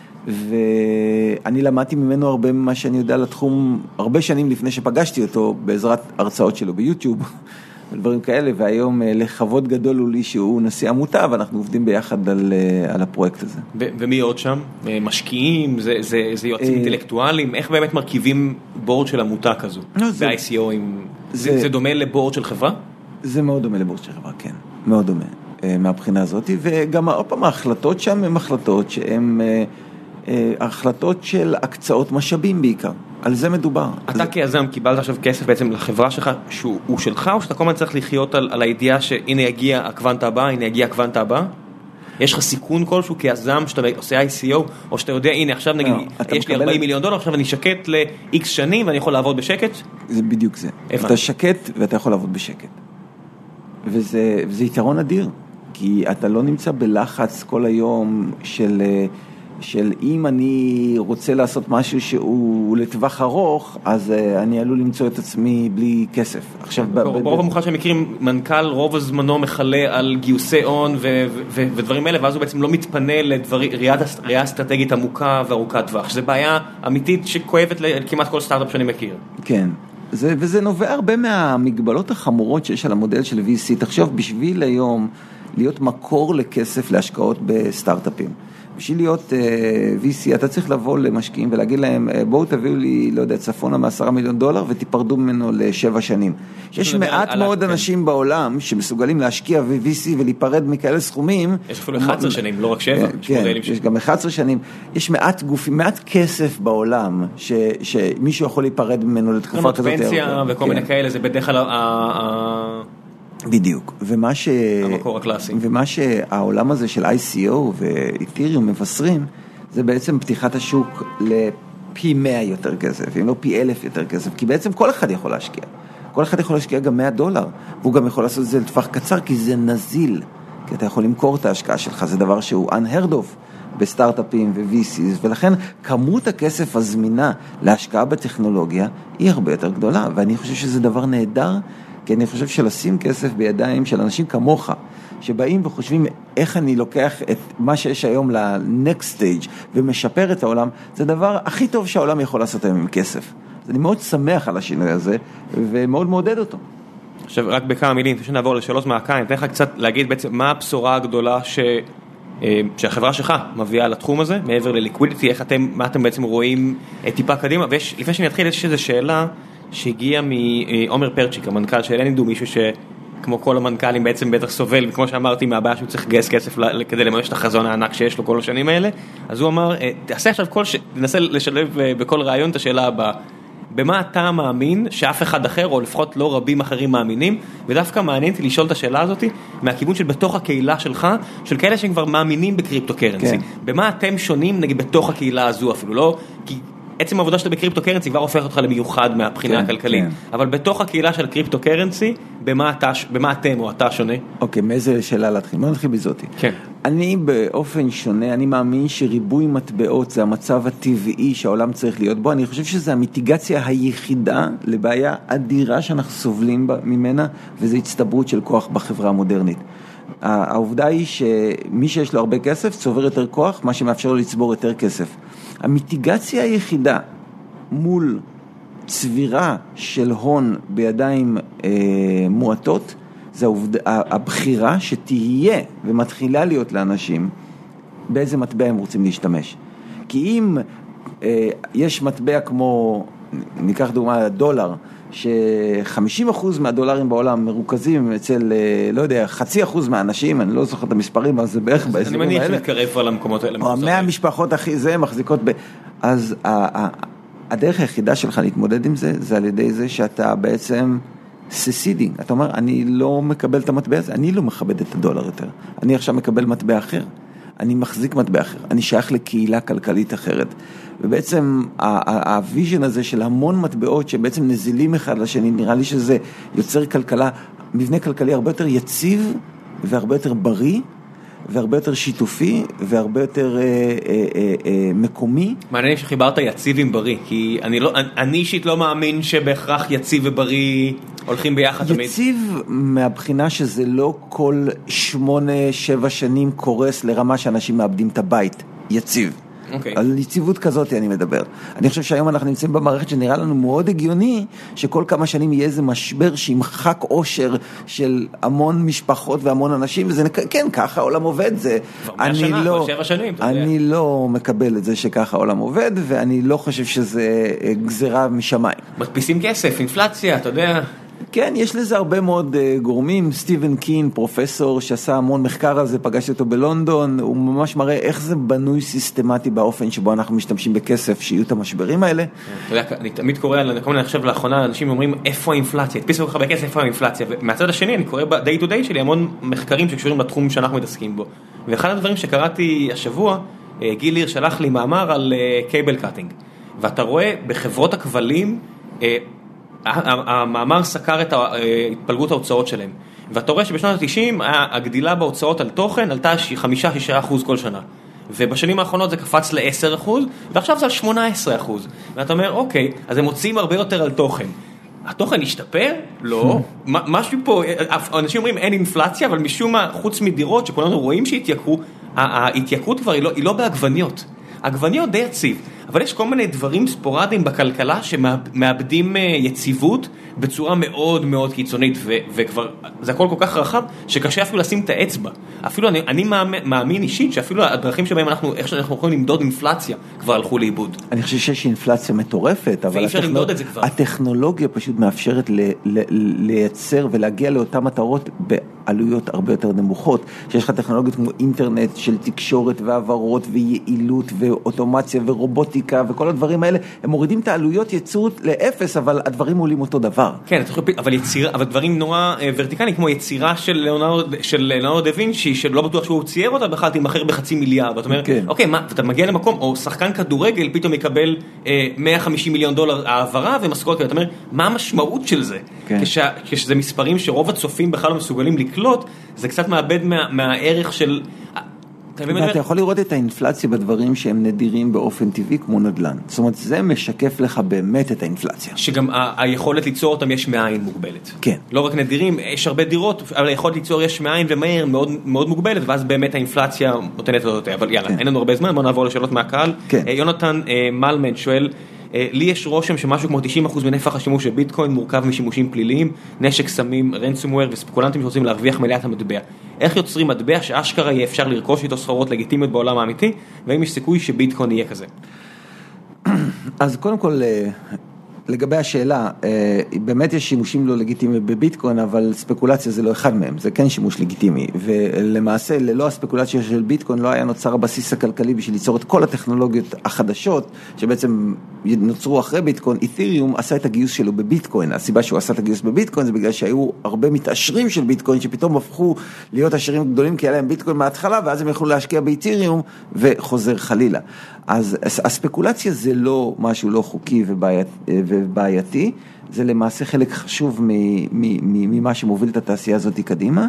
ואני למדתי ממנו הרבה ממה שאני יודע לתחום, הרבה שנים לפני שפגשתי אותו, בעזרת הרצאות שלו ביוטיוב, ודברים כאלה, והיום לכבוד גדול הוא לי שהוא נשיא עמותה, ואנחנו עובדים ביחד על, על הפרויקט הזה. ומי עוד שם? משקיעים? זה, זה, זה יועצים אינטלקטואליים? איך באמת מרכיבים בורד של עמותה כזו? ב-איי סי או עם... זה, זה דומה לבורד של חברה? זה מאוד דומה לבורד של חברה, כן. מאוד דומה מהבחינה הזאת, וגם עוד פעם ההחלטות שם הן החלטות שהן החלטות של הקצאות משאבים בעיקר. על זה מדובר. אתה כיזם קיבלת עכשיו כסף בעצם לחברה שלך שהוא שלך, או שאתה כל הזמן צריך לחיות על, על הידיעה שהנה יגיע הקוונטה הבא, הנה יגיע הקוונטה הבא? יש לך סיכון כלשהו כיזם שאתה עושה איי סי או, או שאתה יודע, הנה עכשיו נגיד, יש לי ארבעים מיליון דולר, עכשיו אני שקט ל-X שנים ואני יכול לעבוד בשקט? זה בדיוק זה. אתה שקט ואתה יכול לעבוד בשקט. וזה, וזה יתרון אדיר, כי אתה לא נמצא בלחץ כל היום של... של אם אני רוצה לעשות משהו שהוא לטווח ארוך, אז אני עלול למצוא את עצמי בלי כסף. עכשיו, ברוב המוכר שהם מכירים, מנכ"ל רוב הזמנו מחלה על גיוסי הון ודברים האלה, ואז הוא בעצם לא מתפנה לראייה אסטרטגית עמוקה וארוכת טווח, שזה בעיה אמיתית שכואבת לכמעט כל סטארט-אפ שאני מכיר. כן, וזה נובע הרבה מהמגבלות החמורות שיש על המודל של וי סי. תחשוב, בשביל היום להיות מקור לכסף להשקעות בסטארט-אפים, בשביל להיות וי סי, אתה צריך לבוא למשקיעים ולהגיד להם, בואו תביאו לי, לא יודע, צפונה מעשרה מיליון דולר, ותיפרדו ממנו לשבע שנים. יש מעט מאוד אנשים בעולם שמסוגלים להשקיע וי סי ולהיפרד מכאלה סכומים. יש אפילו אחת עשרה שנים, לא רק שבע. כן, יש גם אחת עשרה שנים. יש מעט גופים, מעט כסף בעולם, שמישהו יכול להיפרד ממנו לתקופה כזאת. פנסיה וכל מיני כאלה, זה בדרך כלל בדיוק, ומה ש... המקור הקלאסי. ומה שהעולם הזה של איי סי או ואיתריום מבשרים, זה בעצם פתיחת השוק לפי מאה יותר כסף, אם לא פי אלף יותר כסף, כי בעצם כל אחד יכול להשקיע. כל אחד יכול להשקיע גם מאה דולר, והוא גם יכול לעשות את זה לטווח קצר, כי זה נזיל, כי אתה יכול למכור את ההשקעה שלך, זה דבר שהוא unheard of בסטארט-אפים ו-וי סי'ס, ולכן כמות הכסף הזמינה להשקעה בטכנולוגיה היא הרבה יותר גדולה, ואני חושב שזה דבר נהדר, כי אני חושב שלשים כסף בידיים של אנשים כמוך, שבאים וחושבים איך אני לוקח את מה שיש היום ל-next stage ומשפר את העולם, זה הדבר הכי טוב שהעולם יכול לעשות היום עם כסף. אז אני מאוד שמח על השינוי הזה, ומאוד מעודד אותו. עכשיו, רק בכמה מילים, לפני שנעבור לשאלות מהקהל, אני אתן לך קצת להגיד בעצם מה הבשורה הגדולה ש... שהחברה שלך מביאה לתחום הזה, מעבר לליקווידיטי, איך אתם, מה אתם בעצם רואים טיפה קדימה, ולפני שאני אתחיל, יש איזו שאלה שהגיעה מעומר פרצ'יק, המנכ"ל של אנידו, מישהו שכמו כל המנכ"לים בעצם בטח סובל, וכמו שאמרתי, מהבעיה שהוא צריך לגייס כסף כדי לממש את החזון הענק שיש לו כל השנים האלה, אז הוא אמר, תעשה עכשיו כל ש... תנסה לשלב בכל רעיון את השאלה הבאה, במה אתה מאמין שאף אחד אחר, או לפחות לא רבים אחרים מאמינים, ודווקא מעניינתי לשאול את השאלה הזאת, מהכיוון של בתוך הקהילה שלך, של כאלה שהם כבר מאמינים בקריפטו-קרנסי. כן. במה אתם שונים, נגיד, בתוך הקהילה הזו אפילו, לא? כי עצם העבודה שאתה בקריפטו-קרנסי כבר הופך אותך למיוחד מהבחינה כן, הכלכלית. כן. אבל בתוך הקהילה של קריפטו-קרנסי, במה, אתה, במה אתם או אתה שונה? אוקיי, מאיזה שאלה להתחיל? מה נתחיל בזאתי? כן. אני באופן שונה, אני מאמין שריבוי מטבעות זה המצב הטבעי שהעולם צריך להיות בו. אני חושב שזה המיטיגציה היחידה לבעיה אדירה שאנחנו סובלים ממנה, וזה הצטברות של כוח בחברה המודרנית. העובדה היא שמי שיש לו הרבה כסף צובר יותר כוח, מה שמאפשר לו לצבור יותר כסף. המיטיגציה היחידה מול צבירה של הון בידיים אה, מועטות, זה העובד, הבחירה שתהיה ומתחילה להיות לאנשים באיזה מטבע הם רוצים להשתמש. כי אם אה, יש מטבע כמו, ניקח דוגמה, דולר, ש-חמישים אחוז מהדולרים בעולם מרוכזים אצל, לא יודע, חצי אחוז מהאנשים, אני לא זוכר את המספרים, אז זה בערך באזורים האלה. אני מניח להתקרב על המקומות האלה. או מאה המשפחות הכי זה מחזיקות ב... אז הדרך היחידה שלך להתמודד עם זה, זה על ידי זה שאתה בעצם ססידינג. אתה אומר, אני לא מקבל את המטבע הזה, אני לא מכבד את הדולר יותר. אני עכשיו מקבל מטבע אחר. אני מחזיק מטבע אחר. אני שייך לקהילה כלכלית אחרת. ובעצם הוויז'ן הזה של המון מטבעות שבעצם נזילים אחד לשני, נראה לי שזה יוצר כלכלה, מבנה כלכלי הרבה יותר יציב והרבה יותר בריא, והרבה יותר שיתופי, והרבה יותר אה, אה, אה, אה, מקומי. מעניין שחיברת יציב עם בריא, כי אני, לא, אני אישית לא מאמין שבהכרח יציב ובריא הולכים ביחד תמיד. יציב מהבחינה שזה לא כל שמונה, שבע שנים קורס לרמה שאנשים מאבדים את הבית. יציב. Okay. על יציבות כזאת אני מדבר. אני חושב שהיום אנחנו נמצאים במערכת שנראה לנו מאוד הגיוני, שכל כמה שנים יהיה איזה משבר שימחק עושר של המון משפחות והמון אנשים, וזה כן, ככה העולם עובד. זה, אני שנה, לא, שנים, אני לא מקבל את זה שככה העולם עובד, ואני לא חושב שזה גזרה משמיים. מדפיסים כסף, אינפלציה, אתה יודע. כן, יש לזה הרבה מאוד uh, גורמים. סטיבן קין, פרופסור שעשה המון מחקר על זה, פגשתי אותו בלונדון, הוא ממש מראה איך זה בנוי סיסטמטי באופן שבו אנחנו משתמשים בכסף, שיהיו את המשברים האלה. אתה יודע, אני תמיד קורא, אני כל מיני חושב לאחרונה, אנשים אומרים, איפה האינפלציה? תפיסו לך בכסף, איפה האינפלציה? ומהצד השני, אני קורא ב-day to day שלי המון מחקרים שקשורים לתחום שאנחנו מתעסקים בו. ואחד הדברים שקראתי השבוע, גיל ליר שלח לי מאמר על קייבל קאטינג. ואתה רואה בחברות הכבלים, המאמר סקר את התפלגות ההוצאות שלהם, ואתה רואה שבשנות ה-תשעים הגדילה בהוצאות על תוכן עלתה חמישה עד שישה אחוז כל שנה, ובשנים האחרונות זה קפץ ל-עשרה אחוז, ועכשיו זה על שמונה עשרה אחוז, ואתה אומר, אוקיי, אז הם מוצאים הרבה יותר על תוכן. התוכן השתפר? לא. משהו פה, אנשים אומרים אין אינפלציה, אבל משום מה, חוץ מדירות שכולנו רואים שהתייקרו, ההתייקרות כבר היא לא, היא לא בעגבניות. עגבניות די יציב, אבל יש כל מיני דברים ספורדיים בכלכלה שמאבדים יציבות בצורה מאוד מאוד קיצונית, וכבר זה הכל כל כך רחב שקשה אפילו לשים את האצבע. אפילו אני, אני מאמין אישית שאפילו הדרכים שבהם אנחנו, איך שאנחנו יכולים למדוד אינפלציה כבר הלכו לאיבוד. אני חושב שיש אינפלציה מטורפת, אבל הטכנולוג... הטכנולוגיה פשוט מאפשרת ל... ל... לייצר ולהגיע לאותן מטרות בעלויות הרבה יותר נמוכות, שיש לך טכנולוגיות כמו אינטרנט של תקשורת והעברות ויעילות ואוטומציה ורובוטיקה וכל הדברים האלה, הם מורידים את העלויות ייצור לאפס, אבל הדברים עולים אותו דבר. כן, אבל יצירה, אבל דברים נורא ורטיקליים, כמו יצירה של ליאונרדו, של ליאונרדו דה וינצ'י, שלא בטוח שהוא צייר אותה, בכלל תימכר בחצי מיליארד, ואתה אומר, אוקיי, מה, אתה מגיע למקום, או שחקן כדורגל פתאום יקבל מאה וחמישים מיליון דולר העברה ומשכורת, אתה אומר, מה המשמעות של זה? כשזה מספרים שרוב הצופים בכלל לא מסוגלים לקלוט, זה קצת מאבד מהערך של... ואתה יכול לראות את האינפלציה בדברים שהם נדירים באופן טבעי כמו נדל"ן. זאת אומרת, זה משקף לך באמת את האינפלציה. שגם היכולת ליצור אותם יש מאין מוגבלת. כן. לא רק נדירים, יש הרבה דירות, אבל היכולת ליצור יש מאין ומהר מאוד, מאוד מוגבלת, ואז באמת האינפלציה נותנת אותה. אבל יאללה, אין לנו הרבה זמן, בוא נעבור לשאלות מהקהל. כן. יונתן מלמן שואל, לי יש רושם שמשהו כמו תשעים אחוז מנפח השימוש של ביטקוין מורכב משימושים פליליים, נשק סמים, רנסומוור וספקולנטים שרוצים להרוויח מליאת המטבע. איך יוצרים מטבע שאשכרה יהיה אפשר לרכוש איתו סחורות לגיטימיות בעולם האמיתי, והאם יש סיכוי שביטקוין יהיה כזה? אז קודם כל, לגבי השאלה, באמת יש שימושים לא לגיטימיים בביטקוין, אבל ספקולציה זה לא אחד מהם, זה כן שימוש לגיטימי, ולמעשה ללא הספקולציה של ביטקוין לא היה נוצר הבסיס הכלכלי בשביל ליצור את כל הטכנולוגיות החדשות, שבעצם נוצרו אחרי ביטקוין. אית'ריום עשה את הגיוס שלו בביטקוין, הסיבה שהוא עשה את הגיוס בביטקוין זה בגלל שהיו הרבה מתעשרים של ביטקוין שפתאום הפכו להיות עשירים גדולים כי היה להם ביטקוין מההתחלה, ואז הם יכלו להשקיע באית'ריום וחוזר חלילה. אז הספקולציה זה לא משהו לא חוקי ובעייתי, זה למעשה חלק חשוב ממה שמוביל את התעשייה הזאת קדימה,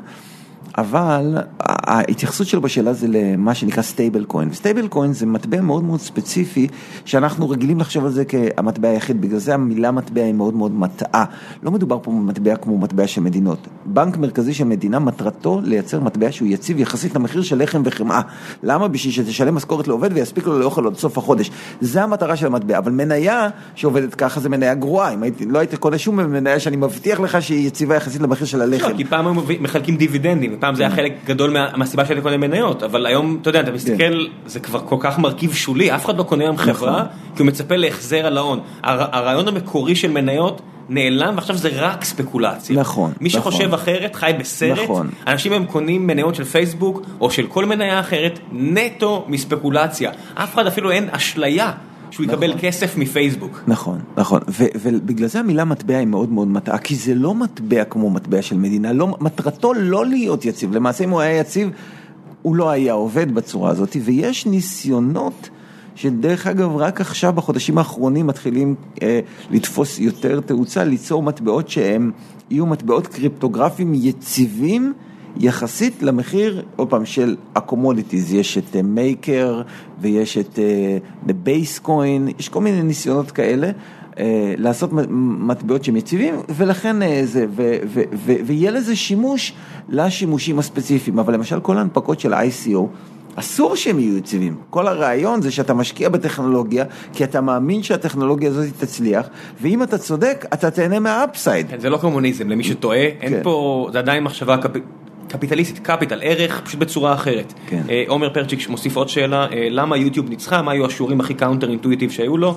אבל ההתייחסות שלו בשאלה זה למה שנקרא סטייבל קוין, וסטייבל קוין זה מטבע מאוד מאוד ספציפי, שאנחנו רגילים לחשוב על זה כמטבע היחיד, בגלל זה המילה מטבע היא מאוד מאוד מטעה, לא מדובר פה במטבע כמו מטבע של מדינות, בנק מרכזי של מדינה מטרתו לייצר מטבע שהוא יציב יחסית למחיר של לחם וחמאה, למה? בשביל שתשלם משכורת לעובד ויספיק לו לאוכל עד סוף החודש, זה המטרה של המטבע, אבל מניה שעובדת ככה זה מניה גרועה, אם הייתי, לא הייתי קונה שום מניה שאני מבטיח לך שהיא יציבה יחסית למחיר של הלחם. כי פעם מחלקים דיבידנדים, פעם זה היה חלק גדול מהסיבה של קונה מניות, אבל היום, אתה יודע, אתה מסתכל, זה כבר כל כך מרכיב שולי, אף אחד לא קונה היום חברה, כי הוא מצפה להחזר על ההון. הרעיון המקורי של מניות נעלם, ועכשיו זה רק ספקולציה. נכון. מי שחושב אחרת, חי בסרט, אנשים הם קונים מניות של פייסבוק, או של כל מניה אחרת, נטו מספקולציה. אף אחד אפילו אין אשליה שהוא יקבל כסף מפייסבוק. נכון, נכון. ובגלל זה המילה מטבע היא מאוד מאוד מטעה, כי זה לא מטבע כמו מטבע של מדינה, מטרתו לא להיות יציב. למעשה אם הוא היה יציב, הוא לא היה עובד בצורה הזאת, ויש ניסיונות שדרך אגב רק עכשיו בחודשים האחרונים מתחילים אה, לתפוס יותר תאוצה, ליצור מטבעות שהם יהיו מטבעות קריפטוגרפיים יציבים, יחסית למחיר, עוד פעם, של הקומודיטיז, יש את מייקר ויש את the base coin, יש כל מיני ניסיונות כאלה, לעשות מטבעות שהם יציבים, ולכן זה, ויהיה לזה שימוש לשימושים הספציפיים, אבל למשל כל ההנפקות של איי סי או, אסור שהם יהיו יציבים. כל הרעיון זה שאתה משקיע בטכנולוגיה, כי אתה מאמין שהטכנולוגיה הזאת תצליח, ואם אתה צודק, אתה תהנה מהאפסייד. זה לא קומוניזם, למי שטועה, אין פה, זה עדיין מחשבה קפיטליסטית, קפיטל, ערך, פשוט בצורה אחרת. עומר פרצ'יק מוסיף עוד שאלה, למה יוטיוב ניצחה, מה היו השיעורים הכי קאונטר אינטואיטיב שהיו לו,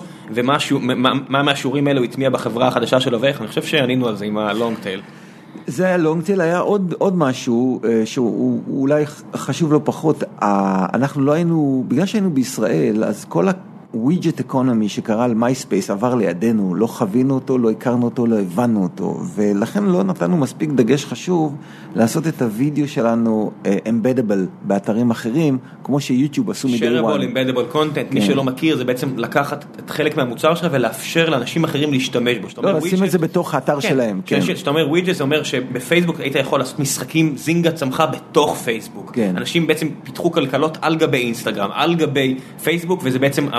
ומה מהשיעורים האלו הטמיע בחברה החדשה שלו, ואיך, אני חושב שענינו על זה עם הלונג טייל. זה היה לונג טייל, היה עוד, עוד משהו שהוא אולי חשוב לא פחות, אנחנו לא היינו, בגלל שהיינו בישראל, אז כל ה-widget economy שקרה על MySpace עבר לידינו, לא חווינו אותו, לא הכרנו אותו, לא הבנו אותו, ולכן לא נתנו מספיק דגש חשוב לעשות את הוידאו שלנו embeddable באתרים אחרים, כמו שיוטיוב עשו מ-day one. shareable, embeddable content, מי שלא מכיר, זה בעצם לקחת את חלק מהמוצר שלך ולאפשר לאנשים אחרים להשתמש בו. לא, לשים את זה בתוך האתר שלהם. כשאתה אומר widget, זה אומר שבפייסבוק היית יכול לעשות משחקים, זינגה צמחה בתוך פייסבוק. אנשים בעצם פיתחו כלכלות על גבי אינסטגרם, על גבי פייסבוק, וזה בעצם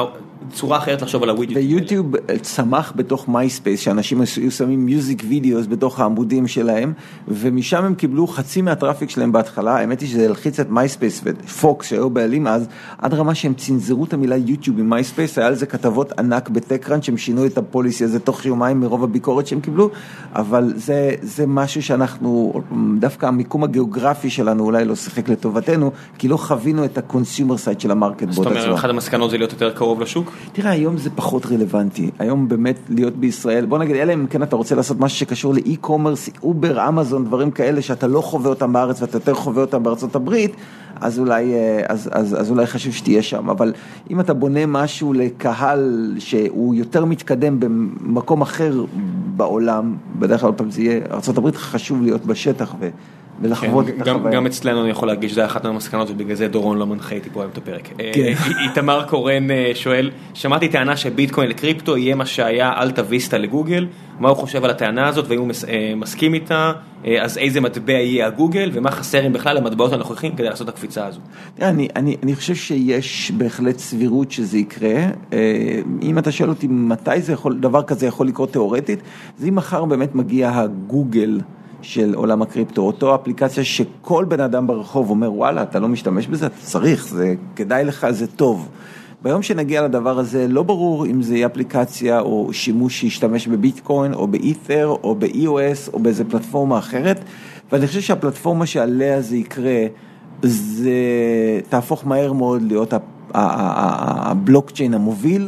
צורה אחרת לחשוב על הווידג'ט. ויוטיוב צמח בתוך מייספייס, שאנשים היו שמים מיוזיק וידאוס בתוך העמודים שלהם, ומשם הם קיבלו חצי מהטראפיק שלהם בהתחלה, האמת היא שזה הלחיץ את מייספייס ופוקס שהיו בעלים אז, עד רמה שהם צנזרו את המילה יוטיוב עם מייספייס, היה על זה כתבות ענק בטקראנץ' שהם שינו את הפוליסי הזה תוך יומיים מרוב הביקורת שהם קיבלו, אבל זה, זה משהו שאנחנו, דווקא המיקום הגיאוגרפי שלנו אולי לא שיחק לטובתנו, כי לא חווינו את הקונסיומר סייד של המרקט. זאת אומרת, אחד המסקנות זה להיות יותר קרוב לשוק? תראה, היום זה פחות רלוונטי. היום באמת להיות בישראל, בוא נגיד, אלא אם כן אתה רוצה לעשות משהו שקשור לאי-קומרס, אובר, אמזון, דברים כאלה שאתה לא חווה אותם בארץ ואתה יותר חווה אותם בארצות הברית, אז אולי, אז, אז, אז אולי חשוב שתהיה שם. אבל אם אתה בונה משהו לקהל שהוא יותר מתקדם במקום אחר בעולם, בדרך כלל פעם זה יהיה, ארצות הברית חשוב להיות בשטח ו... ולחוות את החוויה. גם אצלנו אני יכול להגיד שזה אחת מהמסקנות, ובגלל זה דורון לא מנחה איתי פה היום את הפרק. איתמר קורן שואל, שמעתי טענה שביטקוין לקריפטו יהיה מה שהיה אלטה ויסטה לגוגל, מה הוא חושב על הטענה הזאת, והוא מסכים איתה, אז איזה מטבע יהיה הגוגל, ומה חסר אם בכלל למטבעות הנוכחים כדי לעשות את הקפיצה הזו? אני, אני, אני חושב שיש בהחלט סבירות שזה יקרה. אם אתה שואל אותי מתי זה יכול, דבר כזה יכול לקרות תיאורטית, זה אם מחר באמת מגיע הגוגל של עולם הקריפטו, אותו אפליקציה שכל בן אדם ברחוב אומר, וואלה, אתה לא משתמש בזה, אתה צריך, זה כדאי לך, זה טוב. ביום שנגיע לדבר הזה, לא ברור אם זה יהיה אפליקציה או שימוש שישתמש בביטקוין או באת'ר או ב-אי או אס או באיזה פלטפורמה אחרת, ואני חושב שהפלטפורמה שעליה זה יקרה, זה תהפוך מהר מאוד להיות הבלוקצ'יין המוביל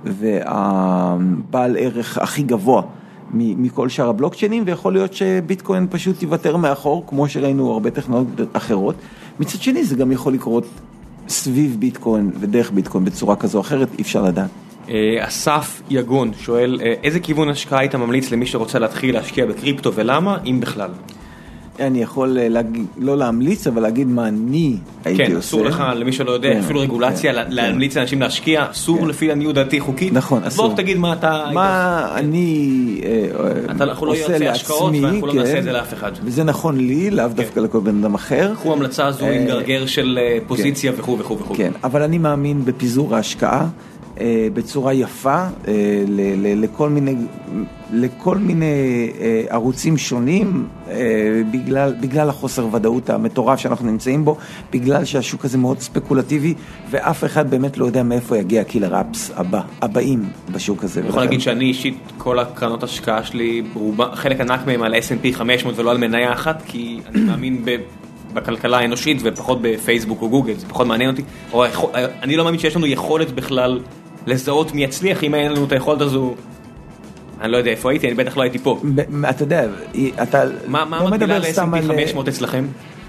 והבעל ערך הכי גבוה מכל שאר הבלוקצ'יינים, ויכול להיות שביטקוין פשוט יוותר מאחור, כמו שראינו הרבה טכנולוגיות אחרות. מצד שני, זה גם יכול לקרות סביב ביטקוין ודרך ביטקוין בצורה כזו או אחרת, אי אפשר לדעת. אסף יגון שואל, איזה כיוון השקעה היית ממליץ למי שרוצה להתחיל להשקיע בקריפטו ולמה, אם בכלל? אני יכול לא להמליץ, אבל להגיד מה אני הייתי עושה. כן, אסור לך, למי שלא יודע, אפילו רגולציה, להמליץ לאנשים להשקיע, אסור לפי עניות דעתי חוקית. נכון, אסור. בוא תגיד מה אתה... מה אני עושה לעצמי, ואנחנו לא נעשה את זה לאף אחד. וזה נכון לי, לאו דווקא לכל בן אדם אחר. קחו המלצה הזו עם גרגר של פוזיציה וכו' וכו' וכו'. כן, אבל אני מאמין בפיזור ההשקעה, בצורה יפה, לכל מיני, לכל מיני ערוצים שונים, בגלל, בגלל החוסר ודאות המטורף שאנחנו נמצאים בו, בגלל שהשוק הזה מאוד ספקולטיבי, ואף אחד באמת לא יודע מאיפה יגיע הקילר אפס הבא, הבאים בשוק הזה. אני יכול להגיד שאני אישית, כל הקרנות השקעה שלי, חלק ענק מהם על אס אנד פי חמש מאות ולא על מניה אחת, כי אני מאמין ב... בכלכלה האנושית ופחות בפייסבוק או גוגל, זה פחות מעניין אותי. או, אני לא מאמין שיש לנו יכולת בכלל לזהות מי יצליח, אם אין לנו את היכולת הזו, אני לא יודע איפה הייתי, אני בטח לא הייתי פה. אתה יודע, אתה מה המקבילה ל-אס אנד פי חמש מאות אצלכם?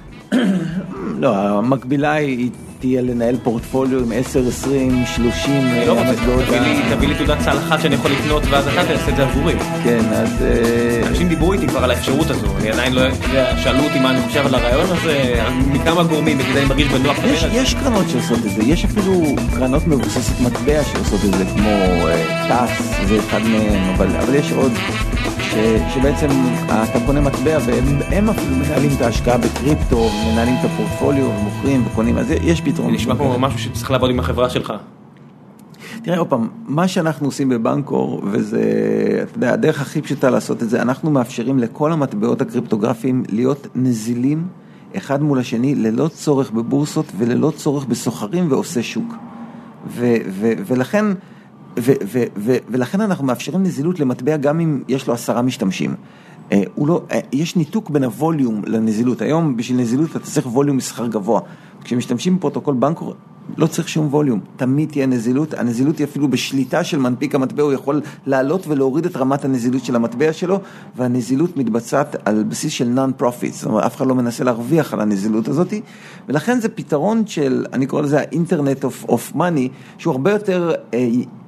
לא, המקבילה היא תהיה לנהל פורטפוליו עם עשר, עשרים, שלושים... אני לא רוצה, תביא לי תעודת סל אחת שאני יכול לקנות, ואז אתה תעשה את זה עבורי. כן, אז... אנשים דיברו איתי כבר על האפשרות הזו, אני עדיין לא יודע, שאלו אותי מה אני חושב על הרעיון הזה, מכמה גורמים, וכדי אני מרגיש בנוח לדבר על זה. יש קרנות שעושות את זה, יש אפילו קרנות מבוססות מטבע שעושות את זה, כמו טאס, זה אחד מהם, אבל יש עוד... שבעצם אתה קונה מטבע והם אפילו מנהלים את ההשקעה בקריפטו, מנהלים את הפורטפוליו ומוכרים וקונים, אז יש פתרון. זה נשמע כמו משהו שצריך לעבוד עם החברה שלך. תראה, עוד פעם, מה שאנחנו עושים בבנקור, וזה, אתה יודע, הדרך הכי פשוטה לעשות את זה, אנחנו מאפשרים לכל המטבעות הקריפטוגרפיים להיות נזילים אחד מול השני, ללא צורך בבורסות וללא צורך בסוחרים ועושה שוק. ו- ו- ולכן... ו- ו- ו- ולכן אנחנו מאפשרים נזילות למטבע גם אם יש לו עשרה משתמשים. אה, הוא לא, אה, יש ניתוק בין הווליום לנזילות. היום בשביל נזילות אתה צריך ווליום מסחר גבוה. כשמשתמשים בפרוטוקול בנקור לא צריך שום ווליום. תמיד תהיה נזילות. הנזילות היא אפילו בשליטה של מנפיק המטבע, הוא יכול לעלות ולהוריד את רמת הנזילות של המטבע שלו, והנזילות מתבצעת על בסיס של non-profits. זאת אומרת, אף אחד לא מנסה להרוויח על הנזילות הזאת. ולכן זה פתרון של, אני קורא לזה ה-Internet of, of Money, שהוא הרבה יותר... אה,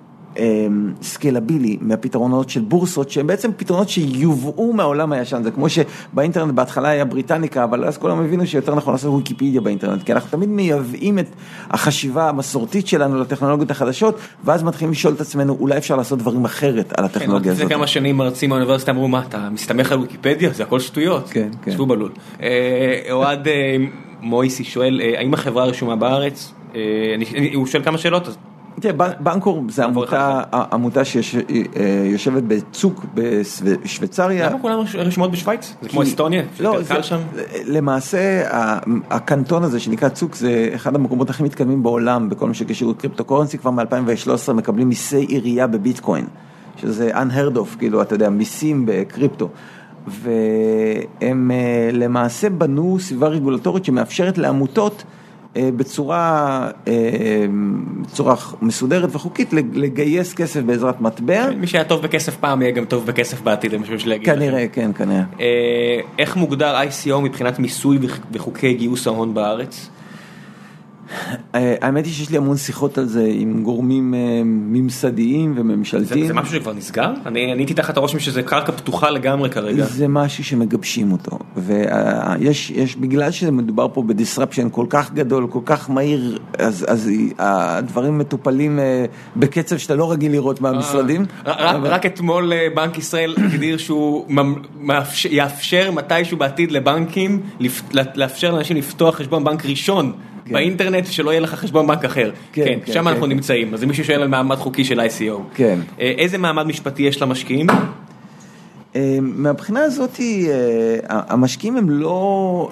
סקלבילי מהפתרונות של בורסות, שהם בעצם פתרונות שיובאו מהעולם הישן. זה כמו שבאינטרנט בהתחלה היה בריטניקה, אבל אז כולם הבינו שיותר נכון לעשות ויקיפדיה באינטרנט, כי אנחנו תמיד מייבאים את החשיבה המסורתית שלנו לטכנולוגיות החדשות, ואז מתחילים לשאול את עצמנו, אולי אפשר לעשות דברים אחרת על הטכנולוגיה הזאת. לפני כמה שנים מרצים באוניברסיטה אמרו, מה, אתה מסתמך על ויקיפדיה? זה הכל שטויות. כן, כן. שבו בלול. אוהד מויסי שואל, האם החברה רשומה בארץ? הוא שואל כמה שאלות, אז תראה, בנקור זה עמותה שיושבת בצוק בשוויצריה. למה כולם רשומות בשוויץ? זה כמו אסטוניה? לא, למעשה הקנטון הזה שנקרא צוק זה אחד המקומות הכי מתקדמים בעולם בכל מה שקשור קריפטוקורנסי, כבר מ-אלפיים ושלוש עשרה מקבלים מיסי עירייה בביטקוין, שזה unheard of, כאילו, אתה יודע, מיסים בקריפטו. והם למעשה בנו סביבה רגולטורית שמאפשרת לעמותות בצורה, בצורה מסודרת וחוקית לגייס כסף בעזרת מטבע. מי שהיה טוב בכסף פעם יהיה גם טוב בכסף בעתיד, זה משהו שלהגיד. כנראה, כן, כנראה. איך מוגדר איי סי או מבחינת מיסוי וחוקי גיוס ההון בארץ? האמת היא שיש לי המון שיחות על זה עם גורמים ממסדיים וממשלתיים. זה משהו שכבר נסגר? אני הייתי תחת הרושם שזה קרקע פתוחה לגמרי כרגע. זה משהו שמגבשים אותו, ויש, יש, בגלל שזה מדובר פה בדיסרפשן כל כך גדול, כל כך מהיר, אז, אז הדברים מטופלים בקצב שאתה לא רגיל לראות מהמשרדים. רק אתמול בנק ישראל הגדיר שהוא יאפשר מתישהו בעתיד לבנקים, לאפשר לאנשים לפתוח חשבון בנק ראשון, באינטרנט, שלא יהיה לך חשבון בנק אחר. כן, שם אנחנו נמצאים. אז אם מישהו שואל על מעמד חוקי של איי סי או. כן. איזה מעמד משפטי יש למשקיעים? מהבחינה הזאת, המשקיעים הם לא,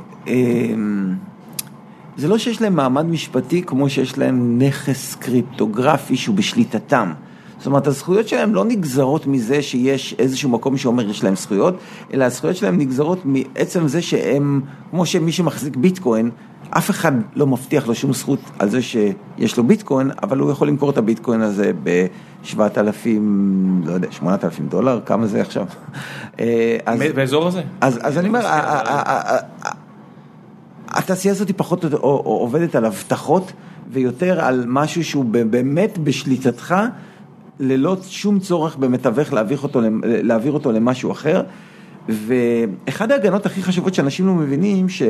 זה לא שיש להם מעמד משפטי כמו שיש להם נכס קריפטוגרפי שהוא בשליטתם. זאת אומרת, הזכויות שלהם לא נגזרות מזה שיש איזשהו מקום שאומר יש להם זכויות, אלא הזכויות שלהם נגזרות מעצם זה שהם, כמו שמי שמחזיק ביטקוין, אף אחד לא מבטיח לו שום זכות על זה שיש לו ביטקוין, אבל הוא יכול למכור את הביטקוין הזה ב-שבעת אלפים, לא יודע, שמונת אלפים דולר, כמה זה עכשיו? באזור הזה? אז אני אומר, התעשייה הזאת היא פחות עובדת על הבטחות, ויותר על משהו שהוא באמת בשליטתך, ללא שום צורך במתווך להעביר אותו למשהו אחר, ואחד ההגנות הכי חשובות שאנשים לא מבינים, ש...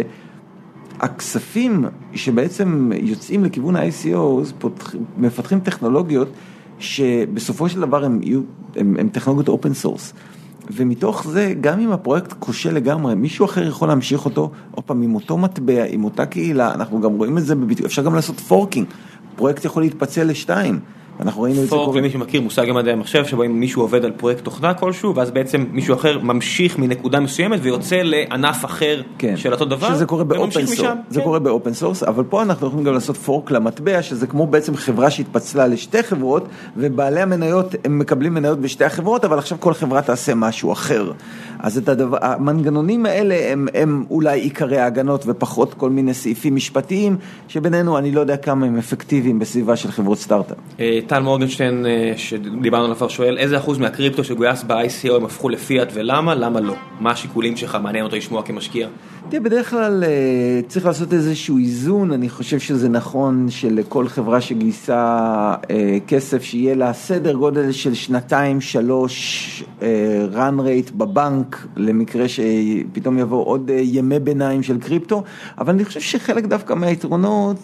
הכספים שבעצם יוצאים לכיוון ה-איי סי או מפתחים טכנולוגיות שבסופו של דבר הם, הם, הם טכנולוגיות אופן סורס, ומתוך זה גם אם הפרויקט קושה לגמרי, מישהו אחר יכול להמשיך אותו, עוד פעם עם אותו מטבע, עם אותה קהילה, אנחנו גם רואים את זה, אפשר גם לעשות פורקינג, פרויקט יכול להתפצל לשתיים, אנחנו ראינו את זה פורק, למי שמכיר, מושג במדעי המחשב, שבו אם מישהו עובד על פרויקט תוכנה כלשהו, ואז בעצם מישהו אחר ממשיך מנקודה מסוימת, ויוצא לענף אחר של אותו דבר, שזה קורה באופן סורס, זה קורה באופן סורס, אבל פה אנחנו יכולים גם לעשות פורק למטבע, שזה כמו בעצם חברה שהתפצלה לשתי חברות, ובעלי המניות, הם מקבלים מניות בשתי החברות, אבל עכשיו כל חברה תעשה משהו אחר. אז את הדבר, המנגנונים האלה הם, הם אולי עיקרי ההגנות, ופחות כל מיני סעיפים משפטיים, שבינינו אני לא יודע כמה הם אפקטיביים בסביבה של חברות סטארט-אפ. טל מורגנשטיין, שדיברנו עליו, שואל, איזה אחוז מהקריפטו שגויס ב-איי סי או הם הפכו לפיאט ולמה? למה לא? מה השיקולים שלך? מעניין אותו לשמוע כמשקיע? תראה, בדרך כלל צריך לעשות איזשהו איזון, אני חושב שזה נכון שלכל חברה שגייסה כסף שיהיה לה סדר גודל של שנתיים, שלוש run rate בבנק, למקרה שפתאום יבוא עוד ימי ביניים של קריפטו, אבל אני חושב שחלק דווקא מהיתרונות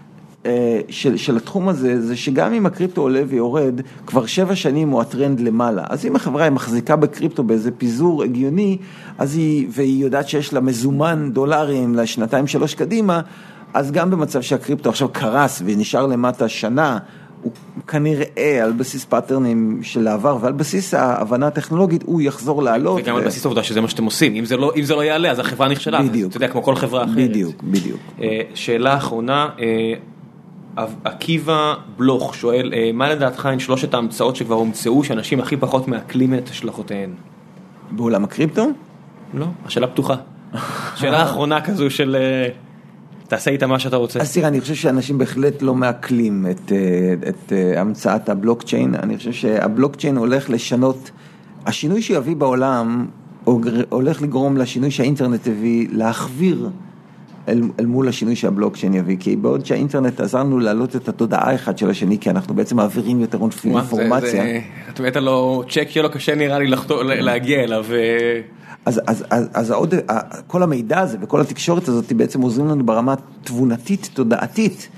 של, של התחום הזה, זה שגם אם הקריפטו עולה ויורד, כבר שבע שנים הוא הטרנד למעלה. אז אם החברה היא מחזיקה בקריפטו באיזה פיזור הגיוני, אז היא, והיא יודעת שיש לה מזומן דולרים לשנתיים שלוש קדימה, אז גם במצב שהקריפטו עכשיו קרס ונשאר למטה שנה, הוא כנראה על בסיס פאטרנים של העבר, ועל בסיס ההבנה הטכנולוגית הוא יחזור לעלות. וגם על בסיס העובדה שזה מה שאתם עושים. אם זה לא, אם זה לא יעלה, אז החברה נכשלה. בדיוק. אתה יודע, כמו כל חברה אחרת. בדיוק, בדיוק. שאלה אחרונה, עקיבא בלוך שואל, מה לדעתך הן שלושת ההמצאות שכבר הומצאו, שאנשים הכי פחות מעכלים את השלכותיהן? בעולם הקריפטו? לא, השאלה פתוחה. שאלה האחרונה כזו של, תעשה איתה מה שאתה רוצה. אז תראה, אני חושב שאנשים בהחלט לא מעכלים את, את המצאת הבלוקצ'יין. אני חושב שהבלוקצ'יין הולך לשנות, השינוי שיביא בעולם, הולך לגרום לשינוי שהאינטרנט הביא, להחביר אל, אל מול השינוי שהבלוקצ'יין יביא, כי בעוד שהאינטרנט עזר לנו להעלות את התודעה אחד של השני, כי אנחנו בעצם מעבירים יותר אינפורמציה. את אומרת לו, צ'ק יהיה לו קשה נראה לי להגיע אליו. אז, אז, אז, אז העוד, כל המידע הזה וכל התקשורת הזאת בעצם עוזרים לנו ברמה תבונתית, תודעתית,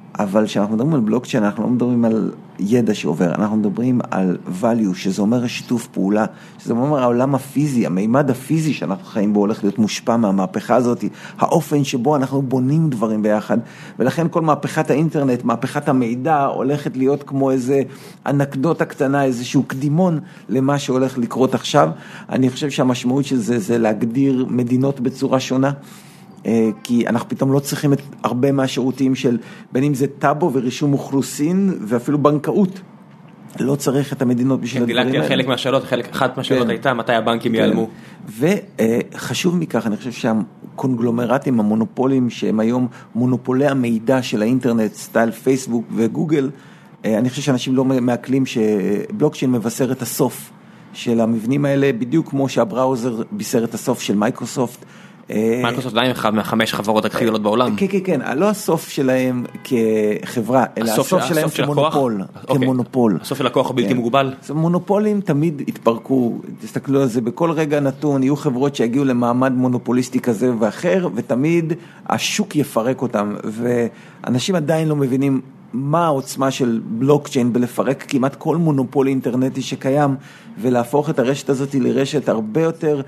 אבל כשאנחנו מדברים על בלוקצ'יין, אנחנו לא מדברים על ידע שעובר, אנחנו מדברים על value, שזה אומר שיתוף פעולה, שזה אומר העולם הפיזי, המימד הפיזי שאנחנו חיים בו הולך להיות מושפע מהמהפכה הזאת, האופן שבו אנחנו בונים דברים ביחד, ולכן כל מהפכת האינטרנט, מהפכת המידע, הולכת להיות כמו איזה אנקדוטה קטנה, איזשהו קדימון למה שהולך לקרות עכשיו. אני חושב שהמשמעות של זה, זה להגדיר מדינות בצורה שונה, כי אנחנו פתאום לא צריכים את הרבה מהשירותים של, בין אם זה טאבו ורישום אוכלוסין, ואפילו בנקאות. לא צריך את המדינות בשביל הדברים האלה. דילגתי על חלק מהשאלות, חלק אחת מהשאלות הייתה, מתי הבנקים ייעלמו. וחשוב מכך, אני חושב שהקונגלומרטים, המונופולים, שהם היום מונופולי המידע של האינטרנט, סטייל פייסבוק וגוגל, אני חושב שאנשים לא מעכלים שבלוקצ'יין מבשר את הסוף של המבנים האלה, בדיוק כמו שהבראוזר בישר את הסוף של מייקרוסופט, מייקרוסופט עדיין אחד מהחמש חברות הגדולות בעולם. כן, כן, כן, לא הסוף שלהם כחברה, אלא הסוף שלהם כמונופול, כמונופול. הסוף של הכוח הבלתי מוגבל. מונופולים תמיד התפרקו, תסתכלו על זה, בכל רגע נתון, יהיו חברות שיגיעו למעמד מונופוליסטי כזה ואחר, ותמיד השוק יפרק אותם, ואנשים עדיין לא מבינים מה העוצמה של בלוקצ'יין בלפרק כמעט כל מונופול אינטרנטי שקיים, ולהפוך את הרשת הזאת לרשת הרבה יותר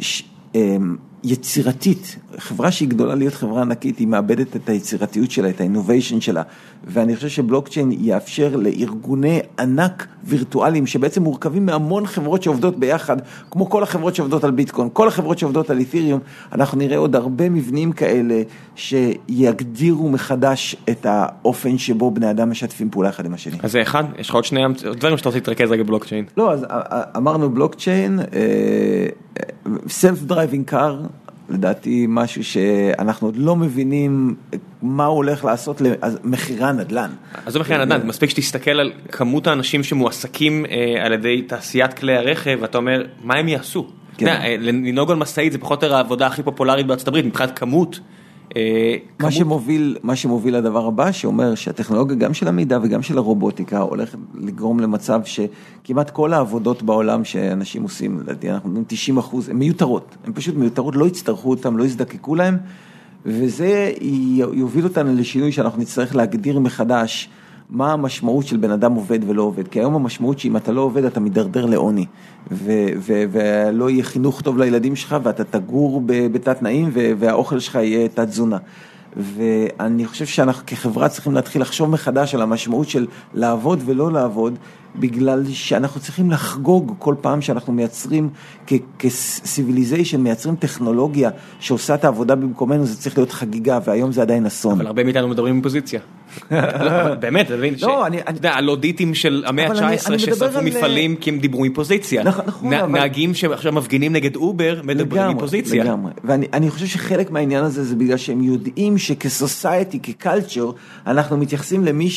יצירתית. חברה שהיא גדולה להיות חברה ענקית, היא מאבדת את היצירתיות שלה, את האינוביישן שלה, ואני חושב שבלוקצ'יין יאפשר לארגוני ענק וירטואליים, שבעצם מורכבים מהמון חברות שעובדות ביחד, כמו כל החברות שעובדות על ביטקוין, כל החברות שעובדות על אית'ריום, אנחנו נראה עוד הרבה מבנים כאלה, שיגדירו מחדש את האופן שבו בני אדם משתפים פעולה אחד עם השני. אז זה אחד, יש לך עוד שני דברים שאתה רוצה להתרכז רגע בלוקצ'יין. לא, אז אמרנו בלוקצ'יין, self-driving car, לדעתי משהו שאנחנו עוד לא מבינים מה הוא הולך לעשות למחירי הנדל"ן. אז זה מחירי הנדל"ן, מספיק שתסתכל על כמות האנשים שמועסקים על ידי תעשיית כלי הרכב, ואתה אומר, מה הם יעשו? לנהוג על משאית זה פחות או העבודה הכי פופולרית בארצות הברית, מבחינת כמות. מה שמוביל, מה שמוביל לדבר הבא, שאומר שהטכנולוגיה גם של המידע וגם של הרובוטיקה הולכת לגרום למצב שכמעט כל העבודות בעולם שאנשים עושים, לדעתי אנחנו אומרים תשעים אחוז, הן מיותרות, הן פשוט מיותרות, לא יצטרכו אותם, לא יזדקקו להם, וזה יוביל אותנו לשינוי שאנחנו נצטרך להגדיר מחדש מה המשמעות של בן אדם עובד ולא עובד, כי היום המשמעות שאם אתה לא עובד אתה מדרדר לעוני, ולא יהיה חינוך טוב לילדים שלך, ואתה תגור בתת תנאים, והאוכל שלך יהיה תת תזונה. ואני חושב שאנחנו כחברה צריכים להתחיל לחשוב מחדש על המשמעות של לעבוד ולא לעבוד, בגלל שאנחנו צריכים לחגוג כל פעם שאנחנו מייצרים כסיביליזיישן, מייצרים טכנולוגיה שעושה את העבודה במקומנו, זה צריך להיות חגיגה, והיום זה עדיין אסון. אבל הרבה מאיתנו מדברים עם פוזיציה. באמת, אתה מבין, הלודיטים של המאה ה-תשע עשרה ששרפו מפעלים כי הם דיברו מפוזיציה. נהגים שעכשיו מפגינים נגד אובר מדברים מפוזיציה. לגמרי, ואני חושב שחלק מהעניין הזה זה בגלל שהם יודעים שכסוסייטי, כקלצ'ר, אנחנו מתייחסים למי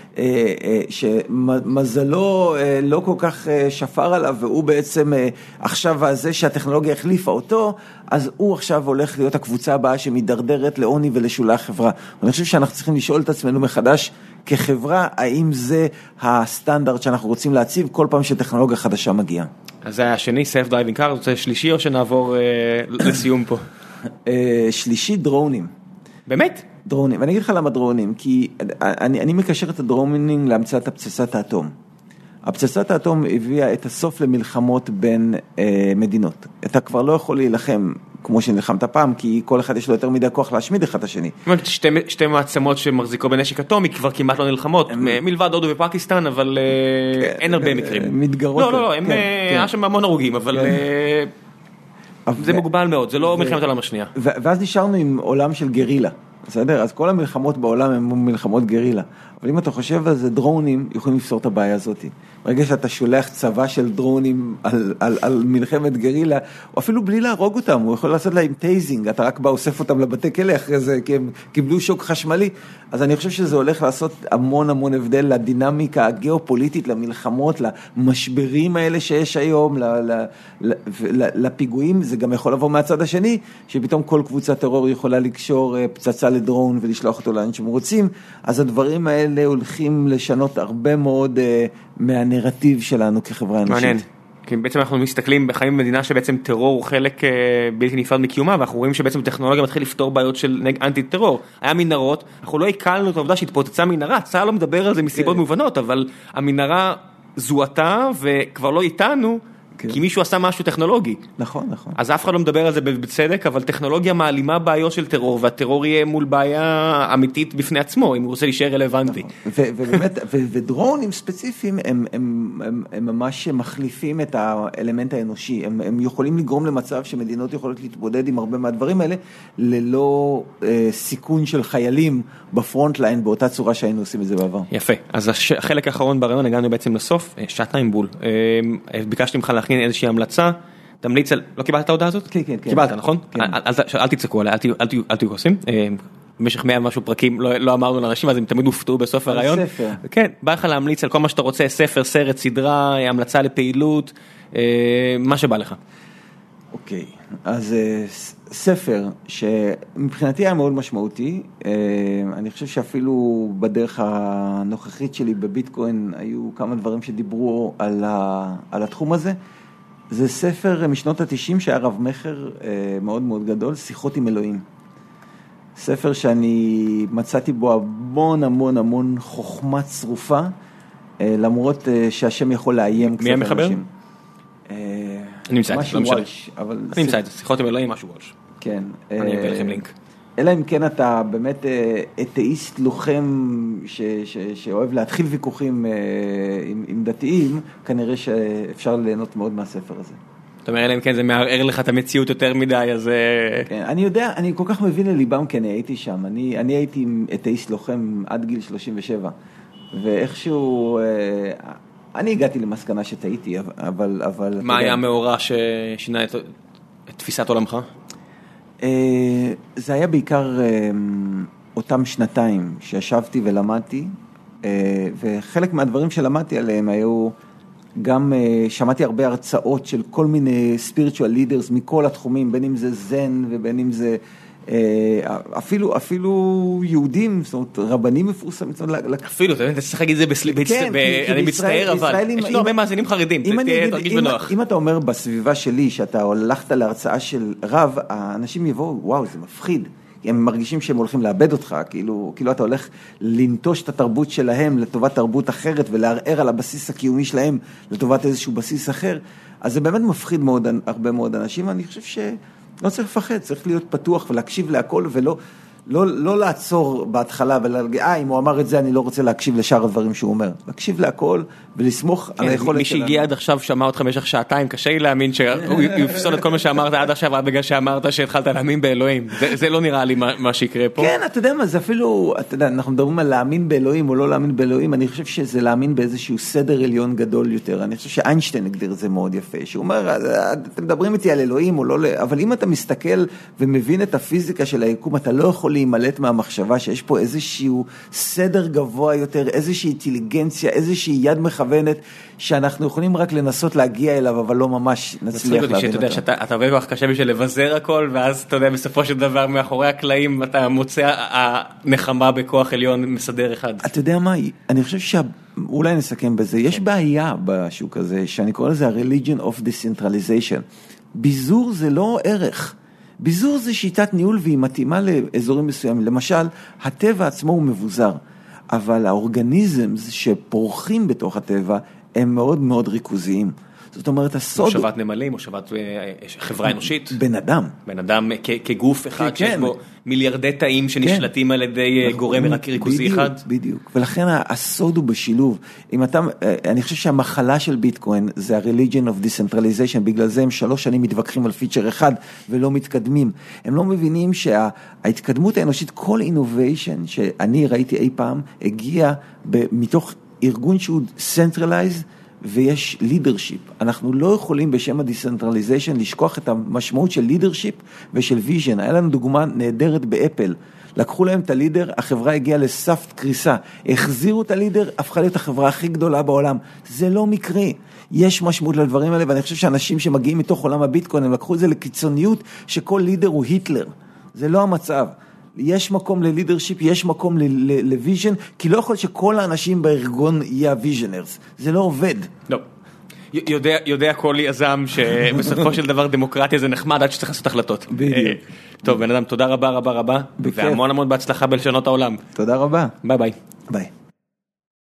שמזלו לא כל כך שפר עליו, והוא בעצם עכשיו הזה שהטכנולוגיה החליפה אותו, אז הוא עכשיו הולך להיות הקבוצה הבאה שמדרדרת לעוני ולשולי החברה. אני חושב שאנחנו צריכים לשאול את עצמנו מחדש כחברה, האם זה הסטנדרט שאנחנו רוצים להציב כל פעם שטכנולוגיה חדשה מגיעה. אז זה השני, self-driving car, זה שלישי או שנעבור לסיום פה? שלישי, דרונים. באמת? דרונים, ואני אגיד לך למה דרונים, כי אני, אני מקשר את הדרונים להמצאת הפצצת האטום. הפצצת האטום הביאה את הסוף למלחמות בין אה, מדינות. אתה כבר לא יכול להילחם כמו שנלחמת פעם, כי כל אחד יש לו יותר מדי כוח להשמיד אחד את השני. שתי, שתי מעצמות שמחזיקות בנשק אטומי כבר כמעט לא נלחמות, מלבד הודו ופקיסטן, אבל אה, אין הרבה מקרים. מתגרות. לא, לא, לא, הם, כן, היה שם המון הרוגים, אבל... כן. אה, זה מוגבל מאוד, זה לא מלחמת העולם השנייה. ואז נשארנו עם עולם של גרילה. בסדר? אז כל המלחמות בעולם הן מלחמות גרילה. אבל אם אתה חושב על זה, דרונים יכולים לפתור את הבעיה הזאת. ברגע שאתה שולח צבא של דרונים על, על, על מלחמת גרילה, או אפילו בלי להרוג אותם, הוא יכול לעשות להם טייזינג, אתה רק בא אוסף אותם לבתי כלא אחרי זה, כי הם קיבלו שוק חשמלי. אז אני חושב שזה הולך לעשות המון המון הבדל לדינמיקה הגיאופוליטית, למלחמות, למשברים האלה שיש היום, לפיגועים. זה גם יכול לבוא מהצד השני, שפתאום כל קבוצת טרור יכולה לקשור פצצה לדרון ולשלוח אותו לאן שהם רוצים. אז הדברים האלה הולכים לשנות הרבה מאוד מהנרטיב שלנו כחברה אנושית. מעניין. כי בעצם אנחנו מסתכלים בחיים במדינה שבעצם טרור הוא חלק בלתי נפרד מקיומה, ואנחנו רואים שבעצם טכנולוגיה מתחיל לפתור בעיות של אנטי טרור. היה מנהרות, אנחנו לא הקלנו את העובדה שהתפוצצה מנהרה, צה"ל לא מדבר על זה מסיבות מובנות, אבל המנהרה זוהתה וכבר לא איתנו, כי מישהו עשה משהו טכנולוגי. נכון, נכון. אז אף אחד לא מדבר על זה בצדק, אבל טכנולוגיה מעלימה בעיות של טרור, והטרור יהיה מול בעיה אמיתית בפני עצמו, אם הוא רוצה להישאר רלוונטי. ובאמת, ודרונים ספציפיים, הם ממש מחליפים את האלמנט האנושי. הם יכולים לגרום למצב שמדינות יכולות להתמודד עם הרבה מהדברים האלה, ללא סיכון של חיילים בפרונט ליין, באותה צורה שהיינו עושים את זה בעבר. יפה. אז החלק האחרון ברעיון, הגענו בעצם לסוף, שעתיים בול. ביקשתי ממך להכין איזושהי המלצה, תמליץ על, לא קיבלת את ההודעה הזאת? כן, כן, כן. קיבלת, נכון? אל תצעקו עליה, אל תהיו כועסים. במשך מאה משהו פרקים לא אמרנו לאנשים, אז הם תמיד הופתעו בסוף הרעיון. ספר. כן, בא לך להמליץ על כל מה שאתה רוצה, ספר, סרט, סדרה, המלצה לפעילות, מה שבא לך. אוקיי, אז ספר שמבחינתי היה מאוד משמעותי, אני חושב שאפילו בדרך הנוכחית שלי בביטקוין היו כמה דברים שדיברו על, ה, על התחום הזה, זה ספר משנות התשעים שהיה רב מחר מאוד מאוד גדול, שיחות עם אלוהים. ספר שאני מצאתי בו המון המון המון חוכמה צרופה, למרות שהשם יכול לאיים קצת אנשים. מי המחבר? אני נמצא את זה, לא משנה. אני נמצא את זה, שיחות עם אלוהים, משהו וולש. כן. אני אביא לכם לינק. אלא אם כן אתה באמת אתאיסט לוחם שאוהב להתחיל ויכוחים עם דתיים, כנראה שאפשר ליהנות מאוד מהספר הזה. זאת אומרת, אלא אם כן זה מערער לך את המציאות יותר מדי, אז... אני יודע, אני כל כך מבין לליבם, כי אני הייתי שם. אני הייתי אתאיסט לוחם עד גיל שלושים ושבע, ואיכשהו... אני הגעתי למסקנה שטעיתי, אבל... אבל מה היה המאורע ששינה את תפיסת עולמך? זה היה בעיקר אותם שנתיים שישבתי ולמדתי, וחלק מהדברים שלמדתי עליהם היו, גם שמעתי הרבה הרצאות של כל מיני spiritual leaders מכל התחומים, בין אם זה זן ובין אם זה... אפילו, אפילו יהודים, זאת אומרת, רבנים מפורסמים. אפילו, אתה צריך להגיד את זה בסליב, אני מצטער, אבל יש לו הרבה מאזינים חרדים, תרגיש בנוח. אם אתה אומר בסביבה שלי, שאתה הולכת להרצאה של רב, האנשים יבואו, וואו, זה מפחיד. הם מרגישים שהם הולכים לאבד אותך, כאילו, כאילו אתה הולך לנטוש את התרבות שלהם לטובת תרבות אחרת, ולערער על הבסיס הקיומי שלהם לטובת איזשהו בסיס אחר. אז זה באמת מפחיד מאוד, הרבה מאוד אנשים, אני חושב ש... לא צריך לפחד, צריך להיות פתוח ולהקשיב להכל, ולא לא, לא לעצור בהתחלה ולהגיד, אה, אם הוא אמר את זה, אני לא רוצה להקשיב לשאר הדברים שהוא אומר. להקשיב להכל ולסמוך על היכולת שלנו. מי שהגיע עד עכשיו שמע אותך במשך שעתיים, קשה לי להאמין שהוא יפסול את כל מה שאמרת עד עכשיו, עד בגלל שאמרת שהתחלת להאמין באלוהים. זה, זה לא נראה לי מה, מה שיקרה פה. כן, אתה יודע מה, זה אפילו, אתה יודע, אנחנו מדברים על להאמין באלוהים או לא להאמין באלוהים, אני חושב שזה להאמין באיזשהו סדר עליון גדול יותר. אני חושב שאיינשטיין הגדיר את זה מאוד יפה, שהוא אומר, אתם מדברים איתי על אלוהים או לא, אבל אם אתה מסתכל ומבין את הפיזיקה של היקום, אתה לא יכול להימלט מהמחשבה שיש פה איזשהו סדר גבוה יותר, איזושהי אינטליגנציה, איזושהי יד מכוונת, שאנחנו יכולים רק לנסות להגיע אליו, אבל לא ממש נצליח להבין אותו. אתה עובד כל כך קשה בשביל לבזר הכל, ואז אתה יודע, בסופו של דבר, מאחורי הקלעים, אתה מוצא הנחמה בכוח עליון מסדר אחד. אתה יודע מה? אני חושב שאולי נסכם בזה. יש בעיה בשוק הזה, שאני קורא לזה ה-religion of decentralization. ביזור זה לא ערך. ביזור זה שיטת ניהול והיא מתאימה לאזורים מסוימים. למשל, הטבע עצמו הוא מבוזר, אבל האורגניזמס שפורחים בתוך הטבע הם מאוד מאוד ריכוזיים. זאת אומרת, הסוד... מושבת נמלים, מושבת חברה אנושית. בן אדם. בן אדם כגוף אחד שיש בו מיליארדי תאים שנשלטים על ידי גורם ריכוזי אחד. בדיוק, ולכן הסוד הוא בשילוב. אם אתה, אני חושב שהמחלה של ביטקוין זה ה-religion of decentralization, בגלל זה הם שלוש שנים מתווכחים על פיצ'ר אחד ולא מתקדמים. הם לא מבינים שההתקדמות האנושית, כל innovation שאני ראיתי אי פעם, הגיע מתוך ארגון שהוא centralized, ויש leadership. אנחנו לא יכולים בשם ה-decentralization לשכוח את המשמעות של leadership ושל vision. היה לנו דוגמה נהדרת באפל. לקחו להם את הלידר, החברה הגיעה לסף קריסה. החזירו את הלידר, הפכה להיות החברה הכי גדולה בעולם. זה לא מקרי. יש משמעות לדברים האלה, ואני חושב שאנשים שמגיעים מתוך עולם הביטקוין, הם לקחו את זה לקיצוניות שכל לידר הוא היטלר. זה לא המצב. יש מקום ללידרשיפ, יש מקום לוויז'ן, כי לא יכול שכל האנשים בארגון יהיה הוויז'נרס. זה לא עובד. לא. יודע, יודע כל יזם שבסופו של דבר דמוקרטיה זה נחמד עד שצריך לעשות החלטות. בדיוק. טוב, בן אדם, תודה רבה רבה רבה, והמון המון בהצלחה בלשונות העולם. תודה רבה. ביי ביי. ביי.